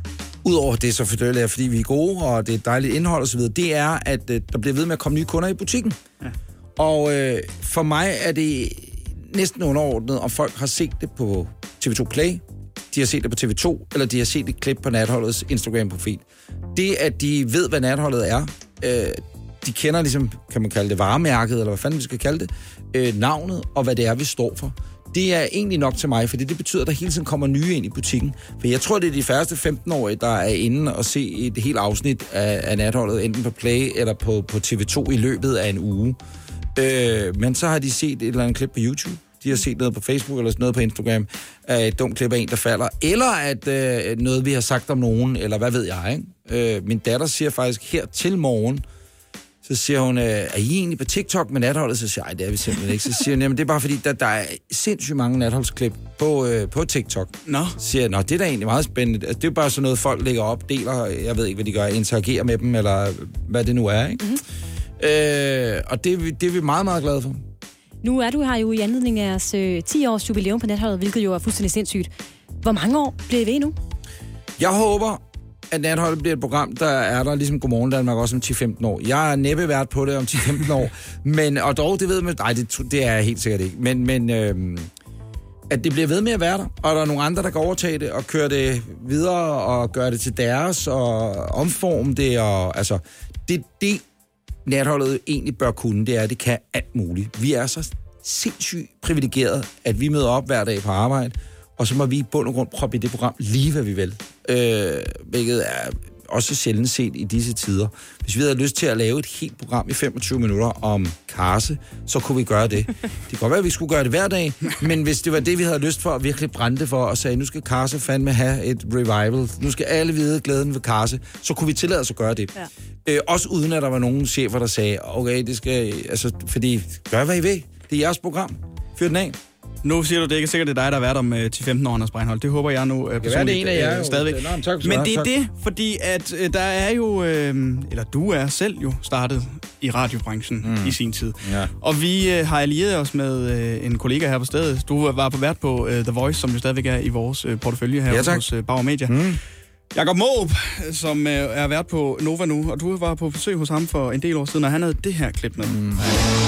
udover det så selvfølgelig er, fordi vi er gode, og det er et dejligt indhold osv., det er, at øh, der bliver ved med at komme nye kunder i butikken. Ja. Og øh, for mig er det næsten underordnet, om folk har set det på T V to Play, de har set det på T V to, eller de har set et klip på Natholdets Instagram-profil. Det, at de ved, hvad Natholdet er, øh, de kender ligesom, kan man kalde det, varemærket, eller hvad fanden vi skal kalde det, øh, navnet, og hvad det er, vi står for. Det er egentlig nok til mig, fordi det betyder, at der hele tiden kommer nye ind i butikken. For jeg tror, det er de færreste femten-årige, der er inde og se et helt afsnit af, af Natholdet, enten på Play eller på, på T V to i løbet af en uge. Øh, men så har de set et eller andet klip på YouTube. De har set noget på Facebook eller noget på Instagram af et dumt klip af en, der falder. Eller at øh, noget, vi har sagt om nogen, eller hvad ved jeg, ikke? Øh, min datter siger faktisk her til morgen, så siger hun, er I egentlig på TikTok med Natholdet? Så siger jeg, det er vi simpelthen ikke. Så siger hun, jamen det er bare fordi, der, der er sindssygt mange Natholdsklip på, øh, på TikTok. Nå. Så siger jeg, nå, det er da egentlig meget spændende. Altså, det er bare sådan noget, folk lægger op, deler, jeg ved ikke, hvad de gør, interagerer med dem, eller hvad det nu er, ikke? Mm-hmm. Øh, og det, det er vi meget, meget glade for. Nu er du her jo i anledning af jeres øh, ti års jubilæum på Natholdet, hvilket jo er fuldstændig sindssygt. Hvor mange år bliver I ved nu? Jeg håber, at Natholdet bliver et program, der er der ligesom Godmorgen Danmark også om ti til femten år. Jeg er næppe været på det om ti til femten år, men, og dog, det ved man, nej, det, det er jeg helt sikkert ikke, men, men øhm, at det bliver ved med at være der, og der er nogle andre, der kan overtage det og køre det videre og gøre det til deres og omforme det, og altså, det, det Natholdet egentlig bør kunne, det er, at det kan alt muligt. Vi er så sindssygt privilegeret, at vi møder op hver dag på arbejde, og så må vi i bund og grund proppe i det program lige, hvad vi vil. Øh, hvilket er også sjældent set i disse tider. Hvis vi havde lyst til at lave et helt program i femogtyve minutter om karse, så kunne vi gøre det. Det kan godt være, at vi skulle gøre det hver dag, men hvis det var det, vi havde lyst for, at virkelig brændte for, og sagde, nu skal karse fandme have et revival, nu skal alle vide glæden ved karse, så kunne vi tillade os at gøre det. Ja. Øh, også uden, at der var nogen chefer, der sagde, okay, det skal, altså, fordi, gør hvad I vil. Det er jeres program. Fyr den af. Nu siger du, det er ikke sikkert, det er dig, der har været om uh, ti til femten år, Anders Breinholt. Det håber jeg nu uh, personligt uh, stadigvæk. Nå, tak, men det er tak. det, fordi at uh, der er jo, uh, eller du er selv jo startet i radiobranchen mm. i sin tid. Ja. Og vi uh, har allieret os med uh, en kollega her på stedet. Du var på vært på uh, The Voice, som jo stadigvæk er i vores uh, portefølje her ja, hos uh, Bauer Media. Mm. Jakob Måb, som uh, er vært på Nova nu, og du var på besøg hos ham for en del år siden, og han havde det her klip med. Mm.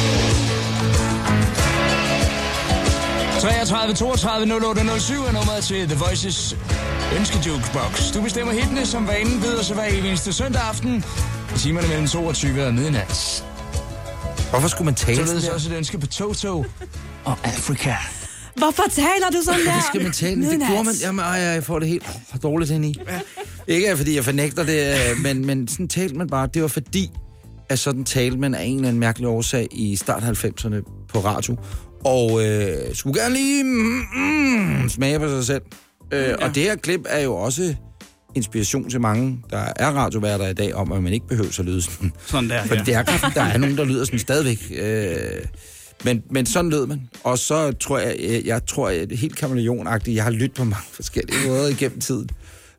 treogtredive toogtredive nul otte nul syv er nummeret til The Voices ønskejukebox. Du bestemmer hittene, som vanen byder sig hver eneste søndag aften i timerne mellem toogtyve og midnat. Hvorfor skulle man tale sådan der? Så også et ønske på Toto og Afrika. Hvorfor taler du sådan der? Hvorfor skal man tale? Det gjorde man. Jamen, ej, jeg får det helt oh, dårligt ind i. Ja. Ikke fordi jeg fornægter det, men, men sådan talte man bare. Det var fordi, at sådan talte man af en eller anden mærkelig årsag i start halvfemserne på radio. Og øh, skulle gerne lige mm, mm, smage på sig selv. Øh, ja. Og det her klip er jo også inspiration til mange, der er radioværter i dag, om at man ikke behøver at lyde sådan. Sådan der, For ja. det er, der er nogen, der lyder sådan stadigvæk. Øh, men, men sådan lød man. Og så tror jeg, jeg, jeg tror, at det er helt kameleonagtigt. Jeg har lyttet på mange forskellige måder igennem tiden.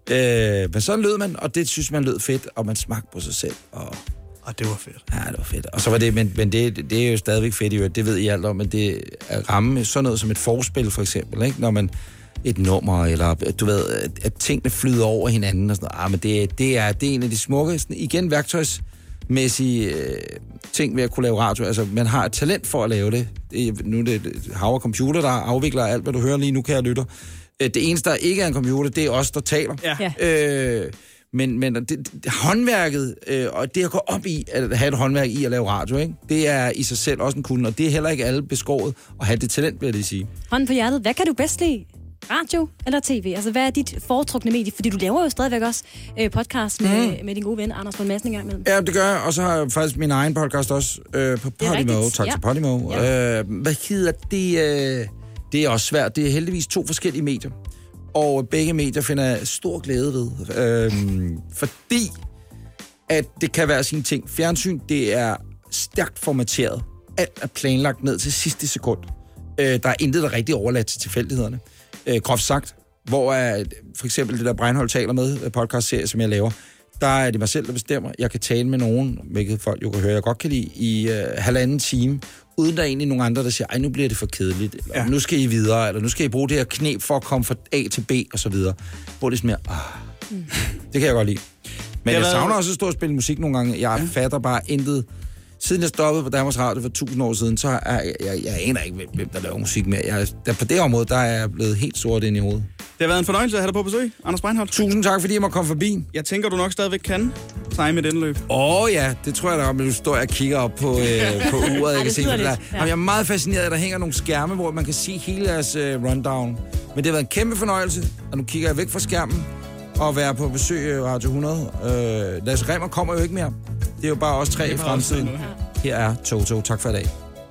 Øh, men sådan lød man, og det synes man lød fedt, og man smagte på sig selv. Og Og det var fedt. Ja, det var fedt. Og så var det, men, men det, det er jo stadigvæk fedt, jo. Det ved I alt om, men det er ramme sådan noget som et forspil, for eksempel, ikke? Når man et nummer, eller du ved, at, at tingene flyder over hinanden og sådan noget. Ah, men det, det, er, det er en af de smukke, sådan, igen, værktøjsmæssige øh, ting ved at kunne lave radio. Altså, man har et talent for at lave det. det nu er det Hav og Computer, der afvikler alt, hvad du hører lige nu, kære lytter. Det eneste, der ikke er en computer, det er os, der taler. Ja. Øh, Men, men det, det, håndværket, øh, og det at gå op i, at have et håndværk i at lave radio, ikke? Det er i sig selv også en kunde, og det er heller ikke alle beskåret at have det talent, vil jeg lige sige. Hånden på hjertet, hvad kan du bedst lide? Radio eller tv? Altså, hvad er dit foretrukne medie? Fordi du laver jo stadigvæk også øh, podcast med, mm. med din gode ven, Anders Lund Madsen, en gang imellem. Ja, det gør jeg, og så har jeg faktisk min egen podcast også øh, på Podimo. Tak ja. til Podimo. Ja. Øh, hvad hedder det? Øh, det er også svært. Det er heldigvis to forskellige medier. Og begge medier finder jeg stor glæde ved. Øhm, fordi, at det kan være sine ting. Fjernsyn, det er stærkt formateret. Alt er planlagt ned til sidste sekund. Øh, der er intet, der rigtig overladt til tilfældighederne. Øh, groft sagt, hvor er for eksempel det der Breinholt taler med, podcastserie, som jeg laver, der er det mig selv, der bestemmer. Jeg kan tale med nogen, hvilket folk jo kan høre, jeg godt kan lide, i øh, halvanden time, uden der er egentlig nogen andre, der siger, ej, nu bliver det for kedeligt, eller ja. nu skal I videre, eller nu skal I bruge det her knep for at komme fra A til B, og så videre. Hvor det er sådan mere, ah, Mm. Det kan jeg godt lide. Men jeg været... savner også at stå og spille musik nogle gange. Jeg ja. fatter bare intet. Siden jeg stoppede på Danmarks Radio for tusind år siden, så er jeg, jeg, jeg aner ikke, hvem der laver musik mere. Jeg, der, på det område, der er jeg blevet helt sort ind i hovedet. Det har været en fornøjelse at have dig på besøg, Anders Breinholt. Tusind tak, fordi jeg måtte komme forbi. Jeg tænker, du nok stadigvæk kan sejre med den løb. Åh oh, ja, det tror jeg da, men du står og kigger op på, øh, på uret. Jeg kan se, der. Ja. Jeg er meget fascineret af, at der hænger nogle skærme, hvor man kan se hele deres øh, rundown. Men det har været en kæmpe fornøjelse, og nu kigger jeg væk fra skærmen og være på besøg i Radio hundrede. Øh, Lasse Remmer kommer jo ikke mere. Det er jo bare os tre i fremtiden. Her er Toto. Tak for i dag.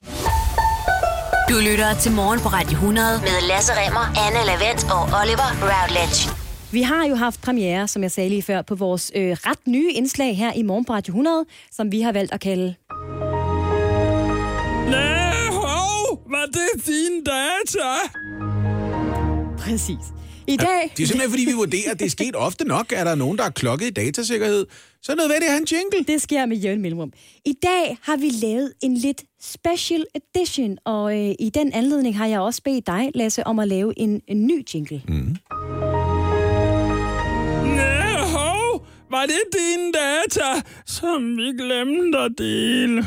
Du lytter til Morgen på Radio hundrede med Lasse Remmer, Anne Lavent og Oliver Routledge. Vi har jo haft premiere, som jeg sagde lige før, på vores øh, ret nye indslag her i Morgen på Radio hundrede, som vi har valgt at kalde... Nej, hov! Var det dine data? Præcis. I dag... Ja, det er simpelthen, fordi vi vurderer, at det er sket ofte nok. Er der nogen, der er klokket i datasikkerhed, så er det nødvendigt at have en jingle. Det sker med jævn mellemrum. I dag har vi lavet en lidt special edition, og øh, i den anledning har jeg også bedt dig, Lasse, om at lave en, en ny jingle. Mm. Nej, hov! Var det dine data, som vi glemte at dele?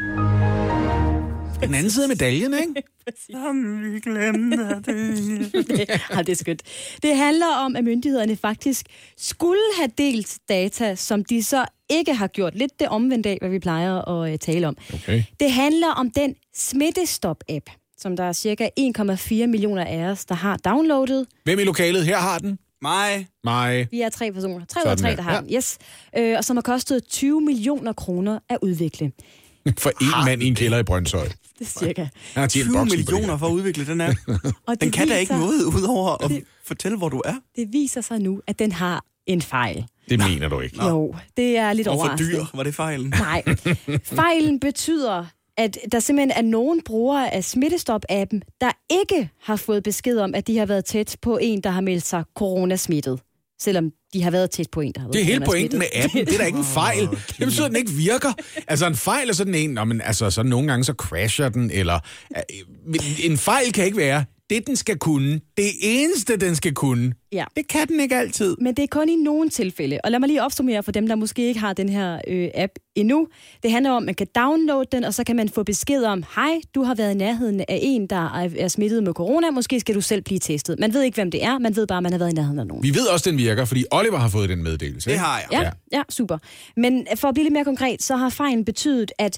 Den anden side af medaljen, ikke? Som vi glemte at dele. Ja, det er skønt. Det handler om, at myndighederne faktisk skulle have delt data, som de så ikke har gjort. Lidt det omvendte af, hvad vi plejer at uh, tale om. Okay. Det handler om den Smittestop-app, som der er cirka en komma fire millioner af os, der har downloadet. Hvem i lokalet her har den? Mig. Mig. Vi er tre personer. Tre ud af tre, der har ja. den. Yes. Øh, og som har kostet tyve millioner kroner at udvikle. For en mand i en kælder i Brøndshøj. Det er cirka. Han har tyve millioner for at udvikle den app. Og den kan da ikke noget, udover at det, fortælle, hvor du er. Det viser sig nu, at den har en fejl. Det mener du ikke. Jo, det er lidt overraskende. overraskende. Hvorfor dyr? Var det fejlen? Nej. Fejlen betyder, at der simpelthen er nogen brugere af Smittestop-appen, der ikke har fået besked om, at de har været tæt på en, der har meldt sig coronasmittet. Selvom de har været tæt på en, der har været Det er hele pointen med appen. Det er da ikke en fejl. Det betyder, at den ikke virker. Altså en fejl er sådan en, nå, men, altså, så nogle gange så crasher den, eller en fejl kan ikke være det, den skal kunne. Det eneste, den skal kunne. Ja. Det kan den ikke altid. Men det er kun i nogle tilfælde. Og lad mig lige opsummere for dem, der måske ikke har den her øh, app endnu. Det handler om, at man kan downloade den, og så kan man få besked om, hej, du har været i nærheden af en, der er smittet med corona. Måske skal du selv blive testet. Man ved ikke, hvem det er. Man ved bare, at man har været i nærheden af nogen. Vi ved også, den virker, fordi Oliver har fået den meddelelse. Det har jeg. Ja, ja, super. Men for at blive lidt mere konkret, så har fejlen betydet, at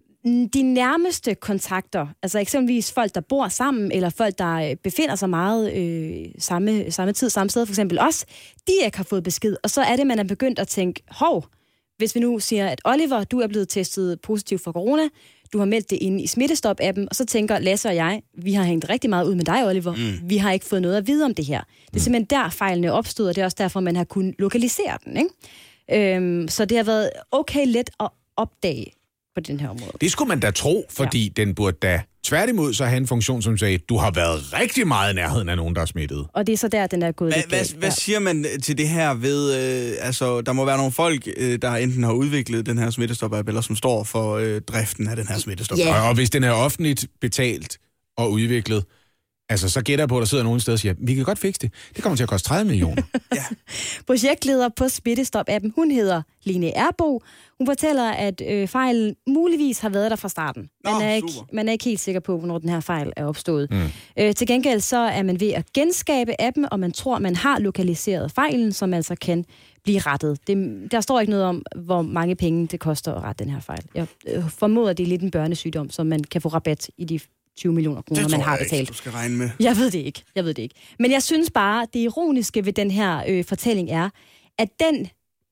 de nærmeste kontakter, altså eksempelvis folk, der bor sammen, eller folk, der befinder sig meget øh, samme, samme tid, samme sted, for eksempel os, de ikke har fået besked. Og så er det, man er begyndt at tænke, hov, hvis vi nu siger, at Oliver, du er blevet testet positiv for corona, du har meldt det inde i Smittestop-appen, og så tænker Lasse og jeg, vi har hængt rigtig meget ud med dig, Oliver. Mm. Vi har ikke fået noget at vide om det her. Det er simpelthen der, fejlene opstod, og det er også derfor, man har kunnet lokalisere den. Ikke? Øhm, så det har været okay let at opdage på den her område. Det skulle man da tro, fordi ja. den burde da tværtimod så have en funktion, som sagde, du har været rigtig meget i nærheden af nogen, der er smittet. Og det er så der, den er gået Hva, lidt hvad, galt. hvad siger man til det her ved, øh, altså der må være nogle folk, øh, der enten har udviklet den her Smittestop-app, eller som står for øh, driften af den her Smittestop-app. Yeah. Og, og hvis den er offentligt betalt og udviklet, altså så gætter jeg på, at der sidder nogen steder og siger, vi kan godt fikse det. Det kommer til at koste tredive millioner. Ja. Projektleder på Smittestop-appen, hun hedder Lene Erbo. Hun fortæller, at øh, fejlen muligvis har været der fra starten. Man, Nå, er ikke, man er ikke helt sikker på, hvornår den her fejl er opstået. Mm. Øh, til gengæld så er man ved at genskabe appen, og man tror, man har lokaliseret fejlen, som altså kan blive rettet. Det, der står ikke noget om, hvor mange penge det koster at rette den her fejl. Jeg øh, formoder, det er lidt en børnesygdom, så man kan få rabat i de tyve millioner kroner, man har betalt. Det tror jeg ikke, du skal regne med. Jeg ved det ikke. Jeg ved det ikke. Men jeg synes bare, det ironiske ved den her øh, fortælling er, at den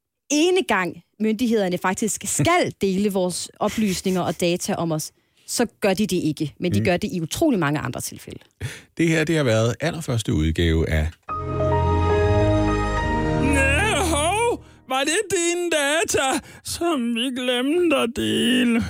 ene gang myndighederne faktisk skal dele vores oplysninger og data om os, så gør de det ikke. Men de mm. gør det i utrolig mange andre tilfælde. Det her, det har været allerførste udgave af... Nej, hov! Var det dine data, som vi glemte at dele?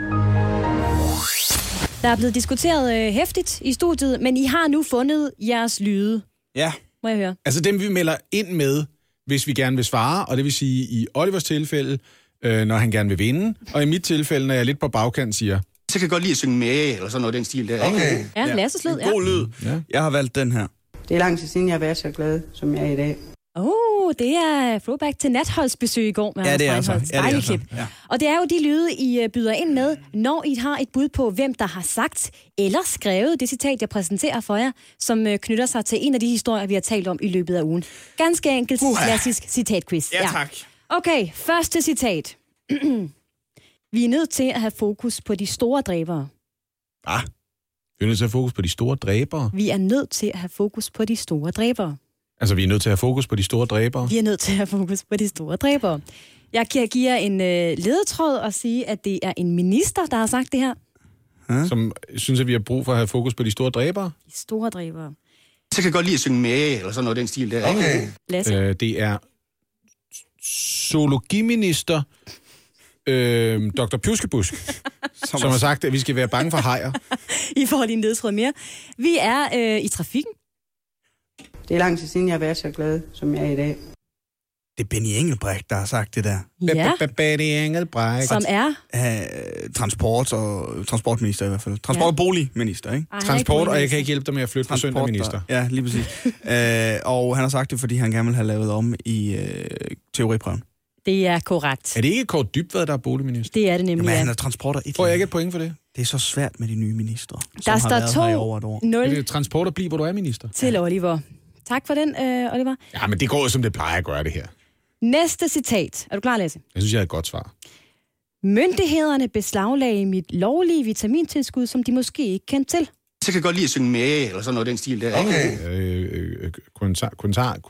Der er blevet diskuteret øh, hæftigt i studiet, men I har nu fundet jeres lyde. Ja. Må jeg høre? Altså dem, vi melder ind med, hvis vi gerne vil svare, og det vil sige i Olivers tilfælde, øh, når han gerne vil vinde, og i mit tilfælde, når jeg er lidt på bagkant, siger... Så kan jeg godt lide at synge med, eller sådan noget den stil der. Okay. Ja, ja. Lasses lyd, ja. God lyd. Ja. Jeg har valgt den her. Det er lang tid siden, jeg har været så glad, som jeg er i dag. Åh, oh, jo, det er throwback til natholdsbesøg i går med Ja, det er Anders altså. Breinholtz. Ja, det er altså. Dejlig klip. Ja. Og det er jo de lyde, I byder ind med, når I har et bud på, hvem der har sagt eller skrevet det citat, jeg præsenterer for jer, som knytter sig til en af de historier, vi har talt om i løbet af ugen. Ganske enkelt uh-huh. klassisk citatquiz. Ja, tak. Ja. Okay, første citat. Vi er nødt til at have fokus på de store dræbere. Ah, vi er nødt til at have fokus på de store dræbere. Vi er nødt til at have fokus på de store dræbere. Altså, vi er nødt til at have fokus på de store dræbere? Vi er nødt til at have fokus på de store dræbere. Jeg kan give jer en øh, ledetråd og sige, at det er en minister, der har sagt det her. Hmm? Som synes, at vi har brug for at have fokus på de store dræbere? De store dræbere. Så kan jeg godt lide at synge med, eller sådan noget den stil der. Okay. Lasse? Øh, det er zoologiminister øh, doktor Pjuskebusk, som, som har sagt, at vi skal være bange for hajer. I får lige en ledetråd mere. Vi er øh, i trafikken. Det er lang tid siden, jeg har været så glad, som jeg er i dag. Det er Benny Engelbrecht, der har sagt det der. Ja. Benny Engelbrecht. Som er? Uh, transport og transportminister i hvert fald. Transport- og boligminister, ikke? Ej, Transport, og jeg kan ikke hjælpe dig med at flytte på søndag, minister. Ja, lige præcis. uh, og han har sagt det, fordi han gerne vil have lavet om i uh, teoriprøven. Det er korrekt. Er det ikke Kåre Dybvad, der er boligminister? Det er det nemlig, Jamen, ja. han er transporter et. Får jeg ikke et point for det? Det er så svært med de nye ministre, der som har været her i over et år. nul Det er transport og bliv, hvor du er minister. Til Oliver. Tak for den, øh, Oliver. Ja, men det går jo, som det plejer at gøre det her. Næste citat. Er du klar, Lasse? Jeg synes, jeg har et godt svar. Myndighederne beslaglagde mit lovlige vitamintilskud, som de måske ikke kendte til. Så kan jeg godt lide at synge med, eller sådan noget den stil der. Okay. Øh, øh, Quintano?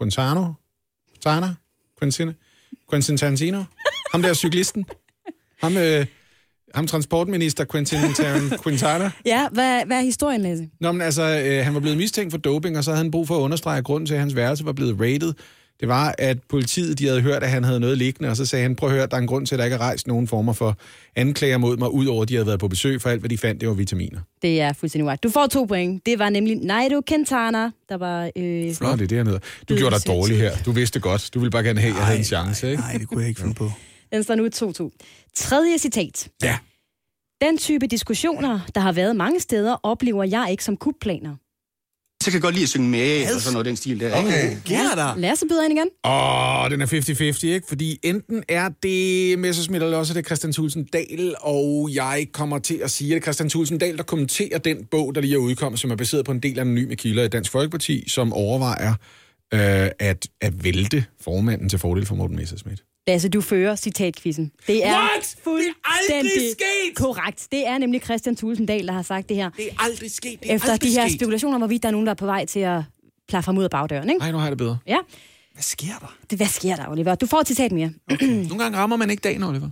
Quintana? Quintana? Quentin Tarantino? Ham der cyklisten? Ham, øh, ham transportminister Quentin Quintana? Ja, hvad, hvad er historien, Lasse? Nå, men altså, øh, han var blevet mistænkt for doping, og så havde han brug for at understrege, at grunden til, at hans værelse var blevet raided. Det var, at politiet de havde hørt, at han havde noget liggende, og så sagde han, prøv at høre, der er en grund til, at der ikke er rejst nogen former for anklager mod mig, udover at de havde været på besøg, for alt, hvad de fandt, det var vitaminer. Det er fuldstændig right. Du får to point. Det var nemlig Nairo Quintana, der var... Øh, Flot, det er det, han hedder. Du gjorde dig dårlig her. Du vidste godt. Du ville bare gerne have, at jeg havde en chance, ikke? Nej, det kunne jeg ikke finde på. Den står nu to to. Tredje citat. Ja. Den type diskussioner, der har været mange steder, oplever jeg ikke som kupplaner. Så kan jeg godt lide at synge med, eller sådan noget den stil der. Okay. Ja, der. Lasse byder ind igen. Åh, oh, den er halvtreds halvtreds, ikke? Fordi enten er det Messerschmidt, eller også er det Christian Thulesen Dahl, og jeg kommer til at sige, at det er Christian Thulesen Dahl, der kommenterer den bog, der lige er udkommet, som er baseret på en del anonyme kilder i Dansk Folkeparti, som overvejer øh, at, at vælte formanden til fordel for Morten Messerschmidt. Lasse, du fører citatkvisten. Det er What? fuldstændig korrekt. Det er nemlig Christian Thulesen Dahl, der har sagt det her. Det er aldrig sket. Det er Efter aldrig de her sket. spekulationer, hvorvidt der er nogen, der er på vej til at plaffe ham ud af bagdøren, ikke? Nej, nu har jeg det bedre. Ja. Hvad sker der? Det, hvad sker der, Oliver? Du får et citat mere. Okay. Nogle gange rammer man ikke dagen, Oliver.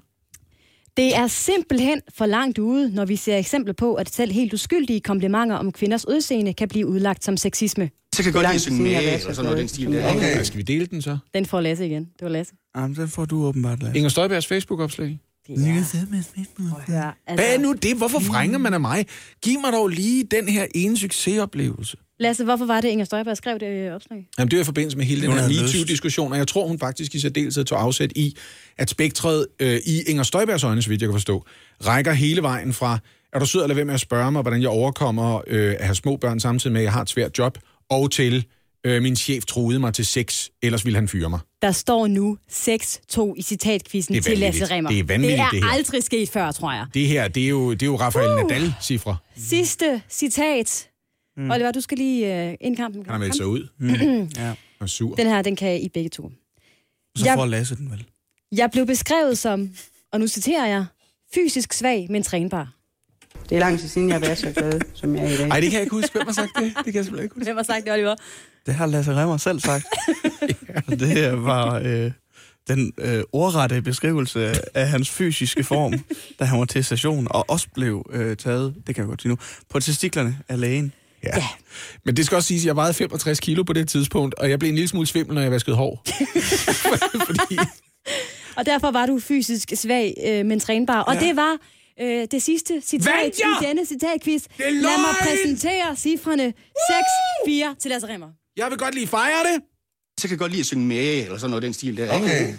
Det er simpelthen for langt ude, når vi ser eksempler på, at selv helt uskyldige komplimenter om kvinders udseende kan blive udlagt som sexisme. Så kan jeg godt lide at synge med, eller sådan noget den stil der. Okay. Skal vi dele den så? Den får Lasse igen. Det var Lasse. Jamen, den får du åbenbart, Lasse. Inger Støjbergs Facebook-opslag. Ja. Altså, Hvad er nu det? Hvorfor frænger man af mig? Giv mig dog lige den her ene succesoplevelse. Lasse, hvorfor var det, Inger Støjberg skrev det opslag? Jamen, det er i forbindelse med hele den Hun her havde MeToo-diskussion, og jeg tror, hun faktisk i særdeleshed tog afsæt i, at spektret øh, i Inger Støjbergs øjne, så vidt jeg kan forstå, rækker hele vejen fra, er du sød at lade være med at spørge mig, hvordan jeg overkommer øh, at have små børn samtidig med, at jeg har et svært job, og til øh, min chef truede mig til sex, ellers ville han fyre mig. Der står nu seks to i citatkvisten til Lasse Remmer. Det er vanvittigt, det er det her. aldrig sket før, tror jeg. Det her, det er jo, det er jo Rafael uh. Nadal-cifre. Sidste citat. Mm. Oliver, du skal lige uh, indkampen. Han har meldt sig ud. Mm. Ja. Og sur. Den her, den kan I begge to. Så jeg, får Lasse den vel. Jeg blev beskrevet som, og nu citerer jeg, fysisk svag, men trænbar. Det er lang tid siden, jeg har været så glad, som jeg er i dag. Ej, det kan jeg ikke huske. Hvem har sagt det? Det kan jeg simpelthen ikke huske. Hvem har sagt det, Oliver? Det har Lasse Remmer selv sagt. Ja. Det var øh, den øh, ordrette beskrivelse af hans fysiske form, da han var til station, og også blev øh, taget, det kan jeg godt sige nu, på testiklerne af lægen. Ja. ja. Men det skal også siges, at jeg vejede femogtres kilo på det tidspunkt, og jeg blev en lille smule svimmel, når jeg vaskede hår. Fordi... Og derfor var du fysisk svag, øh, men trænbar. Og ja. det var øh, det sidste citat i denne citatquiz. Lad mig præsentere cifrene seks fire til Lasse Remmer. Jeg vil godt lige fejre det. Så kan jeg godt lide at synge med, eller sådan noget den stil der. Okay.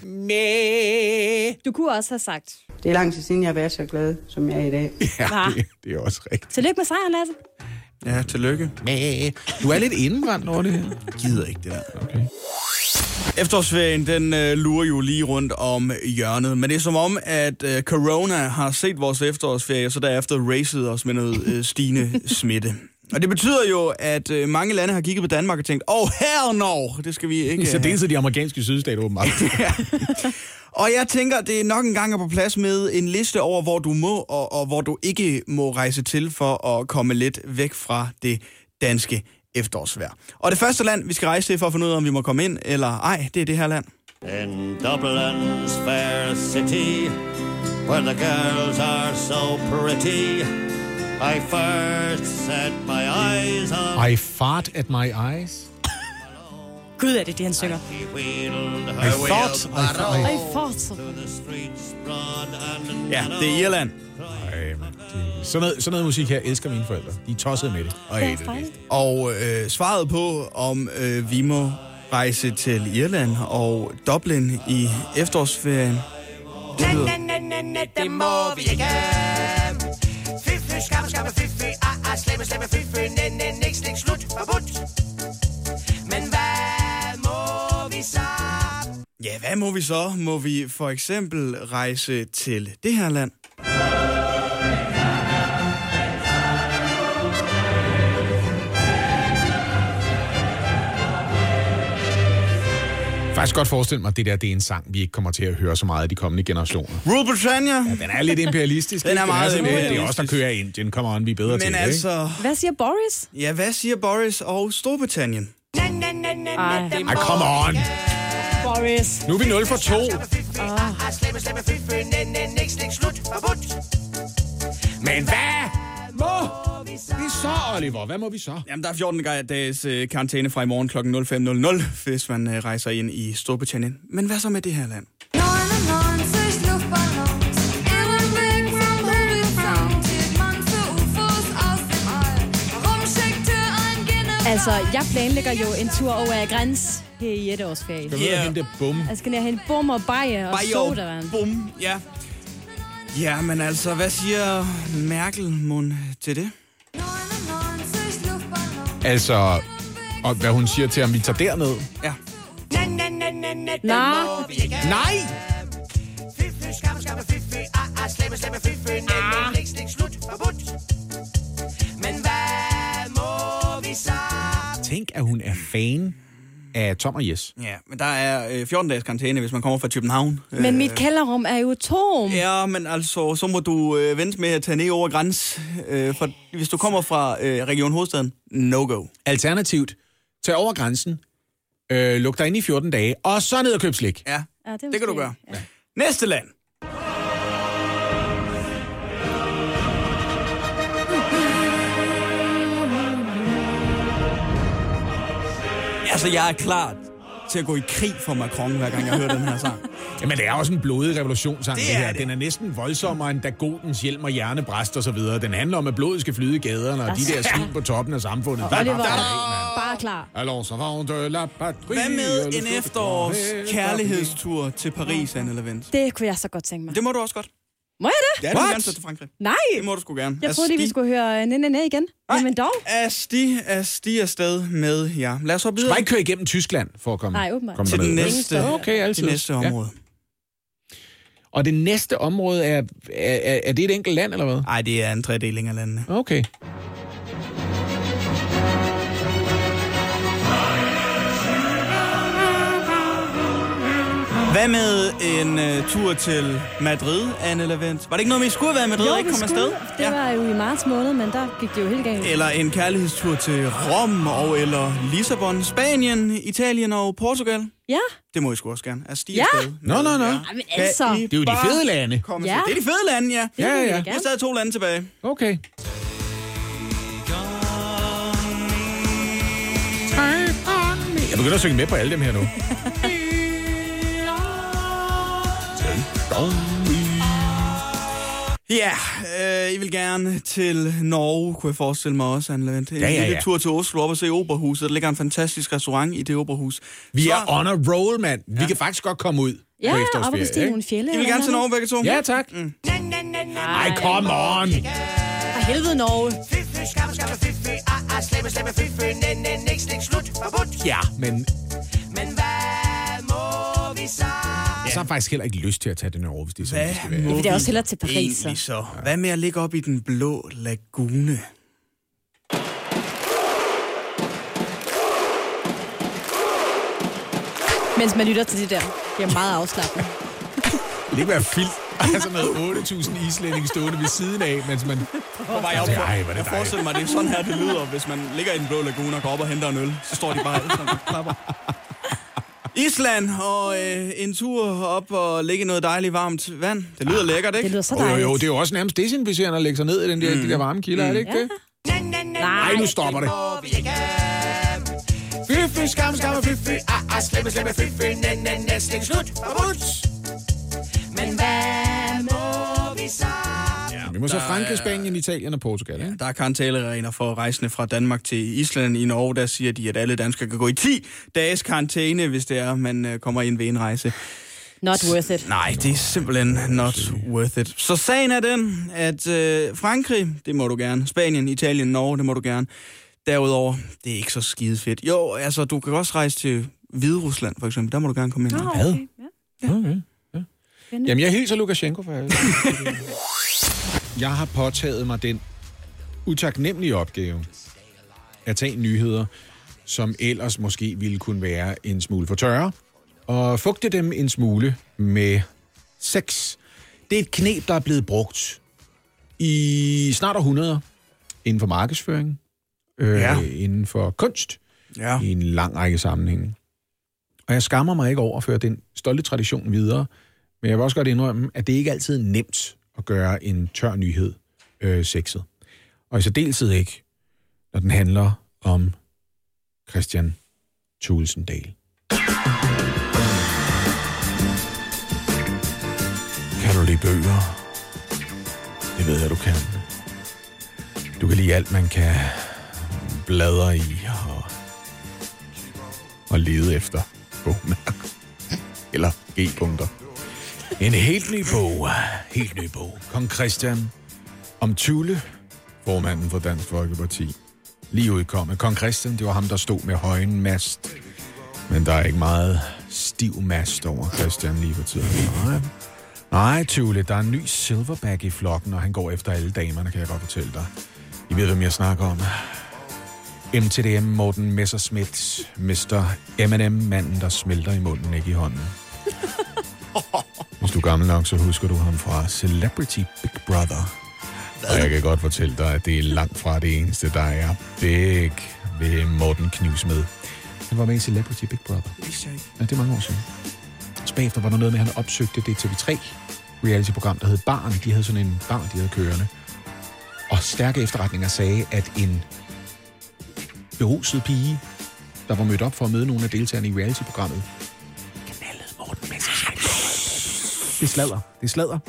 Med. Du kunne også have sagt. Det er lang tid siden, jeg har været så glad, som jeg er i dag. Ja, det, det er også rigtigt. Tillykke med sejren, Lasse. Ja, tillykke. Med. Du er lidt indebrændt over det her. Jeg gider ikke det der. Okay. Efterårsferien, den øh, lurer jo lige rundt om hjørnet, men det er som om, at øh, corona har set vores efterårsferie, så derefter racet os med noget øh, stigende smitte. Og det betyder jo, at øh, mange lande har kigget på Danmark og tænkt, åh, oh, hell no, det skal vi ikke. Så det er så de amerikanske sydstater åbenbart. Ja. Og jeg tænker, det er nok en gang på plads med en liste over, hvor du må og, og hvor du ikke må rejse til for at komme lidt væk fra det danske efterårsvejr. Og det første land, vi skal rejse til for at finde ud af, om vi må komme ind eller ej, det er det her land. In Dublin's fair city, where the girls are so pretty, I first set my eyes on... I fart at my eyes. Gud, er det det, han synger? I thought, I thought. I thought. Ja, det er Irland. Sådan noget, sådan noget musik her elsker mine forældre. De er tossede med det. Og, det det. og øh, svaret på, om øh, vi må rejse til Irland og Dublin i efterårsferien, det lyder... Det må vi ikke. Fiffi, skamme, skamme, fiffi, ah, ah, slemme, slemme, fiffi, næ, næ, niks, niks, slut, forbudt. Men hvad må vi så? Ja, hvad må vi så? Må vi for eksempel rejse til det her land? Jeg kan faktisk godt forestille mig, at det der det er en sang, vi ikke kommer til at høre så meget af de kommende generationer. Rule Britannia? Ja, den er lidt imperialistisk. Den er meget den er imperialistisk. Det er også der kører i Indien. Come on, vi er bedre Men til altså... det, Hvad siger Boris? Ja, hvad siger Boris og Storbritannien? Ej, Ej, come on. Boris. Nu er vi nul for to. Men hvad må vi så, Oliver? Hvad må vi så? Jamen, der er fjorten dages øh, karantæne fra i morgen klokken nul fem nul nul, hvis man øh, rejser ind i Storbritannien. Men hvad så med det her land? Altså, jeg planlægger jo en tur over grænsen her i etårsferie. Skal vi yeah. hente bum? Jeg skal ned og hente bum og bajer og sodavand. Bum, ja. Ja, men altså, hvad siger Merkel mon til det? Altså, og hvad hun siger til, om vi tager derned? Ja. Nej. Nej! Men hvad må vi så? Tænk, at hun er fan af Tom og Jes. Ja, men der er øh, fjorten dages karantæne, hvis man kommer fra København. Men mit kælderrum er jo tom. Ja, men altså, så må du øh, vente med at tage ned over græns. Øh, for hvis du kommer fra øh, Region Hovedstaden, no go. Alternativt, tag over grænsen, øh, luk dig ind i fjorten dage, og så ned og køb slik. Ja, ja det, det kan du gøre. Ja. Næste land. Altså, jeg er klar til at gå i krig for Macron, hver gang jeg hører den her sang. Jamen, det er også en blodig revolutionssang, det, det her. Det. Den er næsten voldsommere end Dagotens hjelm og hjernebræst og så videre. Den handler om, at blodet skal flyde i gaderne, og de der svin på toppen af samfundet. Og det var bare klar. Alors, de la patrie. Hvad med en efterårs kærlighedstur til Paris, Anne Lavent? Det kunne jeg så godt tænke mig. Det må du også godt. Må jeg det? Ja, du må gerne tage til Frankrig. Nej. Det må du sgu gerne. Jeg troede lige, vi skulle høre næ, næ, næ igen. Nej. Jamen dog. Asti, Asti afsted med jer. Lad os så videre. Skal man ikke køre igennem Tyskland for at komme, Nej, åbenbart. komme til derned? den næste, okay, altid. det næste område. Ja. Og det næste område, er, er, er det et enkelt land, eller hvad? Nej, det er en tredeling af landene. Okay. Hvad med en uh, tur til Madrid, Anne Lavent? Var det ikke noget med, I skulle være i Madrid jo, og ikke komme afsted? Det ja. var jo i marts måned, men der gik det jo helt galt. Eller en kærlighedstur til Rom, og eller Lissabon, Spanien, Italien og Portugal? Ja. Det må I sgu også gerne. Altså, ja. Nå, nå, nå. Ja, men altså. Det er jo de fede lande. Ja. Det er de fede lande, ja. Ja, ja, ja. Vi har stadig to lande tilbage. Okay. Jeg begynder at synge med på alle dem her nu. Ja, øh, I vil gerne til Norge, kunne jeg forestille mig også, Anne Lavent. En ja, ja, ja. lille tur til Oslo op og se Operahuset. Der ligger en fantastisk restaurant i det operahus. Vi Så... er on a roll, mand. Vi ja. kan faktisk godt komme ud ja, på efterårsferie. Ja, op og bestige nogle fjelle. I vil gerne til Norge begge to? Ja, tak. Mm. Ej, come on. For helvede, Norge. Ja, men... Men hvad må Ja. Så har jeg faktisk heller ikke lyst til at tage den over, hvis det er sådan, det skal være. må Det er også vi hellere til Paris, så. egentlig så. Hvad med at ligge op i den blå lagune? Mens man lytter til det der. Det er meget afslappende. Det kan være fildt. Altså noget otte tusind islændinge stående ved siden af, mens man... På vej op på. Ej, hvor er det Jeg forestiller mig, det er sådan her, det lyder, hvis man ligger i den blå lagune og går op og henter en øl. Så står de bare alle sammen og klapper. Island og øh, en tur op og ligge i noget dejligt varmt vand. Det lyder lækkert, ikke? Det lyder så Jo, jo, dejligt. jo, det er jo også nærmest desinficerende at lægge sig ned i den der, mm. de der varme kilder, mm. er det ikke det? Nej, nu stopper det. Fiffi, skam, skam, fiffi, ah, ah, slemme, slemme, fiffi, næ, næ, næsling, slut, forbudt. Men hvad må vi så? Ja, vi må så Frankrig, Spanien, Italien og Portugal, ikke? Der er karantæneregler for rejsende fra Danmark til Island. I Norge, der siger de, at alle danskere kan gå i ti dages karantæne, hvis det er, man kommer ind ved en rejse. Not worth it. Nej, det er simpelthen not worth it. Så sagen er den, at øh, Frankrig, det må du gerne. Spanien, Italien, Norge, det må du gerne. Derudover, det er ikke så skide fedt. Jo, altså, du kan også rejse til Hviderusland, for eksempel. Der må du gerne komme ind. Oh, Hvad? okay. Ja. Okay. Ja. Jamen, jeg hilser Lukashenko for alt. Jeg har påtaget mig den utaknemmelige opgave at tage nyheder, som ellers måske ville kunne være en smule for tørre, og fugte dem en smule med sex. Det er et kneb, der er blevet brugt i snart århundreder inden for markedsføring, øh, Ja. inden for kunst, Ja. i en lang række sammenhænge. Og jeg skammer mig ikke over at føre den stolte tradition videre, men jeg vil også godt indrømme, at det ikke altid er nemt at gøre en tør nyhed øh, sexet. Og i særdeleshed ikke, når den handler om Kristian Thulesen Dahl. Kan du lide bøger? Det ved jeg, du kan. Du kan lide alt, man kan bladre i og, og lede efter bogmærker. Eller G-punkter. En helt ny bog. Helt ny bog. Kong Christian om Thule, formanden for Dansk Folkeparti. Lige udkommet. Kong Christian, det var ham, der stod med højen mast. Men der er ikke meget stiv mast over Christian lige for tiden. Nej. Nej, Thule, der er en ny silverback i flokken, og han går efter alle damerne, kan jeg godt fortælle dig. I ved, hvem jeg snakker om. M T D M Morten Messerschmidt, mister M and M, manden, der smelter i munden, ikke i hånden. Hvis du er gammel nok, så husker du ham fra Celebrity Big Brother. Og jeg kan godt fortælle dig, at det er langt fra det eneste, der er big ved Morten Knivsmed. Han var med i Celebrity Big Brother. Ja, det er mange år siden. Så bagefter var der noget med, at han opsøgte det T V tre reality-program, der hed Barn. De havde sådan en bar, de havde kørende. Og stærke efterretninger sagde, at en beruset pige, der var mødt op for at møde nogle af deltagerne i reality-programmet, knaldede Morten Messerschmidt. Det er sladder. Det er sladder.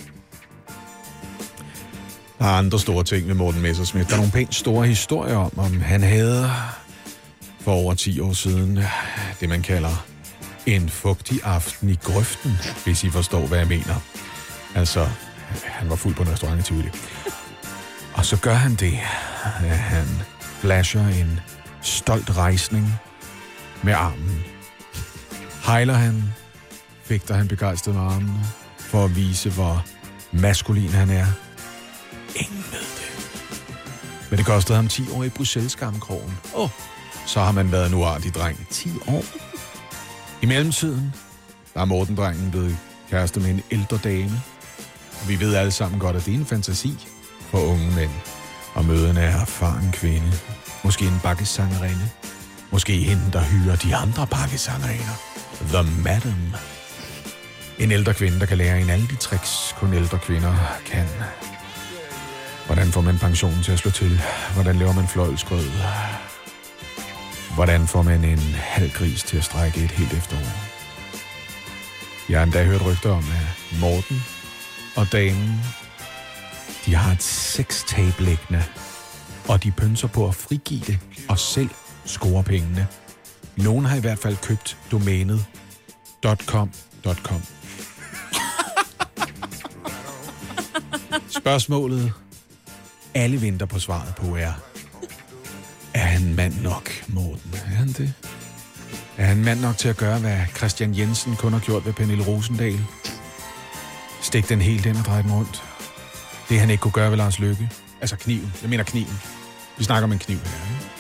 Der er andre store ting med Morten Messerschmidt. Der er nogle pænt store historier om, om han havde for over ti år siden det, man kalder en fugtig aften i grøften, hvis I forstår, hvad jeg mener. Altså, han var fuld på en restaurant i Tivoli. Og så gør han det. Han flasher en stolt rejsning med armen. Hejler han, fægter han begejstret med armen, for at vise, hvor maskulin han er. Ingen ved det. Men det kostede ham ti år i Bruxelles-skamkrogen. Åh, oh, så har man været en uartig dreng. ti år. I mellemtiden, der er Morten-drengen blevet kæreste med en ældre dame. Og vi ved alle sammen godt, at det er en fantasi for unge mænd at møde en erfaren kvinde. Måske en bakkesangerinde. Måske hende, der hyrer de andre bakkesangerinder. The Madam. En ældre kvinde, der kan lære en alle de tricks, kun ældre kvinder kan. Hvordan får man pensionen til at slå til? Hvordan laver man fløjlsgrød? Hvordan får man en halv gris til at strække et helt efterår? Jeg har endda hørt rygter om, at Morten og damen, de har et sextape liggende, og de pønser på at frigive det og selv score pengene. Nogen har i hvert fald købt domænet .com .com. Spørgsmålet, alle venter på svaret på, er: er han mand nok, Morten? Er han det? Er han mand nok til at gøre, hvad Christian Jensen kun har gjort ved Pernille Rosendal? Stik den helt ind og drej den rundt. Det han ikke kunne gøre ved Lars Løkke. Altså kniven. Jeg mener kniven. Vi snakker om en kniv her, ikke?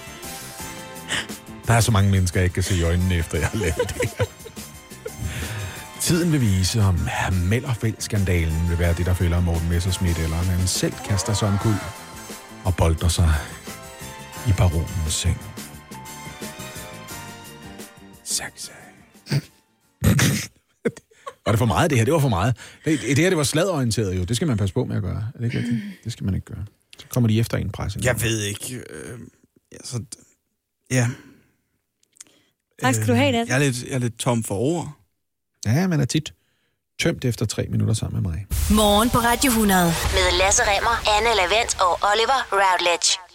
Der er så mange mennesker, jeg ikke kan se i øjnene, efter jeg har lavet det her. Tiden vil vise, om Mellerfeld-skandalen vil være det, der fælder Morten Messerschmidt, eller om han selv kaster sig omkuld og bolter sig i baronens seng. Saksa. Var det for meget, det her? Det var for meget. Det, det her, det var sladorienteret jo. Det skal man passe på med at gøre. Er det ikke rigtigt? Det skal man ikke gøre. Så kommer de efter en presse. Jeg ved ikke. Øh, altså, ja. Tak skal du have, det. Jeg er lidt, jeg er lidt tom for ord. Ja, man er tit tømt efter tre minutter sammen med mig. Morgen på Radio hundrede med Lasse Remmer, Anne Lavent og Oliver Routledge.